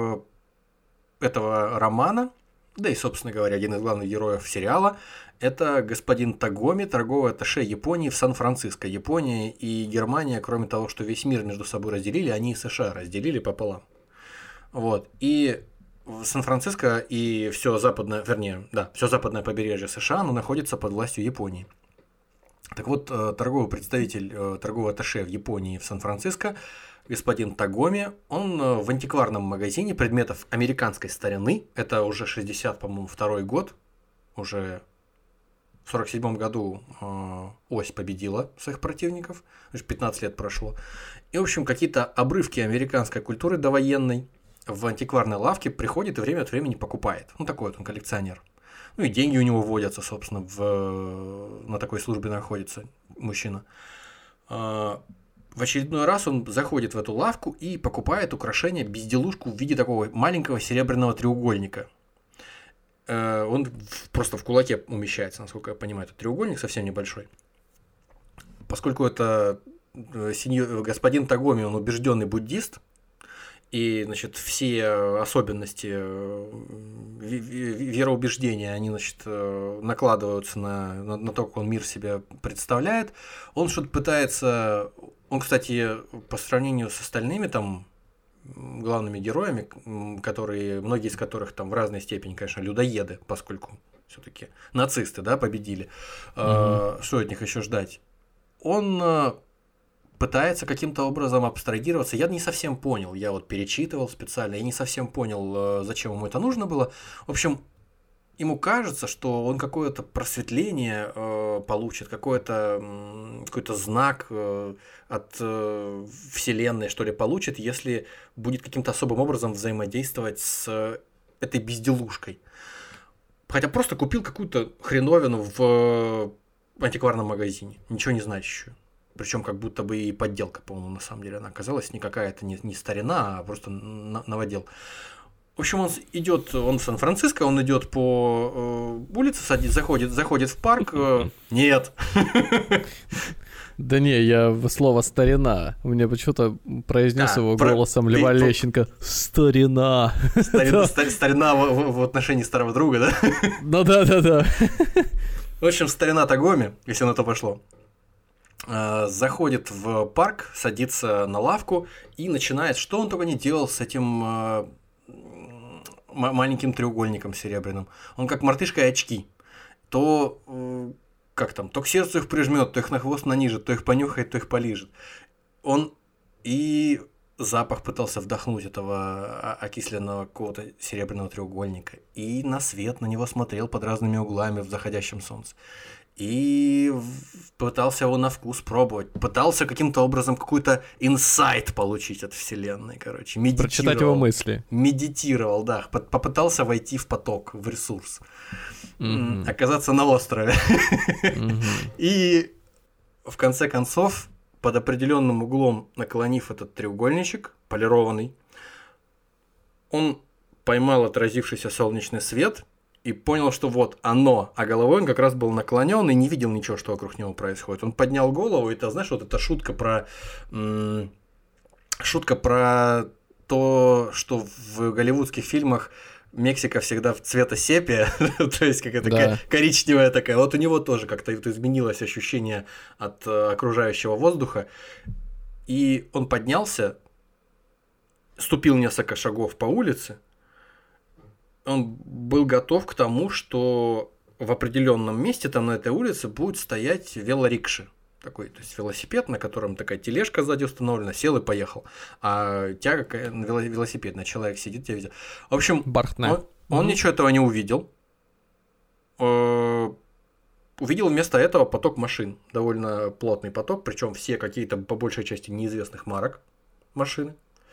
этого романа, да и, собственно говоря, один из главных героев сериала, это господин Тагоми, торговый атташе Японии в Сан-Франциско. Япония и Германия, кроме того, что весь мир между собой разделили, они и США разделили пополам. Вот. И в Сан-Франциско и все западное побережье США, оно находится под властью Японии. Так вот, торговый представитель, торговый атташе в Японии в Сан-Франциско, господин Тагоми, он в антикварном магазине предметов американской старины, это уже 62-й год, уже в 1947 году ось победила своих противников, 15 лет прошло. И, в общем, какие-то обрывки американской культуры довоенной в антикварной лавке приходит и время от времени покупает. Такой вот он коллекционер. И деньги у него водятся, собственно, на такой службе находится мужчина. В очередной раз он заходит в эту лавку и покупает украшение, безделушку в виде такого маленького серебряного треугольника. Он просто в кулаке умещается, насколько я понимаю, этот треугольник совсем небольшой. поскольку это господин Тагоми, он убежденный буддист, и, значит, все особенности вероубеждения, они, значит, накладываются на то, как он мир себя представляет. Он что-то пытается... Он, кстати, по сравнению с остальными там главными героями, многие из которых там в разной степени, конечно, людоеды, поскольку все-таки нацисты, да, победили. Что от них еще ждать? Он пытается каким-то образом абстрагироваться. Я не совсем понял, я вот перечитывал специально, я не совсем понял, зачем ему это нужно было. В общем, ему кажется, что он какое-то просветление получит, какой-то знак от Вселенной, что ли, получит, если будет каким-то особым образом взаимодействовать с этой безделушкой. Хотя просто купил какую-то хреновину в антикварном магазине, ничего не значащую. Причем как будто бы и подделка, по-моему, на самом деле она оказалась не какая-то не старина, а просто новодел. В общем, он в Сан-Франциско, он идет по улице, заходит в парк. Нет. Да не, я слово «старина». У меня почему-то произнес его голосом Льва Лещенко. Старина. Старина в отношении старого друга, да? Ну да. В общем, старина Тагоми, если на то пошло, заходит в парк, садится на лавку и начинает, что он только не делал с этим маленьким треугольником серебряным. Он как мартышка и очки. То к сердцу их прижмет, то их на хвост нанижет, то их понюхает, то их полижет. Он и запах пытался вдохнуть этого окисленного какого-то серебряного треугольника. И на свет на него смотрел под разными углами в заходящем солнце. И пытался его на вкус пробовать. Пытался каким-то образом какой-то инсайт получить от Вселенной, короче. Прочитать его мысли. Медитировал, да. Попытался войти в поток, в ресурс. Оказаться на острове. И в конце концов, под определенным углом, наклонив этот треугольничек, полированный, он поймал отразившийся солнечный свет и понял, что вот оно, а головой он как раз был наклонен и не видел ничего, что вокруг него происходит. Он поднял голову, и это, знаешь, вот эта шутка про то, что в голливудских фильмах Мексика всегда в цвета сепия, то есть какая-то коричневая такая. Вот у него тоже как-то изменилось ощущение от окружающего воздуха. И он поднялся, ступил несколько шагов по улице. Он был готов к тому, что в определенном месте там на этой улице будет стоять велорикша. Такой, то есть велосипед, на котором такая тележка сзади установлена, сел и поехал. А тяга велосипедная, человек сидит, тебя видит. В общем, он ничего этого не увидел. Увидел вместо этого поток машин. Довольно плотный поток, причем все какие-то по большей части неизвестных марок машины.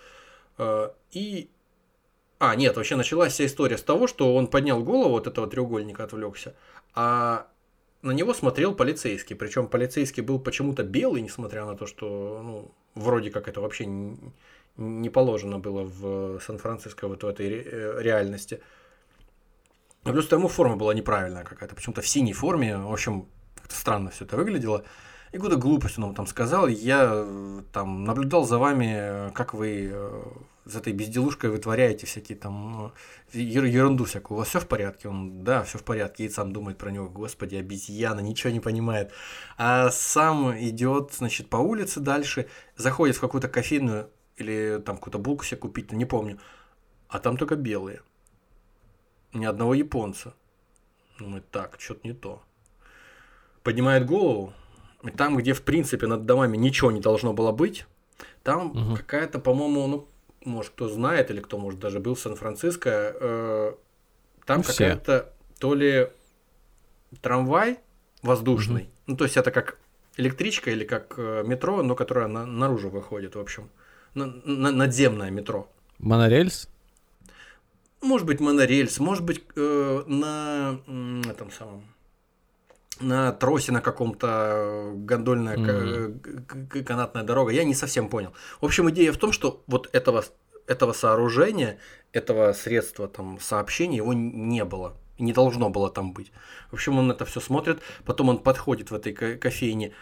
Нет, вообще началась вся история с того, что он поднял голову от этого треугольника, отвлекся, а на него смотрел полицейский. Причем полицейский был почему-то белый, несмотря на то, что вроде как это вообще не положено было в Сан-Франциско вот в этой реальности. Плюс тому форма была неправильная какая-то, почему-то в синей форме. В общем, как-то странно все это выглядело. И какую-то глупость он там сказал. Я там наблюдал за вами, как вы с этой безделушкой вытворяете всякие там ерунду всякую. У вас все в порядке? Он, да, все в порядке. И сам думает про него: господи, обезьяна, ничего не понимает. А сам идет, значит, по улице дальше, заходит в какую-то кофейную или там какую-то булку себе купить, не помню. А там только белые. Ни одного японца. Думает, так, что-то не то. Поднимает голову. И там, где, в принципе, над домами ничего не должно было быть, там какая-то, по-моему, может, кто знает, или кто, может, даже был в Сан-Франциско, там какая-то то ли трамвай воздушный, то есть это как электричка или как метро, но которая наружу выходит, в общем, надземное метро. Монорельс? Может быть, монорельс, может быть, на этом самом... на тросе на каком-то гондольная канатная дорога. Я не совсем понял. В общем, идея в том, что вот этого сооружения, этого средства там, сообщения, его не было. Не должно было там быть. В общем, он это все смотрит. Потом он подходит в этой кофейне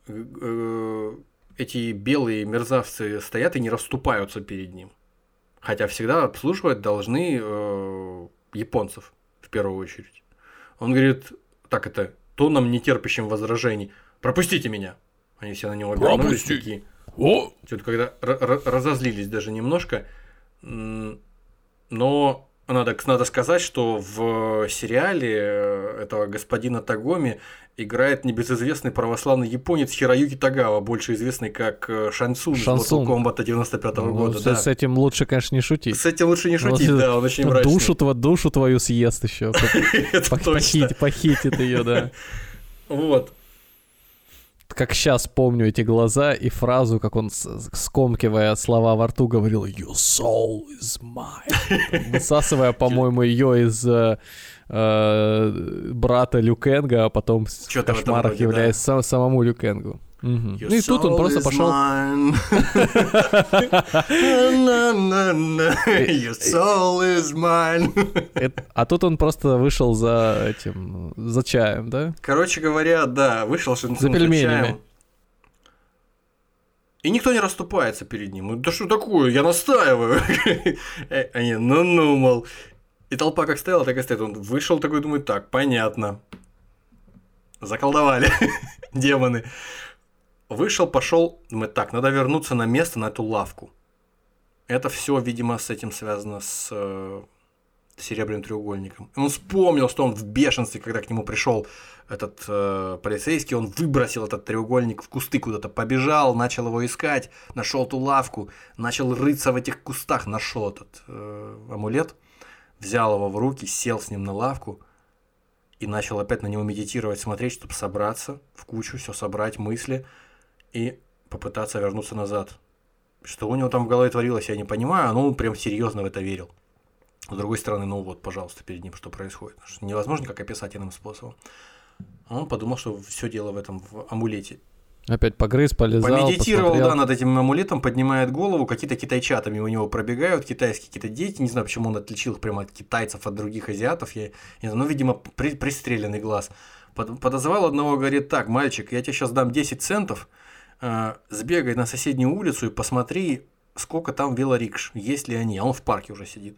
эти белые мерзавцы стоят и не расступаются перед ним. Хотя всегда обслуживать должны японцев в первую очередь. Он говорит, так это, тоном нетерпящим возражений, пропустите меня. Они все на него обернулись такие. Что-то когда разозлились даже немножко. Но надо сказать, что в сериале этого господина Тагоми играет небезызвестный православный японец Хироюки Тагава, больше известный как Шансун из Mortal Kombat 95-го года. С этим лучше, конечно, не шутить. С этим лучше не шутить, да, он очень мрачный. Душу твою съест еще. Похитит ее, да. Вот. Как сейчас помню эти глаза и фразу, как он, скомкивая слова во рту, говорил «Your soul is mine», высасывая, по-моему, ее из брата Лю Кэнга, а потом в кошмарах являясь самому Лю Кэнгу. Ну и тут он просто пошел. Your soul is mine. А тут он просто вышел за чаем, да? Короче говоря, да, вышел за пельменями. И никто не расступается перед ним. Да что такое? Я настаиваю. Они, мол. И толпа как стояла, так и стоит. Он вышел такой, думает, так, понятно. Заколдовали демоны. Вышел, пошел, думает, так, надо вернуться на место, на эту лавку. Это все, видимо, с этим связано с серебряным треугольником. И он вспомнил, что он в бешенстве, когда к нему пришел этот полицейский, он выбросил этот треугольник в кусты куда-то, побежал, начал его искать, нашел ту лавку, начал рыться в этих кустах, нашел этот амулет, взял его в руки, сел с ним на лавку и начал опять на него медитировать, смотреть, чтобы собраться в кучу, все собрать, мысли и попытаться вернуться назад. Что у него там в голове творилось, я не понимаю, но он прям серьезно в это верил. С другой стороны, ну вот, пожалуйста, перед ним что происходит. Невозможно как описать иным способом. А он подумал, что все дело в этом, в амулете. Опять погрыз, полезал, помедитировал, посмотрел. Да, над этим амулетом, поднимает голову, какие-то китайчата мимо него пробегают, китайские какие-то дети, не знаю, почему он отличил их прямо от китайцев, от других азиатов, я не знаю, ну, видимо, пристреленный глаз. Подозвал одного, говорит, так, мальчик, я тебе сейчас дам 10 центов, сбегай на соседнюю улицу и посмотри, сколько там велорикш, есть ли они, а он в парке уже сидит.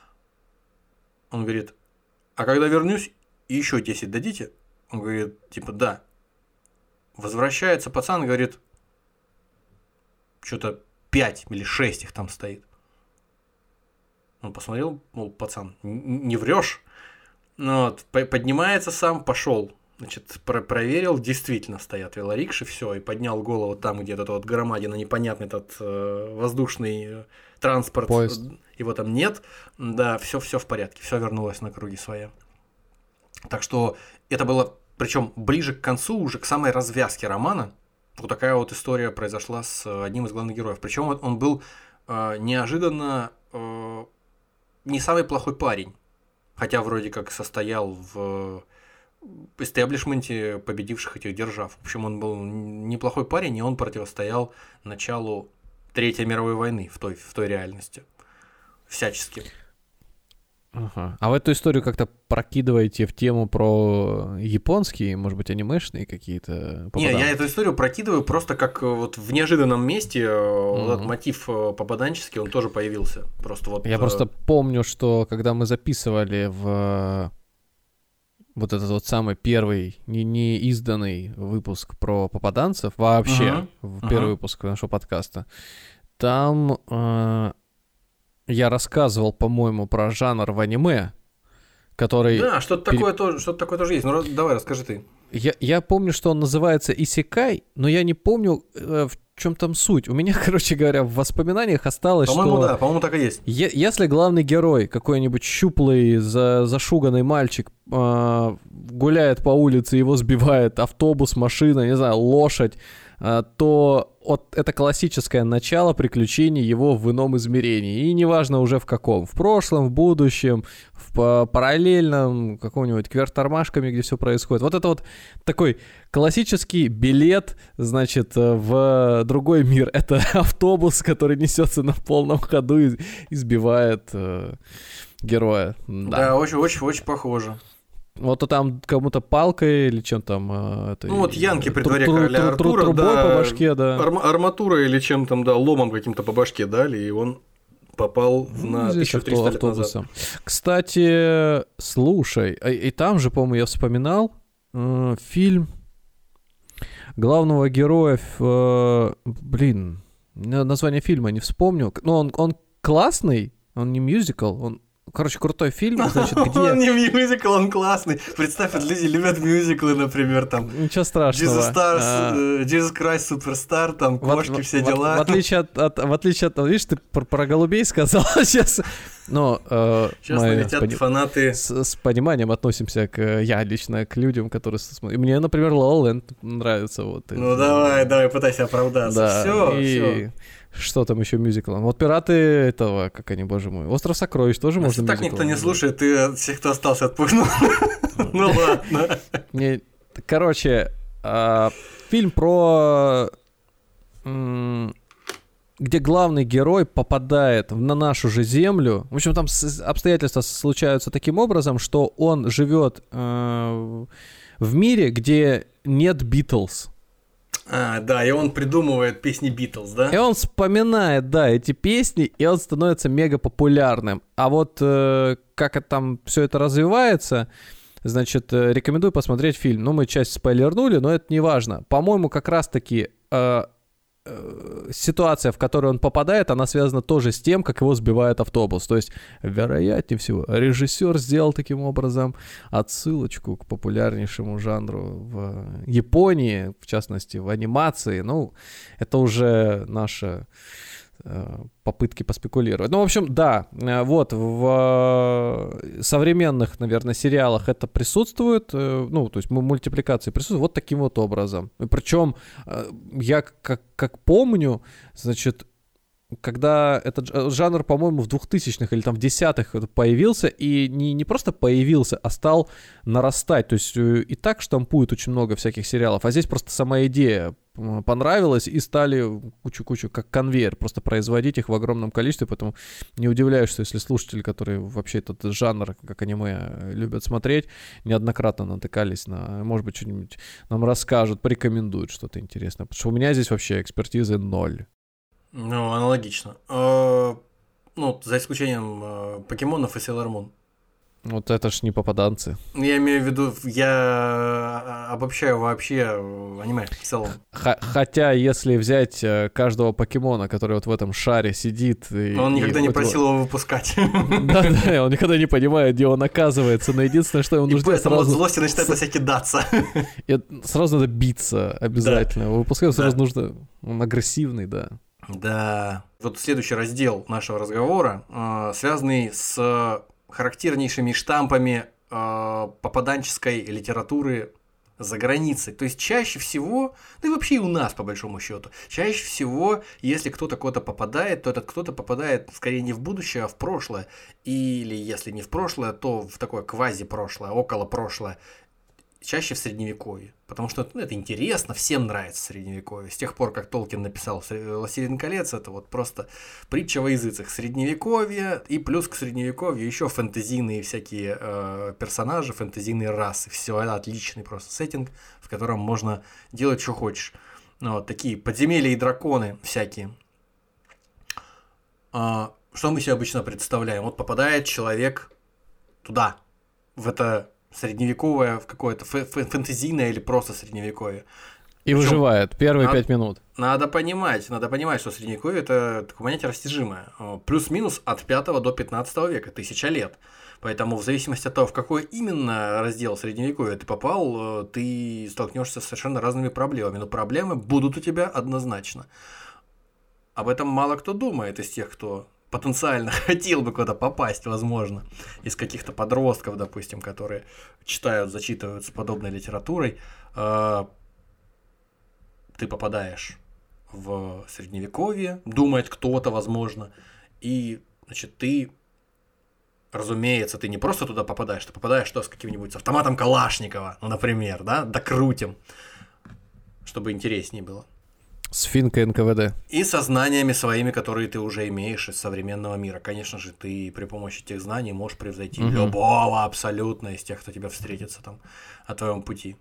Он говорит, а когда вернусь, еще 10 дадите? Он говорит, типа, да. Возвращается пацан, говорит, что-то 5 или 6 их там стоит. Он посмотрел, мол, пацан, не врешь? Ну, вот, поднимается сам, пошел. Значит, проверил, действительно стоят велорикши, все, и поднял голову там, где этот вот громадина, непонятный этот воздушный транспорт. Поезд. Его там нет. Да, все в порядке, все вернулось на круги своя. Так что это было, причем ближе к концу, уже к самой развязке романа, вот такая вот история произошла с одним из главных героев. Причем он был неожиданно не самый плохой парень, хотя вроде как состоял в истеблишменте победивших этих держав. В общем, он был неплохой парень, и он противостоял началу Третьей мировой войны в той реальности. Всячески. Ага. А в эту историю как-то прокидываете в тему про японские, может быть, анимешные какие-то попаданцы? Не, я эту историю прокидываю просто как вот в неожиданном месте вот этот мотив попаданческий, он тоже появился. Просто вот... Я просто помню, что когда мы записывали в вот этот вот самый первый не изданный выпуск про попаданцев вообще, первый выпуск нашего подкаста, там... я рассказывал, по-моему, про жанр в аниме, который... Да, что-то такое тоже есть. Ну, давай, расскажи ты. Я помню, что он называется исекай, но я не помню, в чем там суть. У меня, короче говоря, в воспоминаниях осталось, по-моему, что... Да, по-моему, так и есть. Если главный герой, какой-нибудь щуплый, зашуганный мальчик, гуляет по улице, его сбивает автобус, машина, не знаю, лошадь, то вот это классическое начало приключений его в ином измерении. И неважно уже в каком. В прошлом, в будущем, в параллельном, каком-нибудь кверх-тормашками, где все происходит. Вот это вот такой классический билет, значит, в другой мир. Это автобус, который несется на полном ходу и сбивает героя. Да, очень-очень похоже. Вот там кому-то палкой или чем там... Ну вот янки при дворе короля Артура, трубой по башке, да. Арматура или чем там, да, ломом каким-то по башке дали, и он попал на 1300 лет назад. Кстати, слушай, и там же, по-моему, я вспоминал фильм главного героя... название фильма не вспомню. Но он классный, он не мюзикл, он... Короче, крутой фильм, значит, где... Он не мюзикл, он классный. Представь, люди любят мюзиклы, например, там... Ничего страшного. Jesus Christ Superstar, там, кошки, все дела. В отличие от... Видишь, ты про голубей сказал сейчас. Но сейчас налетят фанаты. С пониманием относимся я лично к людям, которые... Мне, например, La La Land нравится. Вот. Ну, давай, пытайся оправдаться. Да, все. Что там еще мюзиклом? Вот «Пираты» этого, как они, боже мой. «Остров сокровищ» тоже можно мюзиклом. Так никто не слушает, ты всех, кто остался, отпугнул. Ну ладно. Короче, фильм про... где главный герой попадает на нашу же землю. В общем, там обстоятельства случаются таким образом, что он живет в мире, где нет Битлз. Да, и он придумывает песни Битлз, да? И он вспоминает, да, эти песни, и он становится мега популярным. А вот как там все это развивается, значит, рекомендую посмотреть фильм. Ну, мы часть спойлернули, но это не важно. По-моему, как раз-таки ситуация, в которую он попадает, она связана тоже с тем, как его сбивает автобус. То есть, вероятнее всего, режиссер сделал таким образом отсылочку к популярнейшему жанру в Японии, в частности, в анимации. Ну, это уже наша попытки поспекулировать. Ну, в общем, да, вот в современных, наверное, сериалах это присутствует, ну, то есть мультипликации присутствуют вот таким вот образом. Причем я как помню, значит, когда этот жанр, по-моему, в 2000-х или там в 10-х появился, и не просто появился, а стал нарастать. То есть и так штампуют очень много всяких сериалов, а здесь просто сама идея понравилась, и стали кучу-кучу, как конвейер, просто производить их в огромном количестве, поэтому не удивляюсь, что если слушатели, которые вообще этот жанр, как аниме, любят смотреть, неоднократно натыкались на, может быть, что-нибудь нам расскажут, порекомендуют что-то интересное, потому что у меня здесь вообще экспертизы 0. Ну, аналогично. Ну, за исключением покемонов и Sailor Moon. Вот это ж не попаданцы. Я имею в виду, я обобщаю вообще аниме в целом. Хотя, если взять каждого покемона, который вот в этом шаре сидит... Он никогда не просил его выпускать. Да, он никогда не понимает, где он оказывается, но единственное, что ему нужно... И поэтому от злости начинает на всякие кидаться. Сразу надо биться обязательно. Выпускать сразу нужно... Он агрессивный, да. Да. Вот следующий раздел нашего разговора, связанный с характернейшими штампами попаданческой литературы за границей. То есть чаще всего, да и вообще и у нас по большому счету, чаще всего, если кто-то куда-то попадает, то этот кто-то попадает скорее не в будущее, а в прошлое. Или если не в прошлое, то в такое квази-прошлое, около прошлое. Чаще в Средневековье, потому что это интересно, всем нравится Средневековье. С тех пор, как Толкин написал «Властелин колец», это вот просто притча во языцах. Средневековье, и плюс к Средневековью еще фэнтезийные всякие персонажи, фэнтезийные расы. Все это отличный просто сеттинг, в котором можно делать, что хочешь. Ну, вот такие подземелья и драконы всякие. Что мы себе обычно представляем? Вот попадает человек туда, в это... средневековое, в какое-то фэнтезийное или просто средневековье. И выживает первые 5 минут. Надо понимать, что средневековье – это понятие растяжимое. Плюс-минус от 5 до 15 века, 1000 лет. Поэтому в зависимости от того, в какой именно раздел средневековья ты попал, ты столкнешься с совершенно разными проблемами. Но проблемы будут у тебя однозначно. Об этом мало кто думает из тех, кто... потенциально хотел бы куда-то попасть, возможно, из каких-то подростков, допустим, которые читают, зачитываются подобной литературой, ты попадаешь в Средневековье, думает кто-то, возможно, и, значит, ты, разумеется, ты не просто туда попадаешь, ты попадаешь что, с каким-нибудь автоматом Калашникова, ну, например, да, докрутим, чтобы интереснее было. С финкой НКВД. И со знаниями своими, которые ты уже имеешь из современного мира. Конечно же, ты при помощи тех знаний можешь превзойти любого абсолютно из тех, кто тебя встретится там на твоем пути.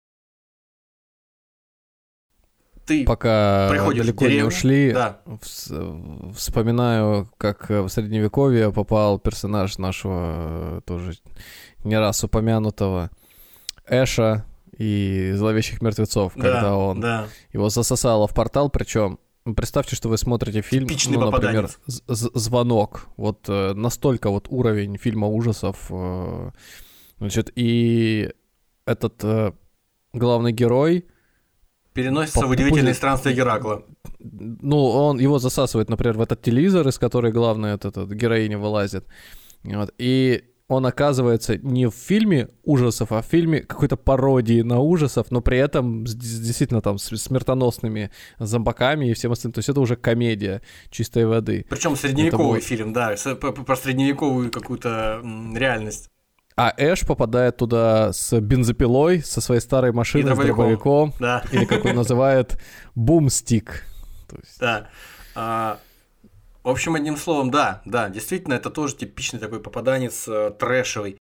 Ты пока далеко не ушли, да. Вспоминаю, как в Средневековье попал персонаж нашего тоже не раз упомянутого Эша и Зловещих мертвецов, когда он его засосало в портал, причем представьте, что вы смотрите фильм, например, «Звонок», вот настолько вот уровень фильма ужасов, значит, и этот главный герой переносится в удивительные странствия Геракла. Ну, его засасывает, например, в этот телевизор, из которой главная эта героиня вылазит. Вот. И он оказывается не в фильме ужасов, а в фильме какой-то пародии на ужасов, но при этом действительно там с смертоносными зомбаками и всем остальным. То есть это уже комедия чистой воды. Причем средневековый фильм, да, про средневековую какую-то реальность. А Эш попадает туда с бензопилой, со своей старой машиной, с дробовиком, да. Или, как он называет, бумстик. Да. В общем, одним словом, да, действительно, это тоже типичный такой попаданец трэшевый.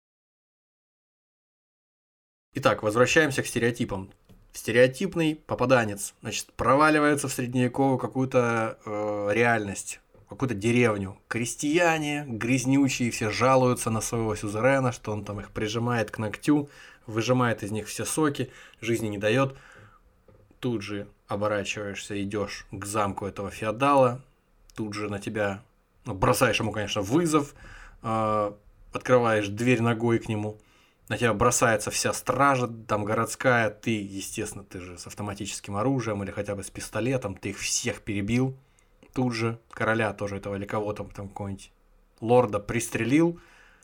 Итак, возвращаемся к стереотипам. Стереотипный попаданец, значит, проваливается в средневековую какую-то реальность. Какую-то деревню. Крестьяне, грязнючие, все жалуются на своего сюзерена, что он там их прижимает к ногтю, выжимает из них все соки, жизни не дает. Тут же оборачиваешься, идешь к замку этого феодала, тут же на тебя, бросаешь ему, конечно, вызов, открываешь дверь ногой к нему, на тебя бросается вся стража, там городская, ты, естественно, ты же с автоматическим оружием или хотя бы с пистолетом, ты их всех перебил. Тут же короля тоже этого или кого-то там какого-нибудь лорда пристрелил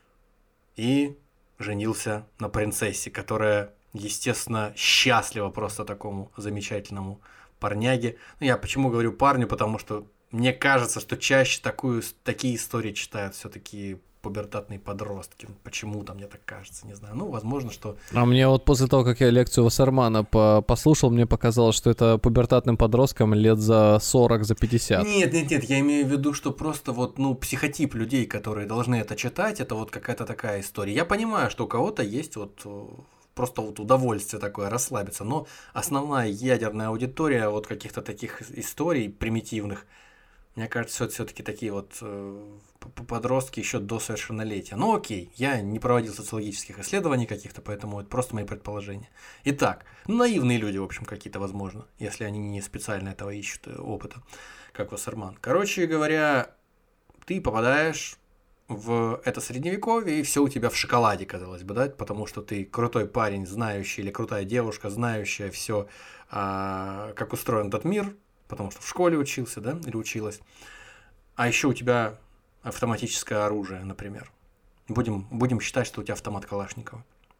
и женился на принцессе, которая, естественно, счастлива просто такому замечательному парняге. Ну, я почему говорю парню, потому что мне кажется, что чаще такие истории читают все-таки пубертатные подростки. Почему-то мне так кажется, не знаю. Ну, возможно, что... А мне вот после того, как я лекцию Вассермана послушал, мне показалось, что это пубертатным подросткам лет за 40, за 50. Нет, я имею в виду, что просто вот, психотип людей, которые должны это читать, это вот какая-то такая история. Я понимаю, что у кого-то есть вот просто вот удовольствие такое, расслабиться, но основная ядерная аудитория вот каких-то таких историй примитивных, мне кажется, все-таки такие вот подростки еще до совершеннолетия. Ну окей, я не проводил социологических исследований каких-то, поэтому это просто мои предположения. Итак, наивные люди, в общем, какие-то, возможно, если они не специально этого ищут опыта, как Вассерман. Короче говоря, ты попадаешь в это средневековье, и все у тебя в шоколаде, казалось бы, да, потому что ты крутой парень, знающий, или крутая девушка, знающая все, как устроен этот мир, потому что в школе учился, да, или училась. А еще у тебя автоматическое оружие, например. Будем считать, что у тебя автомат Калашникова.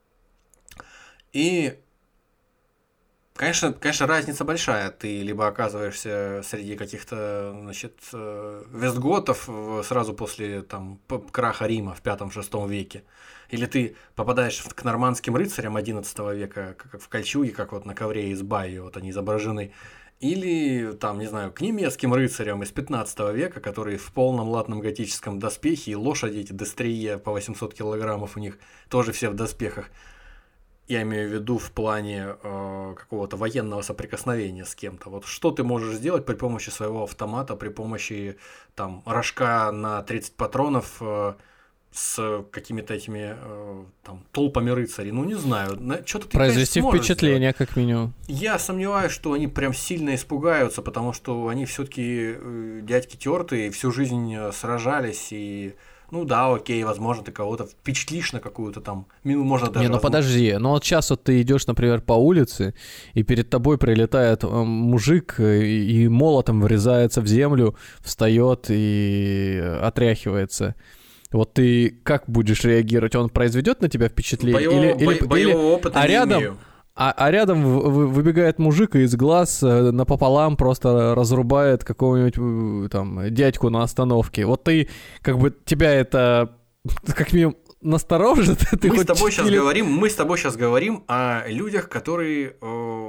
И, конечно, разница большая. Ты либо оказываешься среди каких-то, значит, вестготов сразу после там краха Рима в 5-6 веке, или ты попадаешь к нормандским рыцарям 11 века, как в кольчуге, как вот на ковре из Байи, вот они изображены, или, там, не знаю, к немецким рыцарям из 15 века, которые в полном латном готическом доспехе, и лошади эти Дестрие по 800 килограммов у них тоже все в доспехах. Я имею в виду в плане какого-то военного соприкосновения с кем-то. Вот что ты можешь сделать при помощи своего автомата, при помощи там рожка на 30 патронов с какими-то этими там толпами рыцарей, ну не знаю, что-то ты, произвести конечно, впечатление сделать. Как минимум. Я сомневаюсь, что они прям сильно испугаются, потому что они все-таки дядьки тертые, всю жизнь сражались и ну да, окей, возможно, ты кого-то впечатлишь на какую-то там, можно даже... Не, ну подожди, ну вот сейчас вот ты идешь, например, по улице, и перед тобой прилетает мужик и молотом врезается в землю, встает и отряхивается. Вот ты как будешь реагировать? Он произведет на тебя впечатление? Боевого опыта не имею. А рядом выбегает мужик и из глаз напополам просто разрубает какого-нибудь там дядьку на остановке. Вот ты, как бы, тебя это как минимум насторожит. Мы с тобой сейчас говорим о людях, которые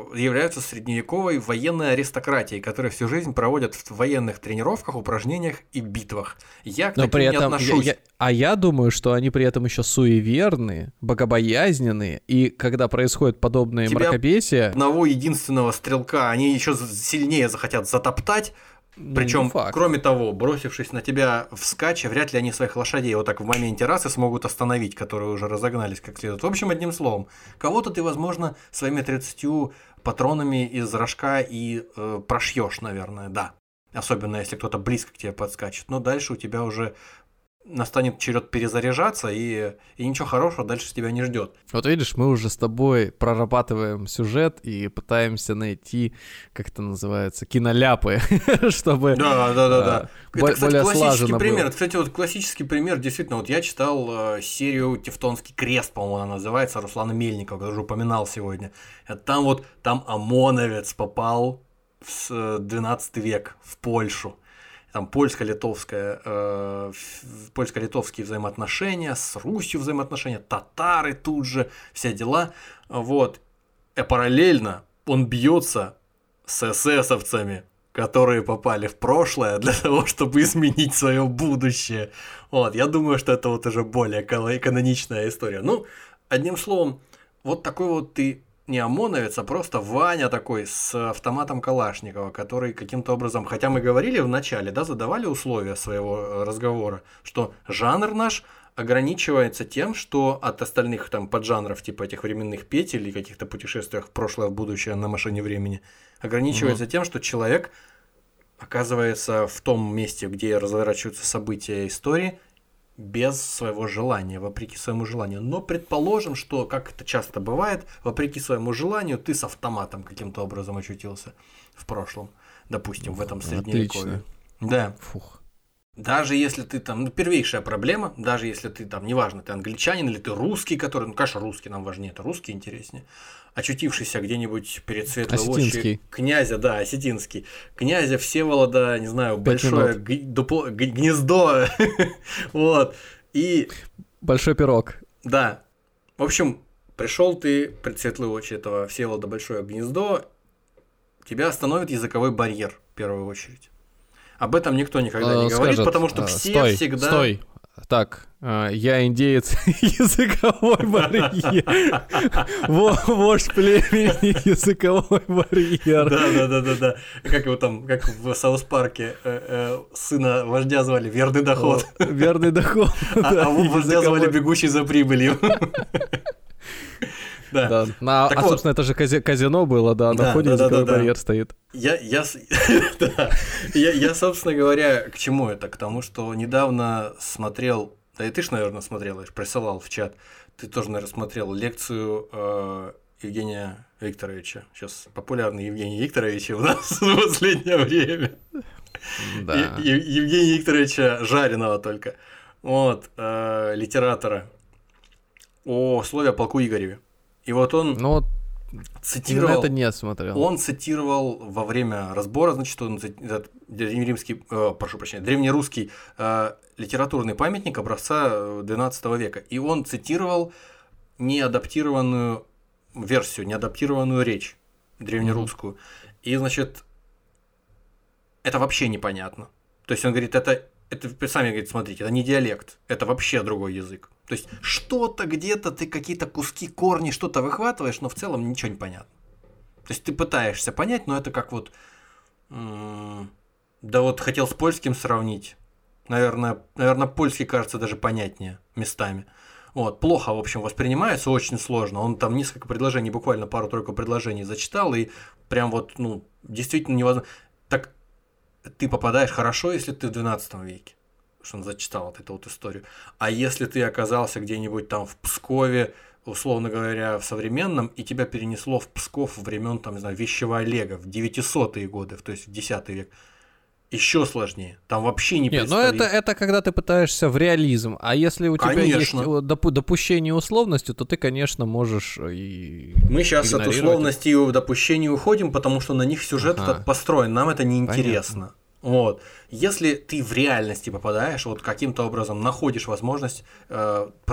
являются средневековой военной аристократией, которые всю жизнь проводят в военных тренировках, упражнениях и битвах. Я к таким не отношусь. Я думаю, что они при этом еще суеверные, богобоязненные, и когда происходит подобные мракобесия... Одного единственного стрелка они еще сильнее захотят затоптать. Причем, кроме того, бросившись на тебя вскачь, вряд ли они своих лошадей вот так в моменте раз и смогут остановить, которые уже разогнались как следует. В общем, одним словом, кого-то ты, возможно, своими 30 патронами из рожка и прошьешь, наверное, да. Особенно, если кто-то близко к тебе подскачет. Но дальше у тебя уже настанет черед перезаряжаться, и ничего хорошего дальше с тебя не ждет. Вот видишь, мы уже с тобой прорабатываем сюжет и пытаемся найти, как это называется, киноляпы, чтобы да. Это, кстати, классический пример. Было. Кстати, вот классический пример, действительно, вот я читал серию «Тевтонский крест», по-моему, она называется, Руслана Мельникова, который уже упоминал сегодня. Там ОМОНовец попал в 12 век в Польшу. Там польско-литовские взаимоотношения, с Русью взаимоотношения, татары тут же, все дела. Вот. И параллельно он бьется с эсэсовцами, которые попали в прошлое для того, чтобы изменить свое будущее. Вот. Я думаю, что это вот уже более каноничная история. Ну, одним словом, вот такой вот ты не ОМОНовец, а просто Ваня такой с автоматом Калашникова, который каким-то образом, хотя мы говорили в начале, да, задавали условия своего разговора, что жанр наш ограничивается тем, что от остальных там поджанров типа этих временных петель и каких-то путешествиях в прошлое, в будущее на машине времени, ограничивается тем, что человек оказывается в том месте, где разворачиваются события истории, без своего желания, вопреки своему желанию. Но предположим, что, как это часто бывает, вопреки своему желанию ты с автоматом каким-то образом очутился в прошлом, допустим, в этом средневековье. Да. Фух. Даже если ты там, первейшая проблема, даже если ты там, неважно, ты англичанин или ты русский, который, конечно, русский нам важнее, это русский интереснее, очутившийся где-нибудь перед светлой очи князя, да, осетинский, князя Всеволода, не знаю, большое гнездо, вот, и... Большой пирог. Да. В общем, пришел ты пред светлые очи этого Всеволода большое гнездо, тебя остановит языковой барьер, в первую очередь. Об этом никто никогда не говорит, потому что все всегда... Стой. Так, я индеец, языковой барьер. Вождь племени, языковой барьер. Да. Как его там, как в Саус-парке сына вождя звали, Верный доход. Верный доход. А вождя звали Бегущий за прибылью. Да. Собственно, это же казино было, да, на входе языковой барьер стоит. Я, собственно говоря, к чему это? К тому, что недавно смотрел, да и ты ж, наверное, смотрел, я ж присылал в чат, ты тоже, наверное, смотрел лекцию Евгения Викторовича. Сейчас популярный Евгений Викторович у нас в последнее время. Да. Евгения Викторовича Жареного только. Вот, литератора. О слове о полку Игореве. И вот он цитировал... это не смотрел. Он цитировал во время разбора, значит, он древнерусский литературный памятник образца XII века. И он цитировал неадаптированную версию, неадаптированную речь древнерусскую. И, значит, это вообще непонятно. То есть он говорит, это сами говорит, смотрите, это не диалект, это вообще другой язык. То есть что-то где-то ты какие-то куски, корни, что-то выхватываешь, но в целом ничего не понятно. То есть ты пытаешься понять, но это как вот... Да вот хотел с польским сравнить. Наверное, польский кажется даже понятнее местами. Вот, плохо, в общем, воспринимается, очень сложно. Он там несколько предложений, буквально пару-тройку предложений зачитал, и прям вот, действительно невозможно. Так ты попадаешь хорошо, если ты в 12 веке, что он зачитал вот эту вот историю. А если ты оказался где-нибудь там в Пскове, условно говоря, в современном, и тебя перенесло в Псков времен, там, не знаю, Вещего Олега, в 900-е годы, то есть в 10 век, еще сложнее. Там вообще не представить. Но это когда ты пытаешься в реализм. А если у тебя есть допущение условности, то ты, конечно, можешь и мы сейчас от условности и допущений уходим, потому что на них сюжет этот построен. Нам это неинтересно. Вот. Если ты в реальности попадаешь, вот каким-то образом находишь возможность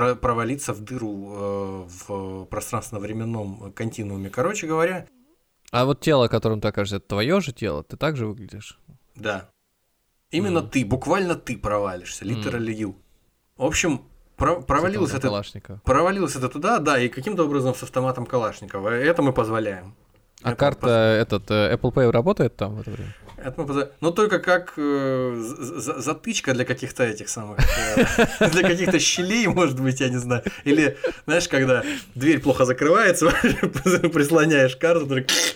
провалиться в дыру в пространственно-временном континууме, короче говоря, А вот тело, которым ты окажешься, это твое же тело? Ты так же выглядишь? Да. Именно ты, буквально ты провалишься, literally you. В общем, провалилось это туда, да, и каким-то образом с автоматом Калашникова. Это мы позволяем. А карта, Apple Pay работает там в это время? Это мы позволяем. Но только как затычка для каких-то этих самых, для каких-то щелей, может быть, я не знаю. Или, знаешь, когда дверь плохо закрывается, прислоняешь карту,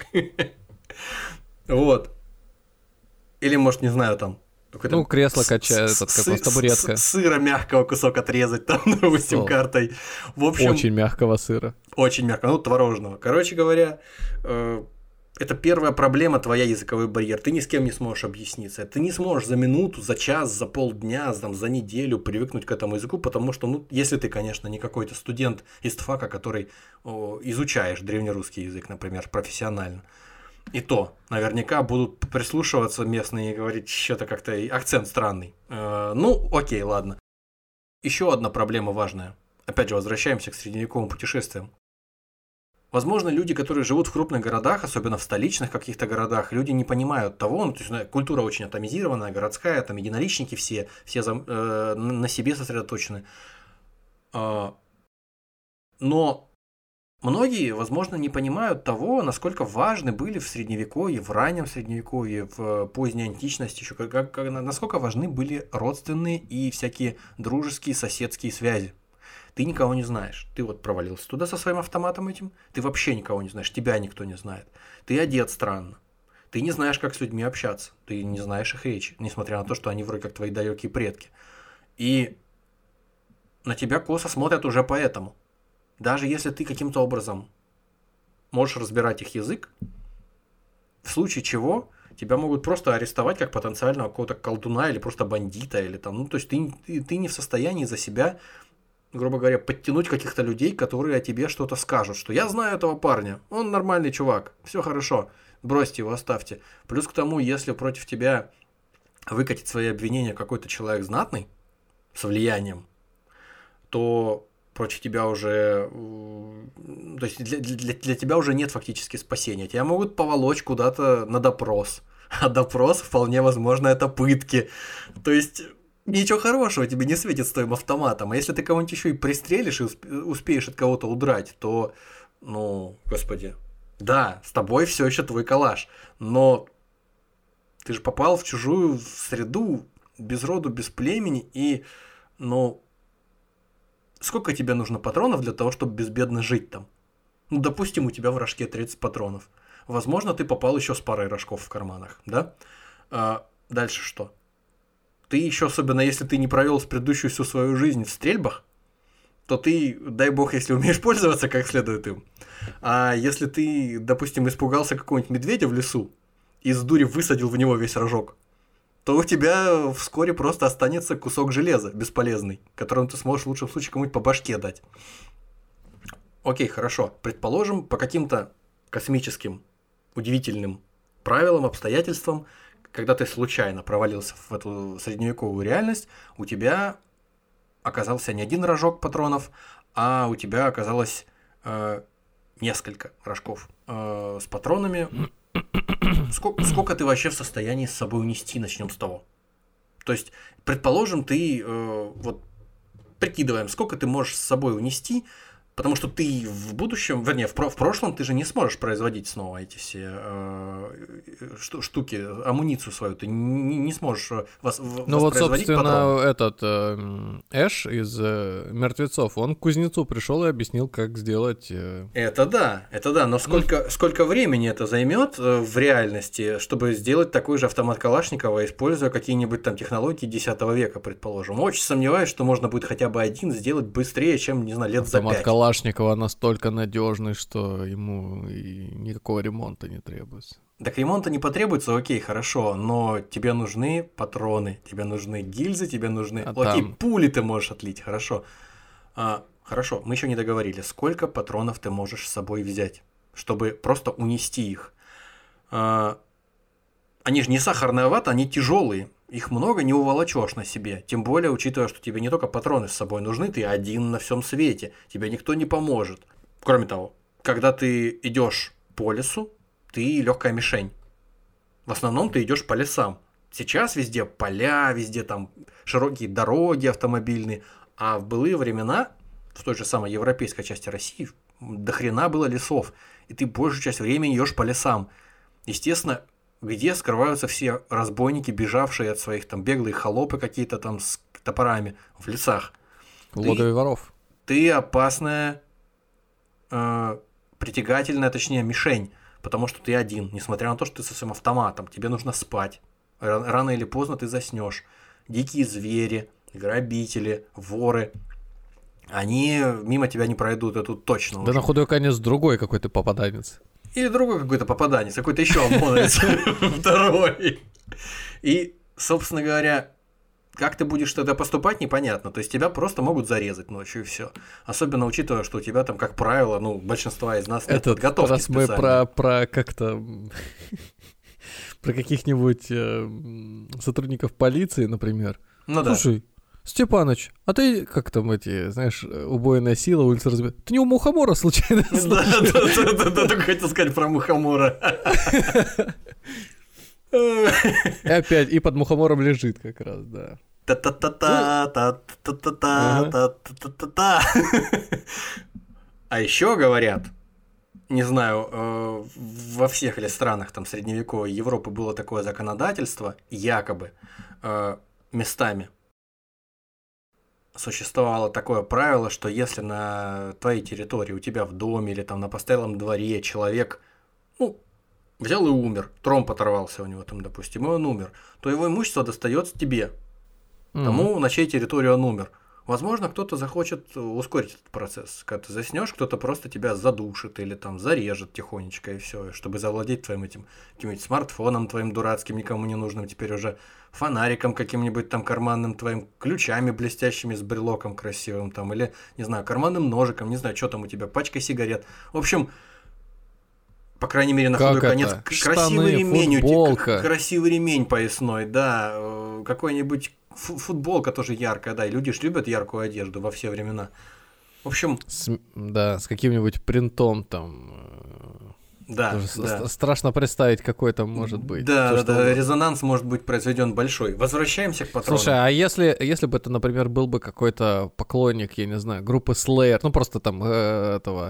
вот. Или, может, не знаю, там. Ну, кресло качает, табуретка. Сыра мягкого кусок отрезать, там, допустим, картой. В общем, очень мягкого сыра. Очень мягкого, ну, творожного. Короче говоря, это первая проблема, твоя языковой барьер. Ты ни с кем не сможешь объясниться. Ты не сможешь за минуту, за час, за полдня, там, за неделю привыкнуть к этому языку, потому что, ну, если ты, конечно, не какой-то студент из ТФАКа, который изучаешь древнерусский язык, например, профессионально, и то наверняка будут прислушиваться местные и говорить, что-то как-то акцент странный. Ну, окей, ладно. Еще одна проблема важная. Опять же, возвращаемся к средневековым путешествиям. Возможно, люди, которые живут в крупных городах, особенно в столичных каких-то городах, люди не понимают того, ну, то есть культура очень атомизированная, городская, там единоличники все на себе сосредоточены. Но многие, возможно, не понимают того, насколько важны были в Средневековье, в раннем Средневековье, в поздней античности, еще насколько важны были родственные и всякие дружеские, соседские связи. Ты никого не знаешь. Ты вот провалился туда со своим автоматом этим, ты вообще никого не знаешь, тебя никто не знает. Ты одет странно. Ты не знаешь, как с людьми общаться. Ты не знаешь их речи, несмотря на то, что они вроде как твои далекие предки. И на тебя косо смотрят уже поэтому. Даже если ты каким-то образом можешь разбирать их язык, в случае чего тебя могут просто арестовать как потенциального какого-то колдуна или просто бандита, или там, ну, то есть ты не в состоянии за себя, грубо говоря, подтянуть каких-то людей, которые о тебе что-то скажут, что я знаю этого парня, он нормальный чувак, все хорошо, бросьте его, оставьте. Плюс к тому, если против тебя выкатит свои обвинения какой-то человек знатный, с влиянием, то против тебя уже, то есть для тебя уже нет фактически спасения. Тебя могут поволочь куда-то на допрос, а допрос, вполне возможно, это пытки. То есть ничего хорошего тебе не светит с твоим автоматом. А если ты кого-нибудь еще и пристрелишь и успеешь от кого-то удрать, то, ну, господи, да, с тобой все еще твой калаш, но ты же попал в чужую среду, без роду, без племени, и, ну, сколько тебе нужно патронов для того, чтобы безбедно жить там? Ну, допустим, у тебя в рожке 30 патронов. Возможно, ты попал еще с парой рожков в карманах, да? Дальше что? Ты еще, особенно если ты не провел предыдущую всю свою жизнь в стрельбах, то ты, дай бог, если умеешь пользоваться как следует им. А если ты, допустим, испугался какого-нибудь медведя в лесу и с дури высадил в него весь рожок, то у тебя вскоре просто останется кусок железа бесполезный, которым ты сможешь в лучшем случае кому-нибудь по башке дать. Окей, хорошо. Предположим, по каким-то космическим, удивительным правилам, обстоятельствам, когда ты случайно провалился в эту средневековую реальность, у тебя оказался не один рожок патронов, а у тебя оказалось несколько рожков с патронами. Сколько ты вообще в состоянии с собой унести, начнем с того. То есть, предположим, ты, вот, прикидываем, сколько ты можешь с собой унести, потому что ты в будущем, вернее, в прошлом ты же не сможешь производить снова эти все штуки, амуницию свою, ты не сможешь ну вот, собственно, патроны. Этот Эш из «Мертвецов», он к кузнецу пришел и объяснил, как сделать... Это да, но сколько времени это займет в реальности, чтобы сделать такой же автомат Калашникова, используя какие-нибудь там технологии 10 века, предположим. Очень сомневаюсь, что можно будет хотя бы один сделать быстрее, чем, не знаю, лет автомат за 5. Калашникова настолько надежный, что ему и никакого ремонта не требуется. Так ремонта не потребуется, окей, хорошо, но тебе нужны патроны, тебе нужны гильзы, тебе нужны... окей, пули ты можешь отлить, хорошо. Хорошо, мы еще не договорили, сколько патронов ты можешь с собой взять, чтобы просто унести их. Они же не сахарная вата, они тяжелые. Их много не уволочешь на себе, тем более учитывая, что тебе не только патроны с собой нужны, ты один на всем свете, тебе никто не поможет. Кроме того, когда ты идешь по лесу, ты легкая мишень. В основном ты идешь по лесам. Сейчас везде поля, везде там широкие дороги автомобильные. А в былые времена, в той же самой европейской части России, до хрена было лесов. И ты большую часть времени идешь по лесам. Естественно, где скрываются все разбойники, бежавшие от своих там беглые холопы какие-то там с топорами в лесах. В логове воров. Ты опасная, притягательная, точнее, мишень. Потому что ты один, несмотря на то, что ты со своим автоматом, тебе нужно спать. Рано или поздно ты заснешь. Дикие звери, грабители, воры, они мимо тебя не пройдут, это тут точно. Да уже. На худой конец другой какой-то попаданец. Или другой какой-то попаданец, какой-то еще ОМОНовец, второй. И, собственно говоря, как ты будешь тогда поступать, непонятно. То есть тебя просто могут зарезать ночью и все. Особенно учитывая, что у тебя там, как правило, большинства из нас нет подготовки раз мы про как-то про каких-нибудь сотрудников полиции, например. Ну да. Слушай, Степаныч, а ты, как там эти, знаешь, убойная сила, улица разбит. Ты не у Мухомора случайно? Да, только хотел сказать про Мухомора. И опять, и под Мухомором лежит как раз, да. А еще говорят, не знаю, во всех ли странах там средневековой Европы было такое законодательство, якобы местами существовало такое правило, что если на твоей территории, у тебя в доме или там на постоялом дворе человек, взял и умер, тромб оторвался у него там, допустим, и он умер, то его имущество достается тебе, тому, на чьей территории он умер. Возможно, кто-то захочет ускорить этот процесс. Когда ты заснешь, кто-то просто тебя задушит или там зарежет тихонечко и все, чтобы завладеть твоим этим каким-нибудь смартфоном твоим дурацким, никому не нужным теперь уже, фонариком каким-нибудь там карманным твоим, ключами блестящими с брелоком красивым там, или, не знаю, карманным ножиком, не знаю, что там у тебя, пачка сигарет. В общем, по крайней мере, на худой конец, красивый ремень, красивый ремень поясной, да, какой-нибудь футболка тоже яркая, да, и люди ж любят яркую одежду во все времена. В общем... с каким-нибудь принтом там... Да, страшно представить, какой там может быть. Да, резонанс может быть произведен большой. Возвращаемся к патронам. Слушай, а если бы это, например, был бы какой-то поклонник, я не знаю, группы Slayer, просто там этого...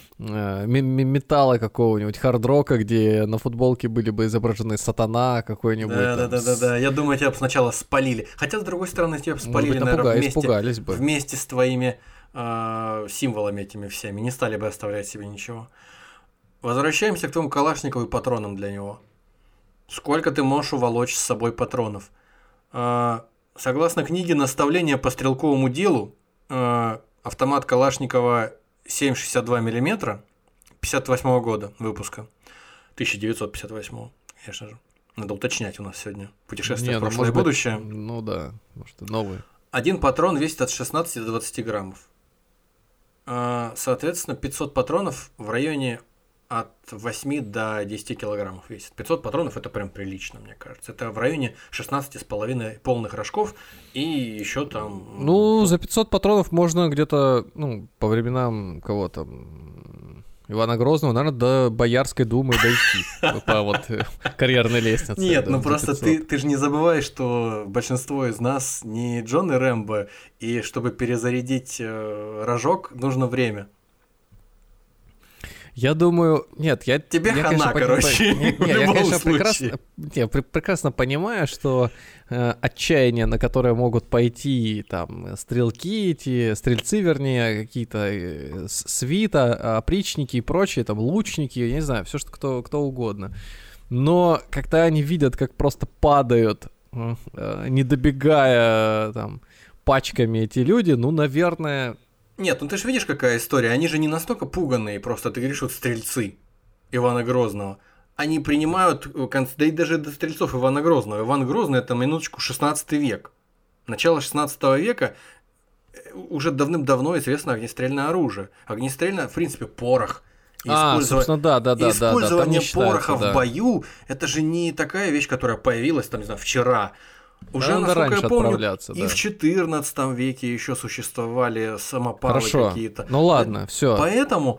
металла какого-нибудь, хард-рока, где на футболке были бы изображены сатана какой-нибудь. Да. Я думаю, тебя бы сначала спалили. Хотя, с другой стороны, тебя бы спалили, наверное, вместе с твоими символами этими всеми. Не стали бы оставлять себе ничего. Возвращаемся к твоему Калашникову и патронам для него. Сколько ты можешь уволочь с собой патронов? Согласно книге «Наставление по стрелковому делу», автомат Калашникова 7,62 мм 58 года выпуска. 1958, конечно же. Надо уточнять у нас сегодня. Путешествие в прошлое и будущее. Ну да, может и новый. Один патрон весит от 16 до 20 граммов. Соответственно, 500 патронов в районе от 8 до 10 килограммов весит. 500 патронов это прям прилично, мне кажется. Это в районе 16,5 полных рожков и еще там... за 500 патронов можно где-то, по временам кого там... Ивана Грозного, наверное, до Боярской думы дойти по карьерной лестнице. Нет, просто ты же не забывай, что большинство из нас не Джон и Рэмбо, и чтобы перезарядить рожок, нужно время. Я думаю, нет, Тебе хана, короче, я прекрасно понимаю, что отчаяние, на которое могут пойти там стрельцы, вернее, какие-то свита, опричники и прочие, там лучники, я не знаю, все, что кто угодно. Но когда они видят, как просто падают, не добегая там пачками эти люди, наверное... Нет, ты же видишь, какая история. Они же не настолько пуганные, просто ты говоришь, вот стрельцы Ивана Грозного. Они принимают, да и даже до стрельцов Ивана Грозного. Иван Грозный это, минуточку, 16 век. Начало 16 века уже давным-давно известно огнестрельное оружие. Огнестрельное, в принципе, порох. Собственно, да. Использование пороха в бою, это же не такая вещь, которая появилась, там, не знаю, вчера. Уже, насколько я помню, и в 14 веке еще существовали самопалы какие-то. Ну ладно, все. Поэтому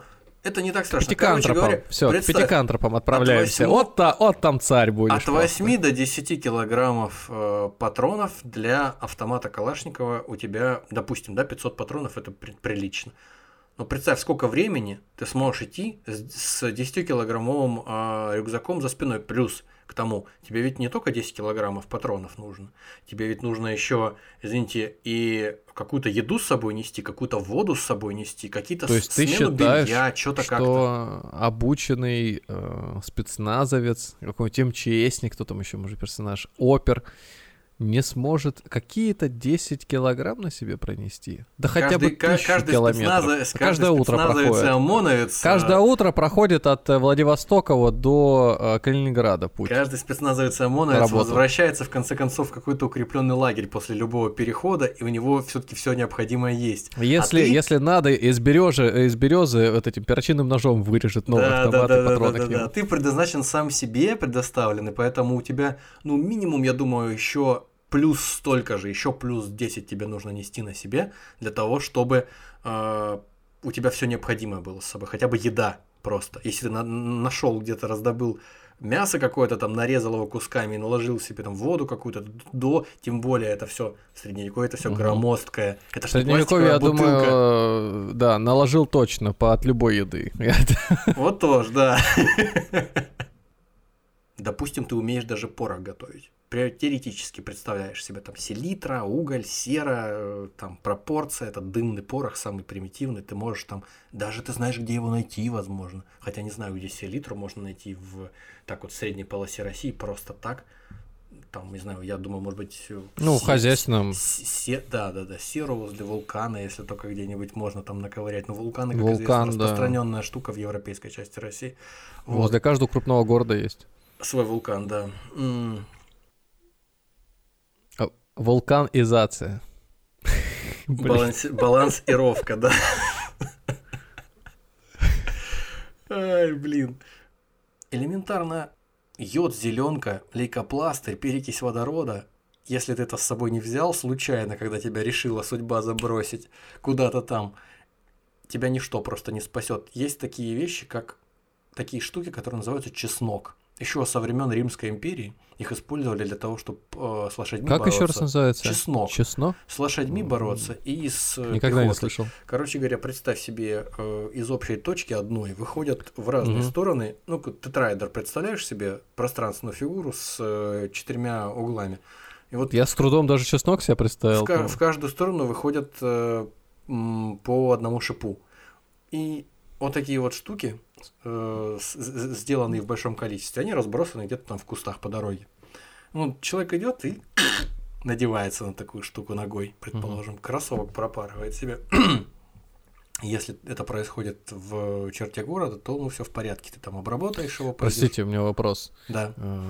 Это не так страшно. Пятикантропом. Все, к пятикантропам отправляемся. Вот там царь будешь. От 8 до 10 килограммов патронов для автомата Калашникова у тебя, допустим, 500 патронов, это прилично. Но представь, сколько времени ты сможешь идти с 10-килограммовым рюкзаком за спиной. Плюс к тому, тебе ведь не только 10 килограммов патронов нужно. Тебе ведь нужно еще, извините, и какую-то еду с собой нести, какую-то воду с собой нести, какие-то смену белья, что-то как-то. Что обученный спецназовец, какой-нибудь МЧСник, кто там еще, может, персонаж, опер, не сможет какие-то 10 килограмм на себе пронести. Да хотя бы 1000 километров. Каждое утро проходит. ОМОНовец, каждое утро проходит от Владивостока вот до Калининграда путь. Каждый спецназовец ОМОНовец возвращается в конце концов в какой-то укрепленный лагерь после любого перехода, и у него все-таки все необходимое есть. Если надо, из березы вот этим перочинным ножом вырежет новый автомат и патроны к нему. Да. Ты предназначен сам себе, предоставленный, поэтому у тебя, минимум, я думаю, еще плюс столько же, еще плюс 10 тебе нужно нести на себе для того, чтобы у тебя все необходимое было с собой, хотя бы еда просто. Если ты нашел где-то, раздобыл мясо какое-то, там нарезал его кусками и наложил себе там воду какую-то, тем более это все средневековье, это все громоздкое. Это средневековье, я думаю, да, наложил точно от любой еды. Вот тоже, да. Допустим, ты умеешь даже порох готовить. Теоретически представляешь себе там селитра, уголь, сера, там пропорция, это дымный порох, самый примитивный. Ты можешь там, даже ты знаешь, где его найти, возможно. Хотя не знаю, где селитру можно найти в средней полосе России, просто так. Там, не знаю, я думаю, может быть... в хозяйственном... Да, серу возле вулкана, если только где-нибудь можно там наковырять. Но вулканы, как известно, распространенная штука в европейской части России. Возле каждого крупного города есть. Свой вулкан, да. Вулканизация. Балансировка, да. Ай, блин. Элементарно йод, зеленка, лейкопластырь, перекись водорода. Если ты это с собой не взял случайно, когда тебя решила судьба забросить куда-то там, тебя ничто просто не спасет. Есть такие вещи, как такие штуки, которые называются чеснок. Еще со времен Римской империи их использовали для того, чтобы с лошадьми бороться. Как еще раз называется? Чеснок. Чеснок? С лошадьми бороться и с Никогда пехотой. Не слышал. Короче говоря, представь себе, из общей точки одной выходят в разные стороны, тетраэдр, представляешь себе пространственную фигуру с 4 углами. И вот я с трудом даже чеснок себе представил. В каждую сторону выходят по одному шипу. И вот такие вот штуки, сделанные в большом количестве, они разбросаны где-то там в кустах по дороге. Человек идет и надевается на такую штуку ногой, предположим, кроссовок пропарывает себе. Если это происходит в черте города, то все в порядке, ты там обработаешь его. Простите, у меня вопрос. Да.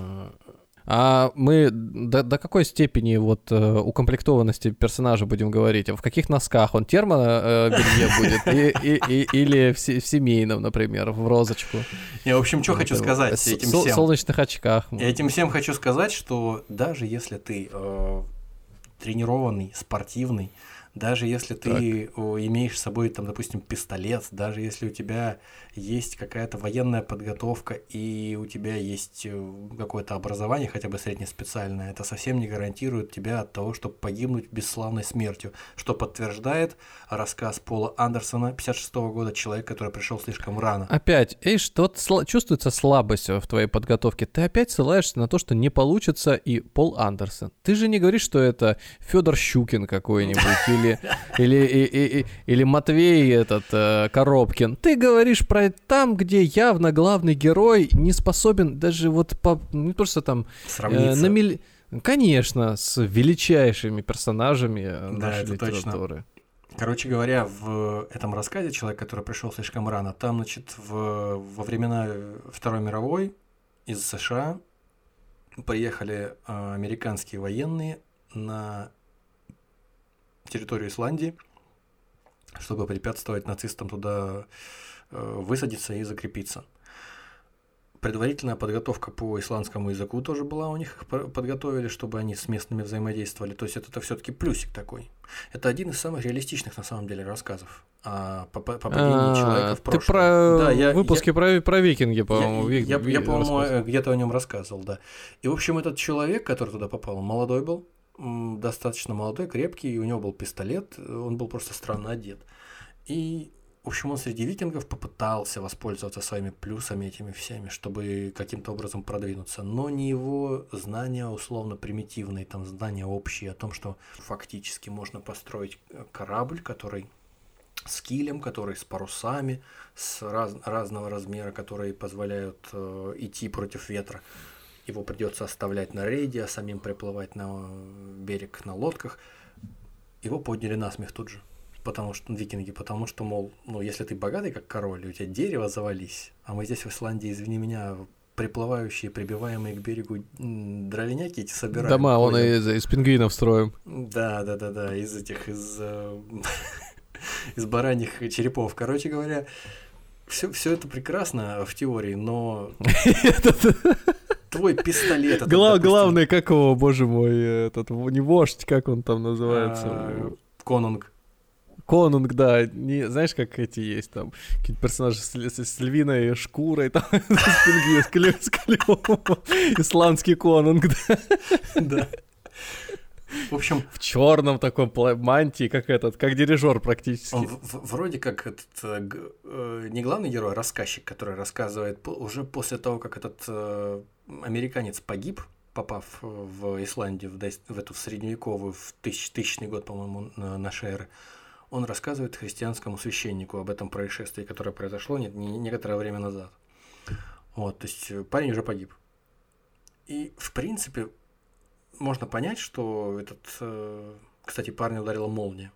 А мы до какой степени укомплектованности персонажа будем говорить? В каких носках? Он термобелье будет? Или в семейном, например, в розочку? Я, в общем, что хочу сказать этим всем? В солнечных очках. Этим всем хочу сказать, что даже если ты тренированный, спортивный, даже если ты имеешь с собой, там, допустим, пистолет, даже если у тебя есть какая-то военная подготовка и у тебя есть какое-то образование, хотя бы среднеспециальное, это совсем не гарантирует тебя от того, чтобы погибнуть бесславной смертью, что подтверждает рассказ Пола Андерсона 1956 года «Человек, который пришел слишком рано». Опять, что-то чувствуется слабость в твоей подготовке. Ты опять ссылаешься на то, что не получится и Пол Андерсон. Ты же не говоришь, что это Федор Щукин какой-нибудь или Матвей Коробкин. Ты говоришь про там, где явно главный герой не способен даже не просто там сравниться. Конечно, с величайшими персонажами нашей Точно. литературы. Короче говоря, в этом рассказе «Человек, который пришел слишком рано», там, во времена Второй мировой из США приехали американские военные на территорию Исландии, чтобы препятствовать нацистам туда высадиться и закрепиться. предварительная подготовка по исландскому языку тоже была у них, их подготовили, чтобы они с местными взаимодействовали. То есть это все-таки плюсик такой. Это один из самых реалистичных на самом деле рассказов о попадении человека в прошлое. Ты про выпуски про викинги, по-моему. Я по-моему, где-то о нем рассказывал, да. И, в общем, этот человек, который туда попал, он молодой был, достаточно молодой, крепкий, и у него был пистолет, он был просто странно одет. И, в общем, он среди викингов попытался воспользоваться своими плюсами этими всеми, чтобы каким-то образом продвинуться. Но не его знания условно примитивные, там знания общие о том, что фактически можно построить корабль, который с килем, который с парусами, с разного размера, которые позволяют идти против ветра. Его придется оставлять на рейде, а самим приплывать на берег на лодках. Его подняли на смех тут же. Потому что, мол, ну, если ты богатый, как король, и у тебя дерево завались, а мы здесь в Исландии, извини меня, приплывающие, прибиваемые к берегу дровяняки эти собираем. Дома, он из пингвинов строим. Да, из бараньих черепов. Короче говоря, все это прекрасно в теории, но твой пистолет... Главный, как его, боже мой, этот, не вождь, как он там называется? Конунг. Конунг, да, знаешь, как эти есть там какие-то персонажи с львиной шкурой, там, с клювом, исландский конунг, да. В общем, в черном таком мантии, как дирижер практически. Он вроде как этот не главный герой, а рассказчик, который рассказывает уже после того, как этот американец погиб, попав в Исландию, в эту средневековую, в 1000 год, по-моему, нашей эры. Он рассказывает христианскому священнику об этом происшествии, которое произошло некоторое время назад. Вот, то есть парень уже погиб. И, в принципе, можно понять, что кстати, парня ударила молния.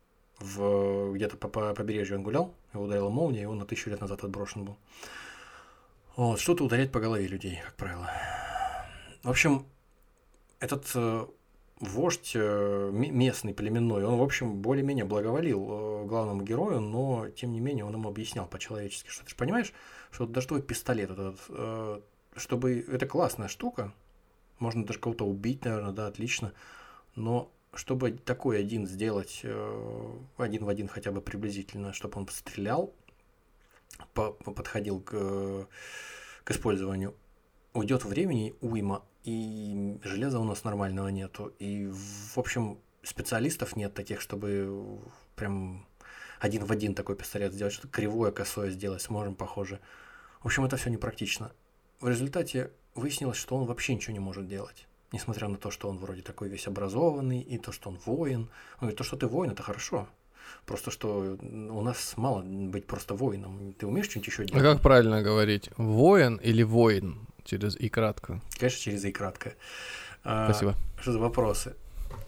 Где-то по побережью он гулял, его ударила молния, и он на 1000 лет назад отброшен был. Вот, что-то ударяет по голове людей, как правило. В общем, этот вождь местный, племенной, он, в общем, более-менее благоволил главному герою, но, тем не менее, он ему объяснял по-человечески, что ты же понимаешь, что даже твой пистолет, чтобы... Это классная штука, можно даже кого-то убить, наверное, да, отлично, но чтобы такой один сделать, один в один хотя бы приблизительно, чтобы он стрелял, подходил к использованию, уйдет времени уйма, и железа у нас нормального нету. И, в общем, специалистов нет таких, чтобы прям один в один такой пистолет сделать, что-то кривое, косое сделать сможем, похоже. В общем, это все непрактично. В результате выяснилось, что он вообще ничего не может делать. Несмотря на то, что он вроде такой весь образованный, и то, что он воин. Он говорит, то, что ты воин, это хорошо. Просто что у нас мало быть просто воином. Ты умеешь что-нибудь еще делать? А как правильно говорить? Воин или воин? Через и кратко. Конечно, через и кратко. Спасибо. Что за вопросы?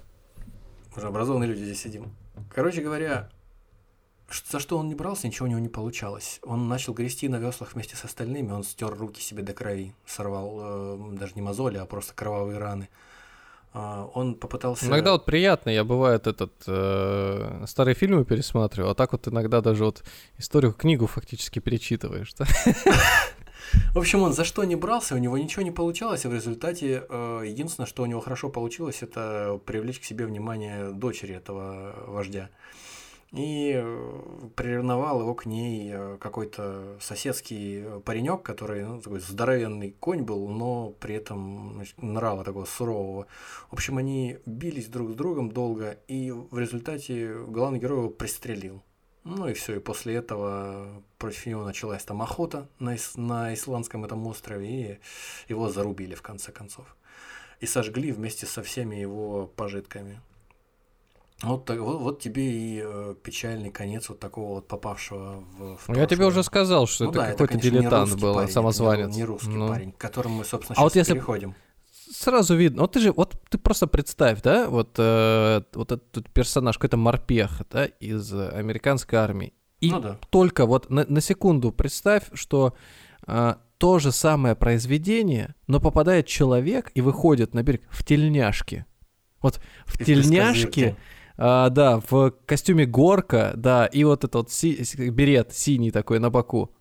Мы же образованные люди здесь сидим. Короче говоря, за что он не брался, ничего у него не получалось. Он начал грести на веслах вместе с остальными, он стер руки себе до крови, сорвал даже не мозоли, а просто кровавые раны. Он попытался... Иногда вот приятно, я бывает старые фильмы пересматриваю, а так вот иногда даже вот историю, книгу фактически перечитываешь, да? В общем, он за что не брался, у него ничего не получалось, и в результате единственное, что у него хорошо получилось, это привлечь к себе внимание дочери этого вождя. И приревновал его к ней какой-то соседский паренек, который такой здоровенный конь был, но при этом нрава такого сурового. В общем, они бились друг с другом долго, и в результате главный герой его пристрелил. Ну и все, и после этого против него началась там охота на исландском этом острове, и его зарубили в конце концов. И сожгли вместе со всеми его пожитками. Вот тебе и печальный конец вот такого вот попавшего в Я тебе уже сказал, что это какой-то конечно, дилетант был, парень, самозванец. Не русский парень, к которому мы, собственно, сейчас вот переходим. Сразу видно, ты просто представь, да, вот этот персонаж, какой-то морпех, да, из американской армии. И только вот на секунду представь, что то же самое произведение, но попадает человек и выходит на берег в тельняшке. Вот в тельняшке, да, в костюме горка, да, и вот этот вот берет синий такой на боку.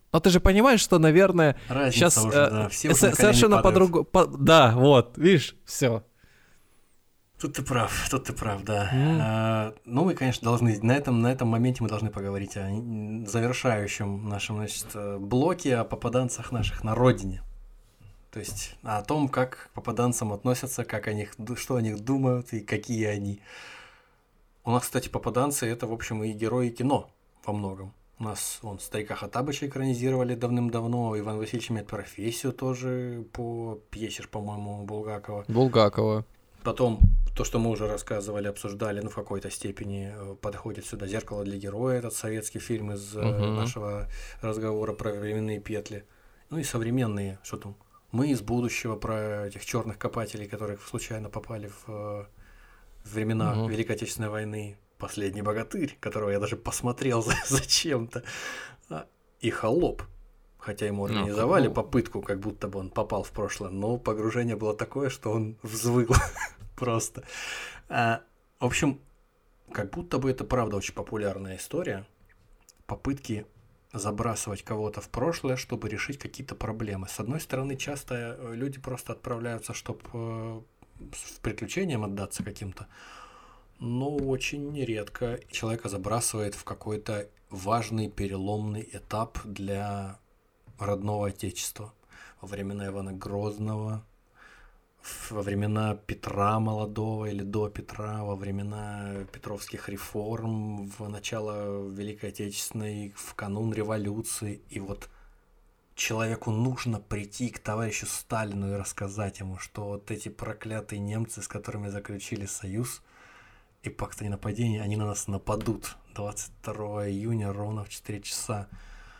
Но ты же понимаешь, что, наверное, разница сейчас уже, да. Все уже совершенно по-другому... Да, вот, видишь, все. Тут ты прав, да. Ну, мы, конечно, должны на этом моменте мы должны поговорить о завершающем нашем, значит, блоке, о попаданцах наших на родине. То есть о том, как к попаданцам относятся, что о них думают и какие они. У нас, кстати, попаданцы — это, в общем, и герои кино во многом. У нас «Старика Хоттабыча» экранизировали давным-давно, Иван Васильевич меняет профессию тоже по пьесе, по-моему, Булгакова. Потом то, что мы уже рассказывали, обсуждали, в какой-то степени подходит сюда «Зеркало для героя», этот советский фильм из нашего разговора про временные петли. Ну и современные, что там, «Мы из будущего», про этих черных копателей, которые случайно попали в времена Великой Отечественной войны, «Последний богатырь», которого я даже посмотрел зачем-то, и «Холоп». Хотя ему организовали попытку, как будто бы он попал в прошлое, но погружение было такое, что он взвыл просто. В общем, как будто бы это правда очень популярная история. Попытки забрасывать кого-то в прошлое, чтобы решить какие-то проблемы. С одной стороны, часто люди просто отправляются, чтобы в приключениям отдаться каким-то, но очень редко человека забрасывает в какой-то важный переломный этап для родного отечества. Во времена Ивана Грозного, во времена Петра Молодого или до Петра, во времена Петровских реформ, в начало Великой Отечественной, в канун революции. И вот человеку нужно прийти к товарищу Сталину и рассказать ему, что вот эти проклятые немцы, с которыми заключили союз и пакт о ненападении, они на нас нападут 22 июня ровно в 4 часа.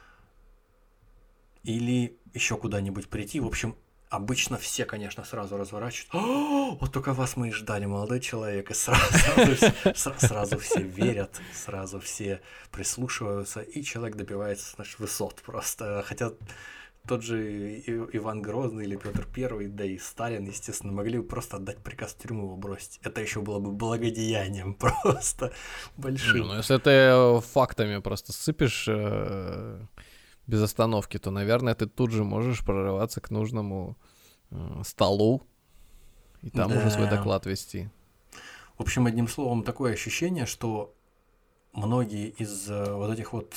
Или еще куда-нибудь прийти. В общем, обычно все, конечно, сразу разворачивают. Вот только вас мы и ждали, молодой человек. И сразу все верят, сразу все прислушиваются, и человек добивается, значит, высот просто. Хотя тот же Иван Грозный или Петр I, да и Сталин, естественно, могли бы просто отдать приказ в тюрьму его бросить. Это еще было бы благодеянием просто большим. Ну, если ты фактами просто сыпешь без остановки, то, наверное, ты тут же можешь прорываться к нужному столу и там уже свой доклад вести. В общем, одним словом, такое ощущение, что многие из вот этих вот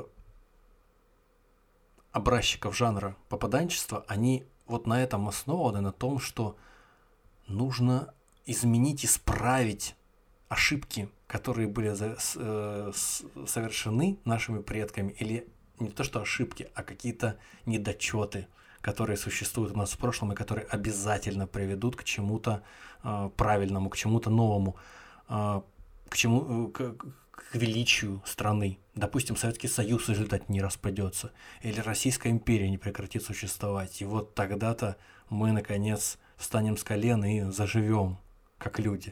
образчиков жанра попаданчества, они вот на этом основаны, на том, что нужно изменить, исправить ошибки, которые были совершены нашими предками, или не то что ошибки, а какие-то недочеты, которые существуют у нас в прошлом и которые обязательно приведут к чему-то правильному, к чему-то новому, к величию страны. Допустим, Советский Союз в результате не распадется, или Российская империя не прекратит существовать. И вот тогда-то мы, наконец, встанем с колен и заживем, как люди.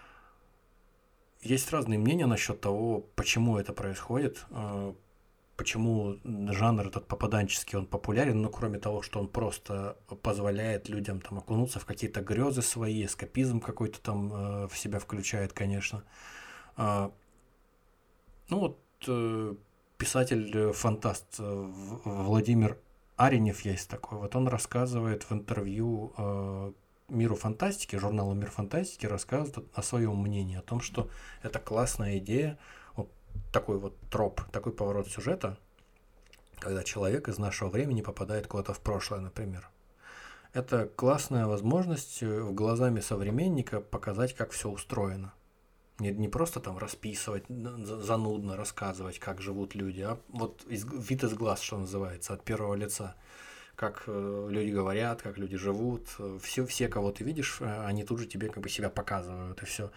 Есть разные мнения насчет того, почему это происходит, почему жанр этот попаданческий, он популярен, но кроме того, что он просто позволяет людям там окунуться в какие-то грезы свои, эскапизм какой-то там в себя включает, конечно. Писатель-фантаст Владимир Аренев есть такой, вот он рассказывает в интервью «Миру фантастики», журналу «Мир фантастики», рассказывает о своем мнении, о том, что это классная идея, такой вот троп, такой поворот сюжета, когда человек из нашего времени попадает куда-то в прошлое, например. Это классная возможность глазами современника показать, как все устроено. Не просто там расписывать, занудно рассказывать, как живут люди, а вот вид из глаз, что называется, от первого лица. Как люди говорят, как люди живут. Все, кого ты видишь, они тут же тебе как бы себя показывают, и все.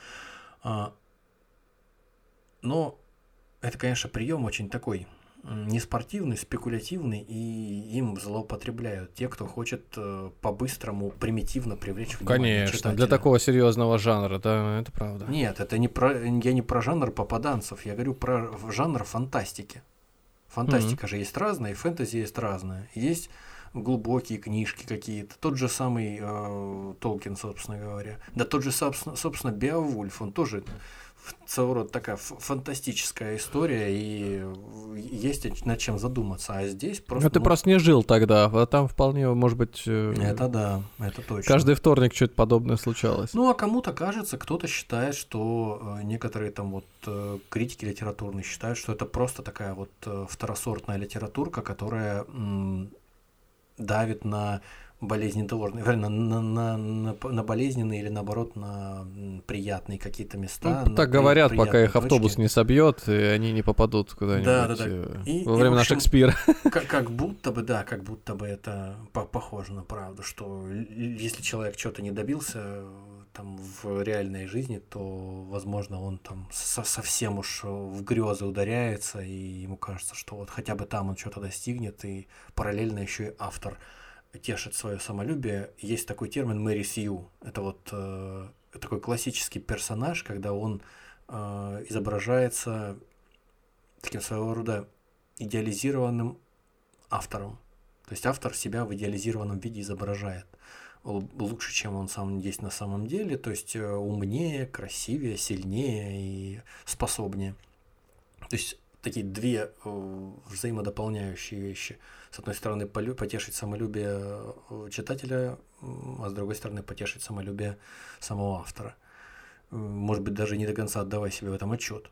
Но это, конечно, прием очень такой неспортивный, спекулятивный, и им злоупотребляют те, кто хочет по-быстрому, примитивно привлечь внимание читателя. Конечно, для такого серьезного жанра, да, это правда. Нет, это я не про жанр попаданцев, я говорю про жанр фантастики. Фантастика же есть разная, и фэнтези есть разная. Есть глубокие книжки какие-то. Тот же самый Толкин, собственно говоря. Да тот же, собственно, Беовульф, он тоже своего рода такая фантастическая история, и есть над чем задуматься. А здесь просто... Ну, ты просто не жил тогда, а там вполне, может быть... Это да, это точно. Каждый вторник что-то подобное случалось. Ну, а кому-то кажется, кто-то считает, что некоторые там вот критики литературные считают, что это просто такая вот второсортная литературка, которая давит на болезнетворные, на болезненные или наоборот на приятные какие-то места. Ну, так говорят, пока их автобус не собьет, и они не попадут куда-нибудь во времена Шекспира. Как будто бы это похоже на правду, что если человек что-то не добился там в реальной жизни, то, возможно, он там совсем уж в грезы ударяется, и ему кажется, что вот хотя бы там он что-то достигнет, и параллельно еще и автор тешит свое самолюбие. Есть такой термин Мэри Сью. Это вот такой классический персонаж, когда он изображается таким своего рода идеализированным автором. То есть автор себя в идеализированном виде изображает. Лучше, чем он сам есть на самом деле. То есть умнее, красивее, сильнее и способнее. То есть такие две взаимодополняющие вещи. С одной стороны, потешить самолюбие читателя, а с другой стороны, потешить самолюбие самого автора. Может быть, даже не до конца отдавая себе в этом отчет.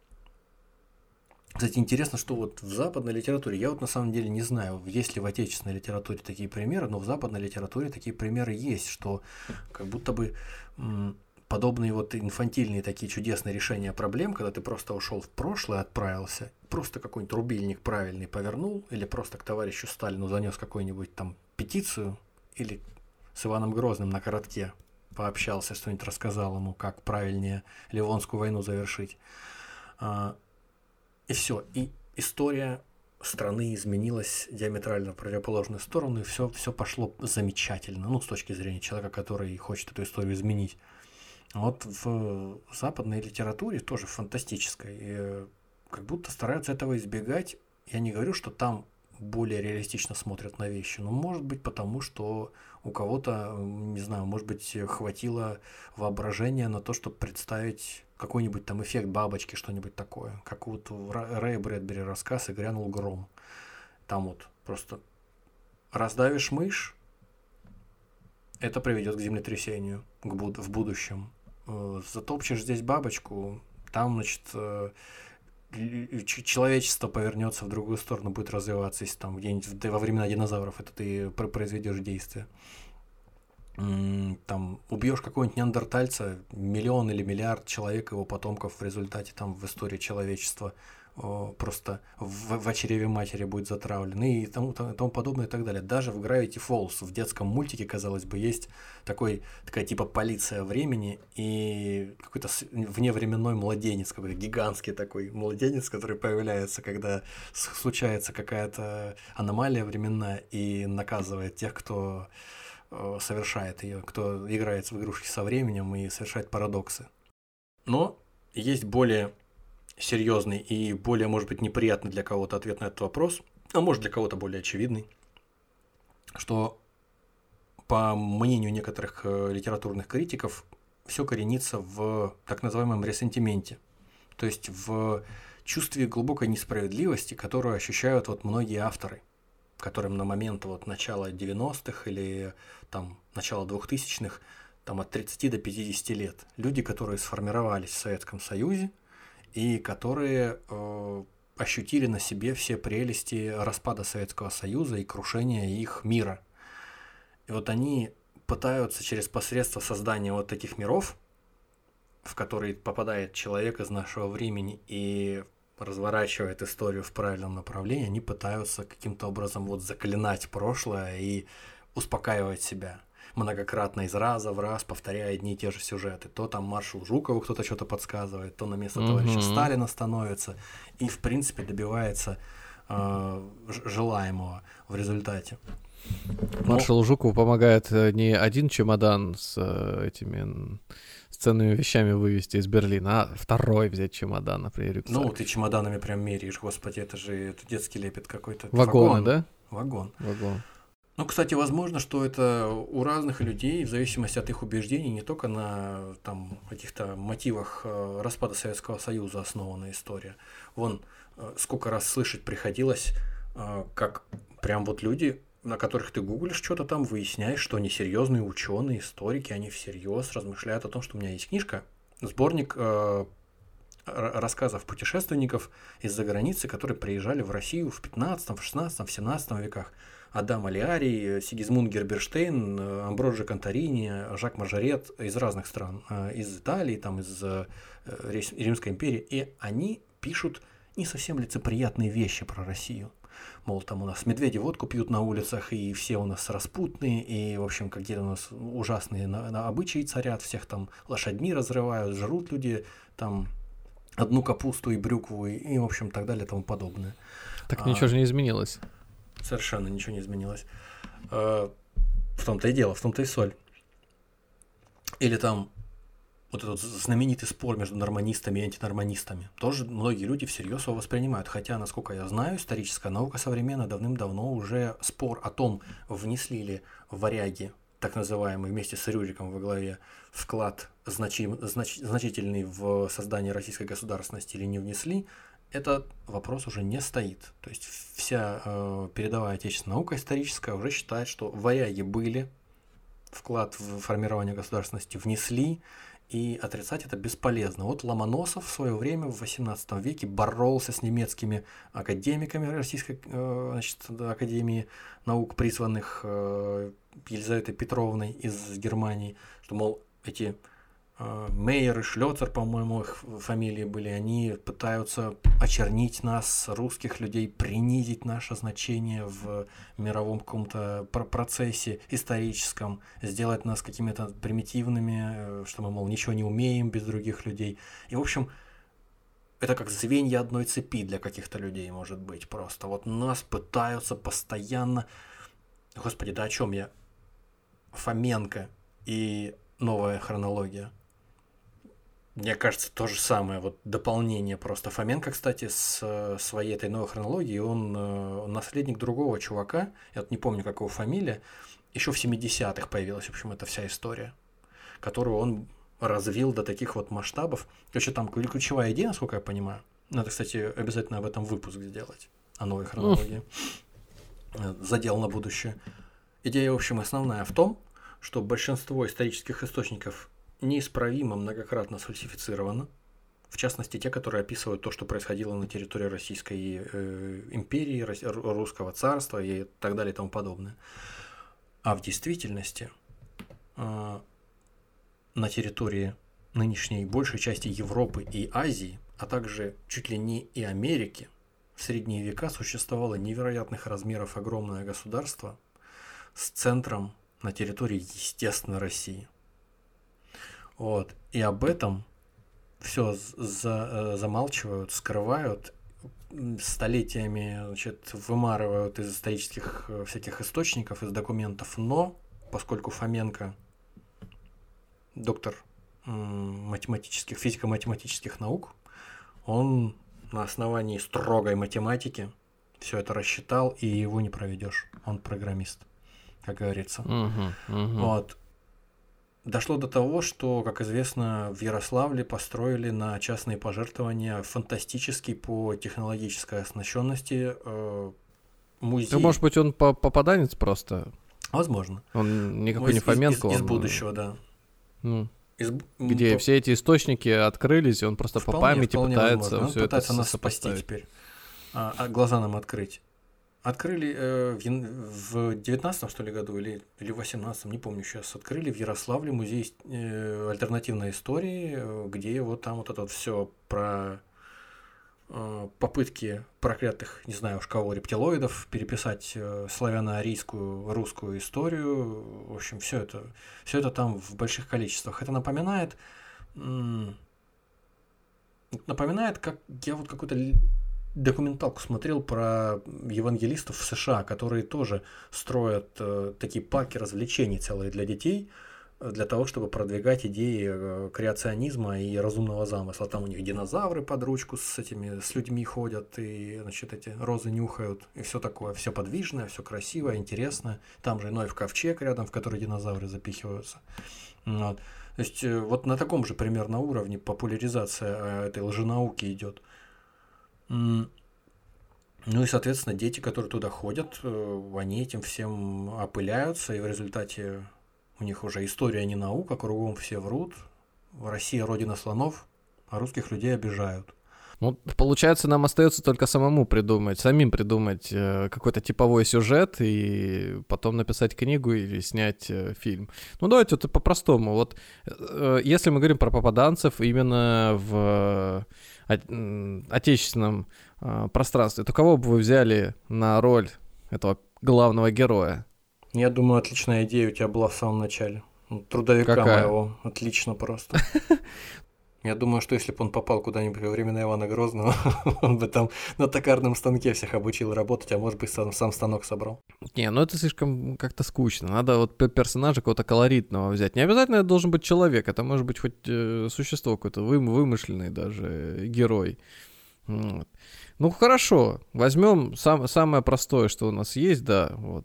Кстати, интересно, что вот в западной литературе, я вот на самом деле не знаю, есть ли в отечественной литературе такие примеры, но в западной литературе такие примеры есть, что как будто бы подобные вот инфантильные такие чудесные решения проблем, когда ты просто ушел в прошлое, отправился, просто какой-нибудь рубильник правильный повернул, или просто к товарищу Сталину занес какую-нибудь там петицию, или с Иваном Грозным на коротке пообщался, что-нибудь рассказал ему, как правильнее Ливонскую войну завершить. И все. И история страны изменилась диаметрально в противоположную сторону, и все пошло замечательно. Ну, с точки зрения человека, который хочет эту историю изменить. Вот в западной литературе тоже фантастической. И как будто стараются этого избегать. Я не говорю, что там более реалистично смотрят на вещи, но может быть потому, что у кого-то, не знаю, может быть, хватило воображения на то, чтобы представить какой-нибудь там эффект бабочки, что-нибудь такое. Как вот у Рэя Брэдбери рассказ «И грянул гром». Там вот просто раздавишь мышь, это приведет к землетрясению в будущем. Затопчешь здесь бабочку, там, значит, человечество повернется в другую сторону, будет развиваться, если там где-нибудь во времена динозавров это ты произведешь действие. Там убьешь какого-нибудь неандертальца, 1 миллион или 1 миллиард человек, его потомков в результате там в истории человечества просто в чреве матери будет затравлен и тому подобное и так далее. Даже в Gravity Falls, в детском мультике, казалось бы, есть такая типа полиция времени и какой-то вневременной младенец, какой-то гигантский такой младенец, который появляется, когда случается какая-то аномалия временная и наказывает тех, кто совершает ее, кто играет в игрушки со временем и совершает парадоксы. Но есть более серьезный и более, может быть, неприятный для кого-то ответ на этот вопрос, а может для кого-то более очевидный, что, по мнению некоторых литературных критиков, все коренится в так называемом ресентименте, то есть в чувстве глубокой несправедливости, которую ощущают вот многие авторы, которым на момент вот начала 90-х или там начала 2000-х там от 30 до 50 лет. Люди, которые сформировались в Советском Союзе и которые ощутили на себе все прелести распада Советского Союза и крушения их мира. И вот они пытаются через посредство создания вот таких миров, в которые попадает человек из нашего времени и разворачивает историю в правильном направлении, они пытаются каким-то образом вот заклинать прошлое и успокаивать себя, многократно из раза в раз повторяя одни и те же сюжеты. То там маршалу Жукову кто-то что-то подсказывает, то на место товарища Сталина становится и, в принципе, добивается желаемого в результате. Маршалу Жукову помогает не один чемодан с этими ценными вещами вывезти из Берлина, а второй взять чемодан, например, рюкзак. Ну, ты чемоданами прям меряешь, господи, это детский лепет какой-то. Вагоны, да? Вагон. Ну, кстати, возможно, что это у разных людей, в зависимости от их убеждений, не только на там, каких-то мотивах распада Советского Союза основана история. Вон, сколько раз слышать приходилось, как прям вот люди, на которых ты гуглишь что-то там, выясняешь, что они серьезные ученые, историки, они всерьез размышляют о том, что у меня есть книжка, сборник рассказов путешественников из-за границы, которые приезжали в Россию в 15, в 16, в 17 веках. Адам Алиарий, Сигизмунд Герберштейн, Амброджо Конторини, Жак Мажорет из разных стран, из Италии, там, из Римской империи, и они пишут не совсем лицеприятные вещи про Россию. Мол, там у нас медведи водку пьют на улицах, и все у нас распутные, и, в общем, какие-то у нас ужасные обычаи царят, всех там лошадьми разрывают, жрут люди там одну капусту и брюкву, и в общем, так далее, и тому подобное. Так ничего же не изменилось. Совершенно ничего не изменилось. В том-то и дело, в том-то и соль. Или там вот этот знаменитый спор между норманистами и антинорманистами. Тоже многие люди всерьез его воспринимают. Хотя, насколько я знаю, историческая наука современная давным-давно уже спор о том, внесли ли варяги, так называемый, вместе с Рюриком во главе, вклад значительный в создание российской государственности или не внесли, этот вопрос уже не стоит. То есть вся передовая отечественная наука историческая уже считает, что варяги были, вклад в формирование государственности внесли, и отрицать это бесполезно. Вот Ломоносов в свое время в XVIII веке боролся с немецкими академиками Российской Академии наук, призванных Елизаветой Петровной из Германии, что, мол, эти Мейер и Шлёцер, по-моему, их фамилии были, они пытаются очернить нас, русских людей, принизить наше значение в мировом каком-то процессе историческом, сделать нас какими-то примитивными, что мы, мол, ничего не умеем без других людей. И, в общем, это как звенья одной цепи для каких-то людей, может быть, просто. Вот нас пытаются постоянно... Господи, да о чем я? Фоменко и новая хронология. Мне кажется, то же самое, вот дополнение просто. Фоменко, кстати, с своей этой новой хронологией, он наследник другого чувака, я вот не помню, как его фамилия, еще в 70-х появилась, в общем, эта вся история, которую он развил до таких вот масштабов. Еще там ключевая идея, насколько я понимаю, надо, кстати, обязательно об этом выпуск сделать, о новой хронологии, задел на будущее. Идея, в общем, основная в том, что большинство исторических источников неисправимо многократно сфальсифицировано, в частности, те, которые описывают то, что происходило на территории Российской империи, Русского царства и так далее и тому подобное. А в действительности на территории нынешней большей части Европы и Азии, а также чуть ли не и Америки, в средние века существовало невероятных размеров огромное государство с центром на территории, естественно, России. Вот. И об этом все замалчивают, скрывают, столетиями, значит, вымарывают из исторических всяких источников, из документов. Но, поскольку Фоменко доктор физико-математических наук, он на основании строгой математики все это рассчитал, и его не проведешь. Он программист, как говорится. Вот. Дошло до того, что, как известно, в Ярославле построили на частные пожертвования фантастический по технологической оснащенности музей. Ну, может быть, он попаданец просто? Возможно. Он никакой не Фоменко. Из будущего, да. Где все эти источники открылись, и он просто по памяти пытается все это пытается нас спасти теперь. Глаза нам открыть. Открыли в 19-м, что ли, году или в 18-м, не помню сейчас, открыли в Ярославле музей альтернативной истории, где вот там вот это вот все про попытки проклятых, не знаю уж кого, рептилоидов переписать славяно-арийскую русскую историю. В общем, все это там в больших количествах. Это напоминает, как я вот какой-то документалку смотрел про евангелистов в США, которые тоже строят такие парки развлечений целые для детей, для того, чтобы продвигать идеи креационизма и разумного замысла. Там у них динозавры под ручку с людьми ходят, и, значит, эти розы нюхают, и все такое, все подвижное, все красивое, интересное. Там же Ноев ковчег рядом, в который динозавры запихиваются. Вот. То есть вот на таком же примерно уровне популяризация этой лженауки идет. Ну и, соответственно, дети, которые туда ходят, они этим всем опыляются, и в результате у них уже история не наука, кругом все врут. Россия родина слонов, а русских людей обижают. Ну, получается, нам остается только самим придумать какой-то типовой сюжет и потом написать книгу или снять фильм. Ну, давайте вот по-простому. Вот если мы говорим про попаданцев именно в отечественном пространстве, то кого бы вы взяли на роль этого главного героя? Я думаю, отличная идея у тебя была в самом начале. Трудовика моего. Отлично просто. Я думаю, что если бы он попал куда-нибудь во времена Ивана Грозного, он бы там на токарном станке всех обучил работать, а может быть сам станок собрал. Не, ну это слишком как-то скучно. Надо вот персонажа какого-то колоритного взять. Не обязательно это должен быть человек, это может быть хоть существо какое-то, вымышленный даже герой. Вот. Ну хорошо, возьмем самое простое, что у нас есть, да, вот.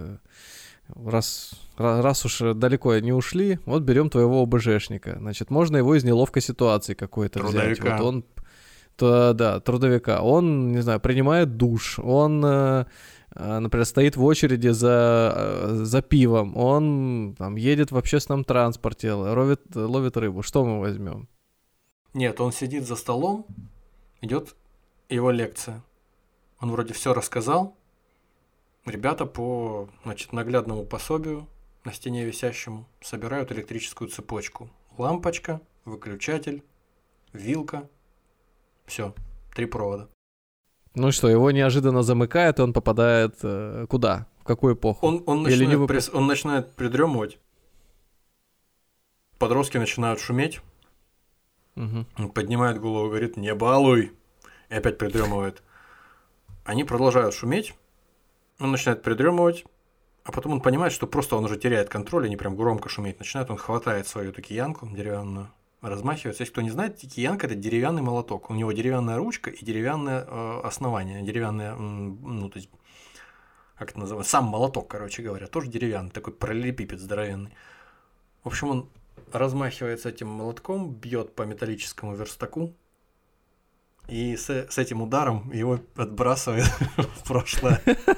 Раз уж далеко не ушли, вот берем твоего ОБЖшника. Значит, можно его из неловкой ситуации какой-то взять. Вот он, трудовика. Он, не знаю, принимает душ, он, например, стоит в очереди за пивом, он там едет в общественном транспорте, ловит рыбу. Что мы возьмем? Нет, он сидит за столом, идет его лекция. Он вроде все рассказал. Ребята по, значит, наглядному пособию на стене висящему собирают электрическую цепочку. Лампочка, выключатель, вилка. Все, 3 провода. Ну что, его неожиданно замыкает, и он попадает куда? В какую эпоху? Он начинает придремывать. Подростки начинают шуметь. Угу. Он поднимает голову и говорит: «Не балуй!» И опять придремывает. Они продолжают шуметь. Он начинает придремывать, а потом он понимает, что просто он уже теряет контроль, и не прям громко шуметь начинает. Он хватает свою киянку деревянную, размахивается. Если кто не знает, киянка – это деревянный молоток. У него деревянная ручка и деревянное основание. Деревянное, ну, то есть, как это называется? Сам молоток, короче говоря, тоже деревянный, такой параллелепипед здоровенный. В общем, он размахивается этим молотком, бьет по металлическому верстаку, и с этим ударом его отбрасывает в прошлое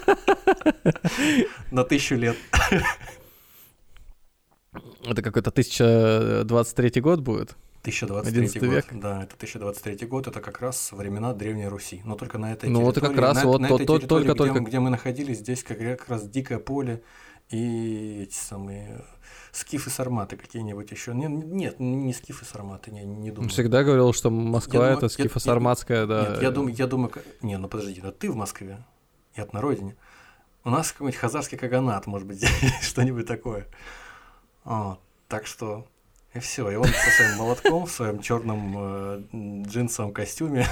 на 1000 лет. Это какой-то 1023 год будет? 1023 год, да, это 1023 год, это как раз времена Древней Руси, но только на этой территории. Ну, это как раз вот только где мы находились, здесь как раз дикое поле и эти самые скифы-сарматы какие-нибудь еще. Нет, не скифы-сарматы, не думаю. Всегда говорил, что Москва это скифо-сарматская, да. Нет, я думаю, не, ну подожди, ты в Москве, я на родине. У нас какой-нибудь хазарский каганат, может быть, что-нибудь такое. Так что и все. И он со своим молотком в своем черном джинсовом костюме,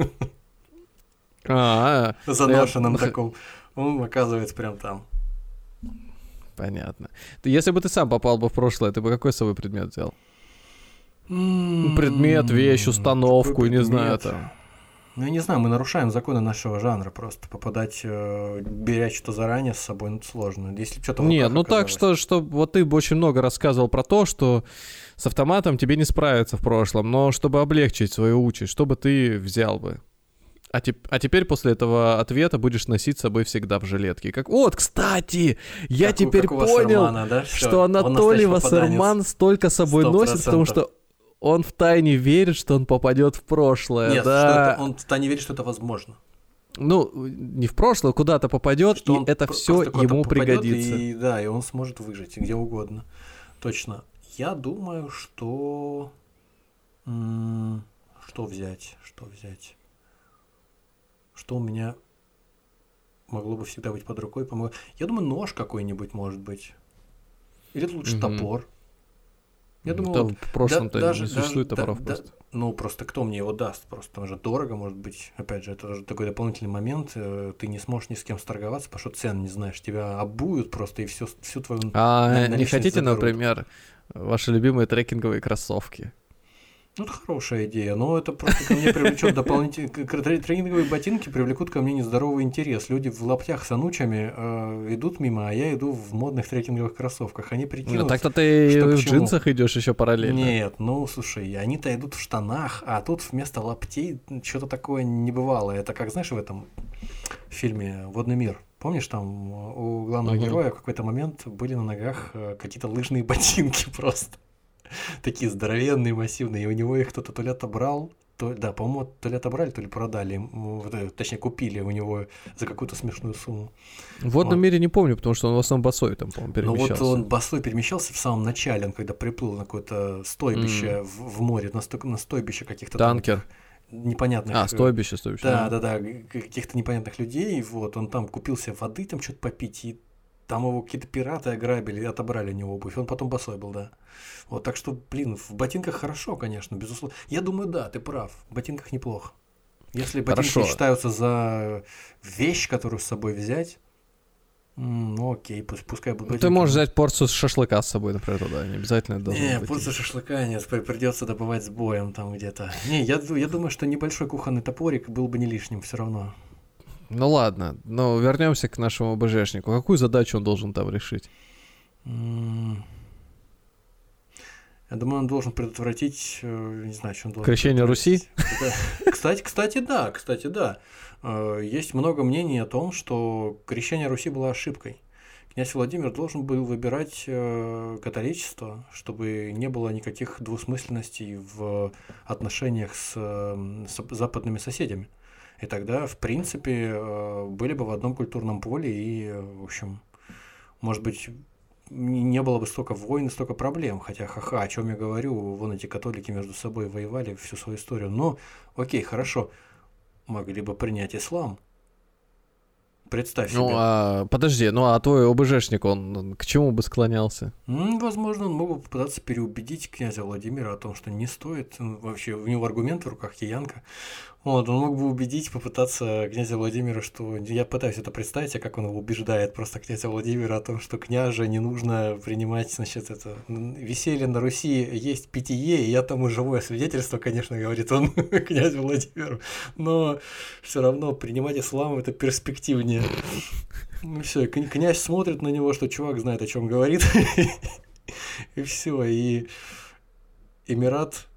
заношенном таком, он оказывается прям там. Понятно. Если бы ты сам попал бы в прошлое, ты бы какой с собой предмет взял? Предмет, вещь, установку, не знаю там. Ну, я не знаю, мы нарушаем законы нашего жанра просто. Попадать, беря что-то заранее с собой, ну, это сложно. Если что-то нет, ну так, что вот ты бы очень много рассказывал про то, что с автоматом тебе не справиться в прошлом, но чтобы облегчить свою участь, что бы ты взял бы? А теперь после этого ответа будешь носить с собой всегда в жилетке. Вот, кстати, я теперь понял, Сармана, да? Что Анатолий Вассерман столько с собой 100%. Носит, потому что он втайне верит, что он попадет в прошлое. Нет, да. Он втайне верит, что это возможно. Ну, не в прошлое, куда-то попадет, и это все ему пригодится. И он сможет выжить где угодно. Точно. Я думаю, что... Что взять? Что у меня могло бы всегда быть под рукой? Я думаю, нож какой-нибудь может быть. Или лучше топор. Я думал, да, в прошлом-то не существует топоров просто. Ну, просто кто мне его даст? Просто там же дорого, может быть. Опять же, это же такой дополнительный момент. Ты не сможешь ни с кем сторговаться, потому что цен не знаешь. Тебя обуют просто и всю твою не хотите, заберут. Например, ваши любимые трекинговые кроссовки? Ну, это хорошая идея, но это просто ко мне привлечет дополнительно... Трекинговые ботинки привлекут ко мне нездоровый интерес. Люди в лаптях с анучами идут мимо, а я иду в модных трекинговых кроссовках. Они прикинут, ну, так-то ты в джинсах идешь еще параллельно. Нет, ну, слушай, они-то идут в штанах, а тут вместо лаптей что-то такое небывалое. Это как, знаешь, в этом фильме «Водный мир». Помнишь, там у главного героя в какой-то момент были на ногах какие-то лыжные ботинки просто. Такие здоровенные, массивные, и у него их кто-то то ли отобрал, по-моему, то ли отобрали, то ли продали, точнее, купили у него за какую-то смешную сумму. В «Водном мире» не помню, потому что он в основном босой там, по-моему, перемещался. Ну вот он босой перемещался в самом начале, он когда приплыл на какое-то стойбище в море, на стойбище каких-то... Танкер. Непонятных... Стойбище. Да, каких-то непонятных людей, вот, он там купил себе воды, там что-то попить, и там его какие-то пираты ограбили и отобрали у него обувь. Он потом босой был, да. Вот, так что, блин, в ботинках хорошо, конечно, безусловно. Я думаю, да, ты прав. В ботинках неплохо. Если ботинки считаются за вещь, которую с собой взять, ну окей, пускай будут ботинки. Ты можешь взять порцию шашлыка с собой, например, туда. Не обязательно должно быть. Не, порцию шашлыка нет, придется добывать с боем там где-то. Не, я думаю, что небольшой кухонный топорик был бы не лишним все равно. Ну ладно, но вернемся к нашему ОБЖшнику. Какую задачу он должен там решить? Я думаю, он должен предотвратить, не знаю, что он должен... Крещение Руси? Кстати, да. Есть много мнений о том, что крещение Руси было ошибкой. Князь Владимир должен был выбирать католичество, чтобы не было никаких двусмысленностей в отношениях с западными соседями. И тогда, в принципе, были бы в одном культурном поле, и, в общем, может быть, не было бы столько войн и столько проблем. Хотя, о чем я говорю, вон эти католики между собой воевали всю свою историю. Но, окей, хорошо, могли бы принять ислам. Представь себе. Подожди, твой ОБЖшник, он к чему бы склонялся? Возможно, он мог бы попытаться переубедить князя Владимира о том, что не стоит. Вообще, у него аргумент в руках киянка. Вот, он мог бы попытаться князя Владимира, что... Я пытаюсь это представить, как он его убеждает просто князя Владимира о том, что княже не нужно принимать, значит, это... Веселье на Руси есть питье, и я тому живое свидетельство, конечно, говорит он князю Владимиру. Но все равно принимать ислам это перспективнее. Ну все, и князь смотрит на него, что чувак знает, о чем говорит. И все, и Эмират,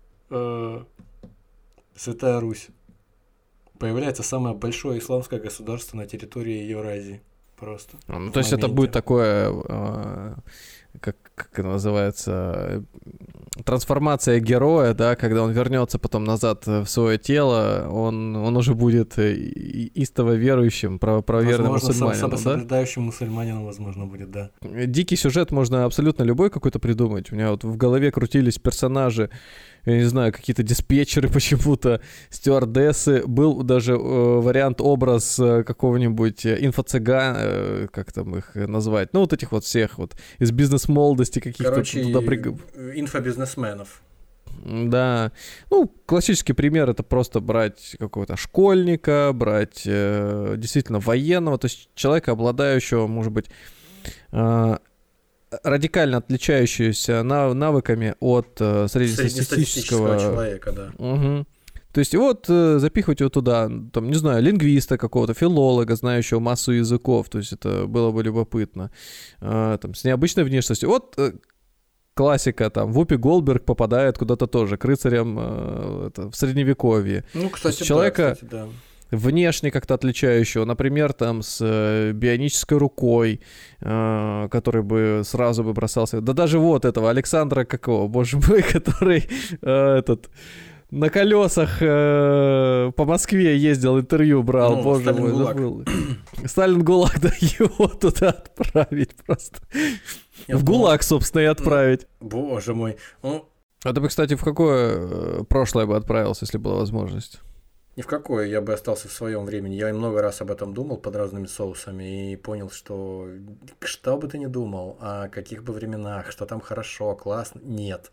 Святая Русь. Появляется самое большое исламское государство на территории Евразии. Просто. То есть это будет такое, как это называется, трансформация героя, да, когда он вернется потом назад в свое тело, он уже будет истово верующим, правоверным мусульманином. Соблюдающим мусульманином, возможно, будет, да. Дикий сюжет можно абсолютно любой какой-то придумать. У меня вот в голове крутились персонажи, я не знаю, какие-то диспетчеры почему-то, стюардессы. Был даже вариант-образ какого-нибудь инфо-цыган, как там их назвать, ну вот этих вот всех вот из бизнес-молодости каких-то. Короче, инфобизнесменов. Да. Ну, классический пример — это просто брать какого-то школьника, брать действительно военного, то есть человека, обладающего, может быть, радикально отличающуюся навыками от среднестатистического человека, да. Угу. То есть вот запихивать его туда, там, не знаю, лингвиста какого-то, филолога, знающего массу языков, то есть это было бы любопытно, там, с необычной внешностью. Вот классика, там, Вупи Голдберг попадает куда-то тоже к рыцарям в Средневековье. Ну, кстати, человека... да. Внешне как-то отличающего, например, там с бионической рукой, который бы сразу бы бросался. Да даже вот этого Александра какого, боже мой, который на колесах по Москве ездил, интервью брал, ну, боже Сталин мой, ГУЛАГ. забыл. Сталин ГУЛАГ, да, его туда отправить просто. В ГУЛАГ, собственно, и отправить. Боже мой. А ты бы, кстати, в какое прошлое бы отправился, если была возможность? Ни в какое, я бы остался в своем времени. Я много раз об этом думал под разными соусами и понял, что бы ты ни думал, о каких бы временах, что там хорошо, классно, нет.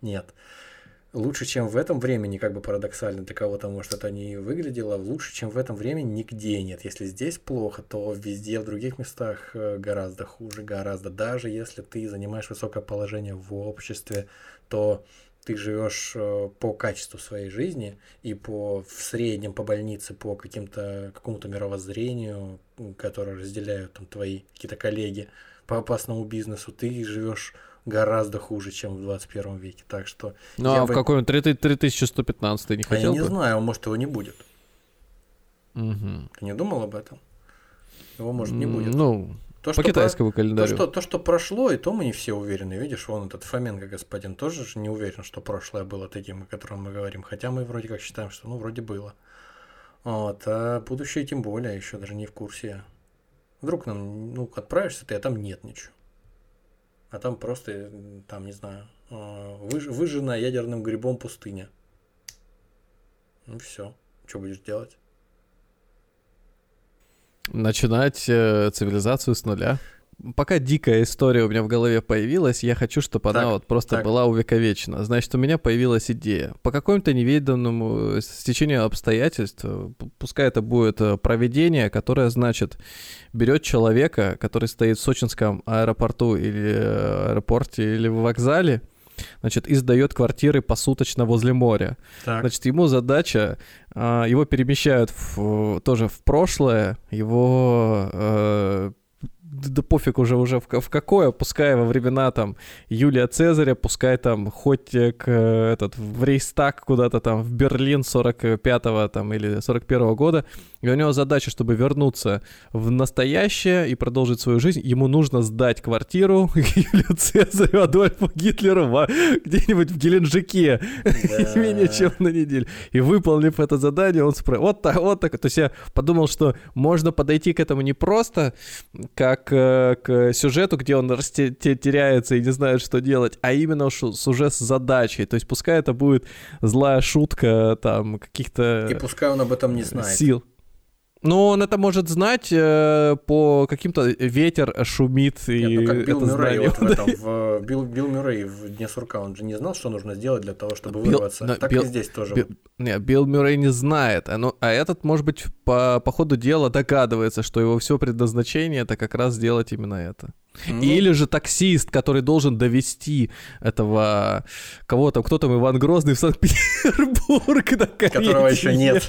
Нет. Лучше, чем в этом времени, как бы парадоксально для кого-то, может, это не выглядело, лучше, чем в этом времени нигде нет. Если здесь плохо, то везде, в других местах гораздо хуже, гораздо. Даже если ты занимаешь высокое положение в обществе, то ты живешь по качеству своей жизни и в среднем по больнице, по какому-то мировоззрению, которое разделяют там твои какие-то коллеги по опасному бизнесу, ты живешь гораздо хуже, чем в 21 веке. Так что... Ну, а в каком 3115 ты не хотел? Я не знаю, может, его не будет. Угу. Ты не думал об этом? Его, может, не будет. Ну, по китайскому календарю. То, что прошло, и то мы не все уверены. Видишь, вон этот Фоменко господин тоже же не уверен, что прошлое было таким, о котором мы говорим. Хотя мы вроде как считаем, что вроде было. Вот, а будущее тем более, еще даже не в курсе. Вдруг нам, отправишься ты, а там нет ничего. А там просто, там, не знаю, выжженная ядерным грибом пустыня. Ну все, что будешь делать? Начинать цивилизацию с нуля. Пока дикая история у меня в голове появилась, я хочу, чтобы она просто была увековечена. Значит, у меня появилась идея. По какому-то неведанному стечению обстоятельств, пускай это будет провидение, которое, значит, берет человека, который стоит в сочинском аэропорту или аэропорте или в вокзале, значит, и сдает квартиры посуточно возле моря. Так. Значит, ему задача, его перемещают тоже в прошлое, его... Да пофиг уже в какое, пускай во времена там Юлия Цезаря, пускай там хоть в Рейхстаг куда-то там в Берлин 45-го там или 41-го года, и у него задача, чтобы вернуться в настоящее и продолжить свою жизнь, ему нужно сдать квартиру Юлию Цезарю, Адольфу Гитлеру где-нибудь в Геленджике, менее чем на неделю. И выполнив это задание, он вот так. То есть я подумал, что можно подойти к этому не просто как к сюжету, где он теряется и не знает, что делать, а именно уже с задачей. То есть пускай это будет злая шутка там каких-то... И пускай он об этом не знает. Сил. Но он это может знать по каким-то ветер шумит и Нет, как Билл Мюррей знание, вот в этом, Билл Мюррей в «Дне сурка», он же не знал, что нужно сделать для того, чтобы вырваться. Так и здесь тоже. Билл Мюррей не знает, а этот, может быть, по ходу дела догадывается, что его все предназначение это как раз сделать именно это. Или же таксист, который должен довести этого кого-то, кто там, Иван Грозный в Санкт-Петербург. Которого еще нет.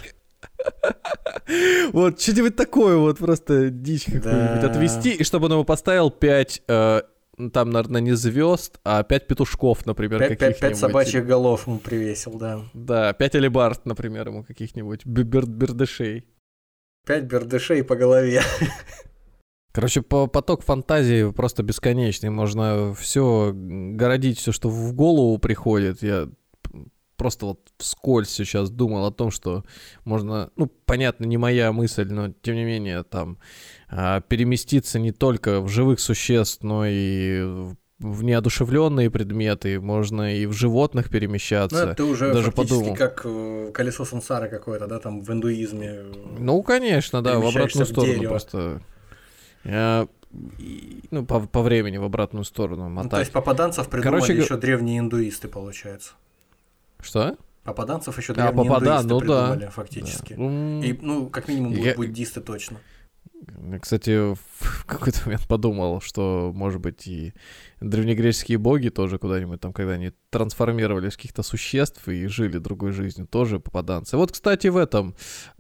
Вот, что-нибудь такое вот, просто дичь какую-нибудь отвести, и чтобы он ему поставил 5, там, наверное, не звезд, а 5 петушков, например, каких-нибудь. 5 собачьих голов ему привесил, да. Да, 5 алебард, например, ему каких-нибудь бердышей. 5 бердышей по голове. Короче, поток фантазии просто бесконечный, можно все городить, все, что в голову приходит. Я просто вот вскользь сейчас думал о том, что можно, понятно, не моя мысль, но тем не менее там переместиться не только в живых существ, но и в неодушевленные предметы, можно и в животных перемещаться. Ну, это уже даже фактически подумал. Как колесо сансары какое-то, да, там в индуизме. Ну, конечно, да, в обратную сторону просто. По времени в обратную сторону мотать. То есть попаданцев придумали еще древние индуисты, получается. Что? Попаданцев еще древние индуисты придумали, фактически. Да. И, как минимум, буддисты точно. Кстати, в какой-то момент подумал, что, может быть, и древнегреческие боги тоже куда-нибудь там, когда они трансформировались в каких-то существ и жили другой жизнью, тоже попаданцы. Вот, кстати, в этом,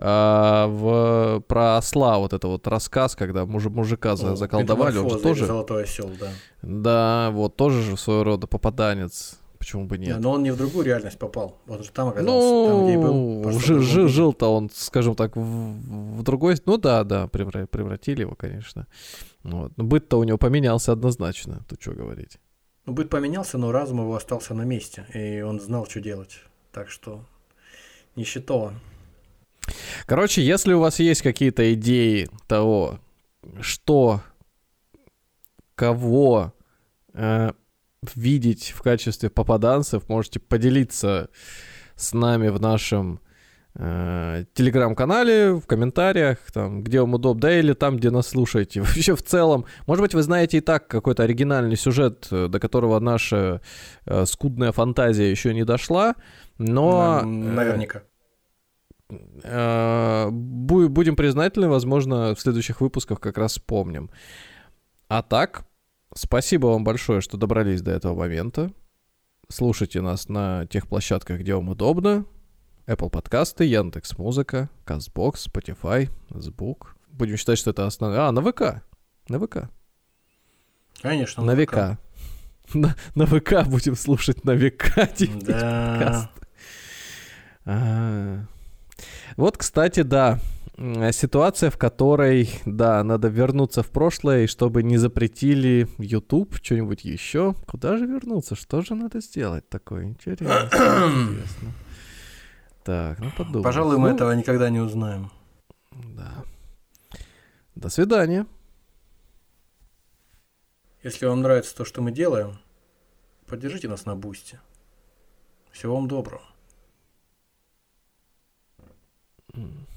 про осла вот это вот рассказ, когда мужика заколдовали, он же тоже... Золотой осел, да. Да, вот тоже же своего рода попаданец. Почему бы нет? Но он не в другую реальность попал. Он же там оказался, там, где и был. Жил-то он, скажем так, в другой... Ну да, превратили его, конечно. Вот. Но быт-то у него поменялся однозначно, тут что говорить. Быт поменялся, но разум его остался на месте, и он знал, что делать. Так что нищетово. Короче, если у вас есть какие-то идеи того, что, кого... видеть в качестве попаданцев, можете поделиться с нами в нашем телеграм-канале, в комментариях, там, где вам удобно, да, или там, где нас слушаете. Вообще в целом, может быть, вы знаете и так какой-то оригинальный сюжет, до которого наша скудная фантазия еще не дошла, но... Наверняка. Будем признательны, возможно, в следующих выпусках как раз вспомним. А так, спасибо вам большое, что добрались до этого момента. Слушайте нас на тех площадках, где вам удобно. Apple подкасты, Яндекс.Музыка, Castbox, Spotify, Звук. Будем считать, что это основное. На ВК. На ВК. Конечно, на ВК. На ВК будем слушать на ВК теперь подкасты. Вот, кстати, да, ситуация, в которой, да, надо вернуться в прошлое, и чтобы не запретили YouTube, что-нибудь еще. Куда же вернуться? Что же надо сделать такое? Интересно. Так, ну подумай. Пожалуй, мы этого никогда не узнаем. Да. До свидания. Если вам нравится то, что мы делаем, поддержите нас на Бусти. Всего вам доброго.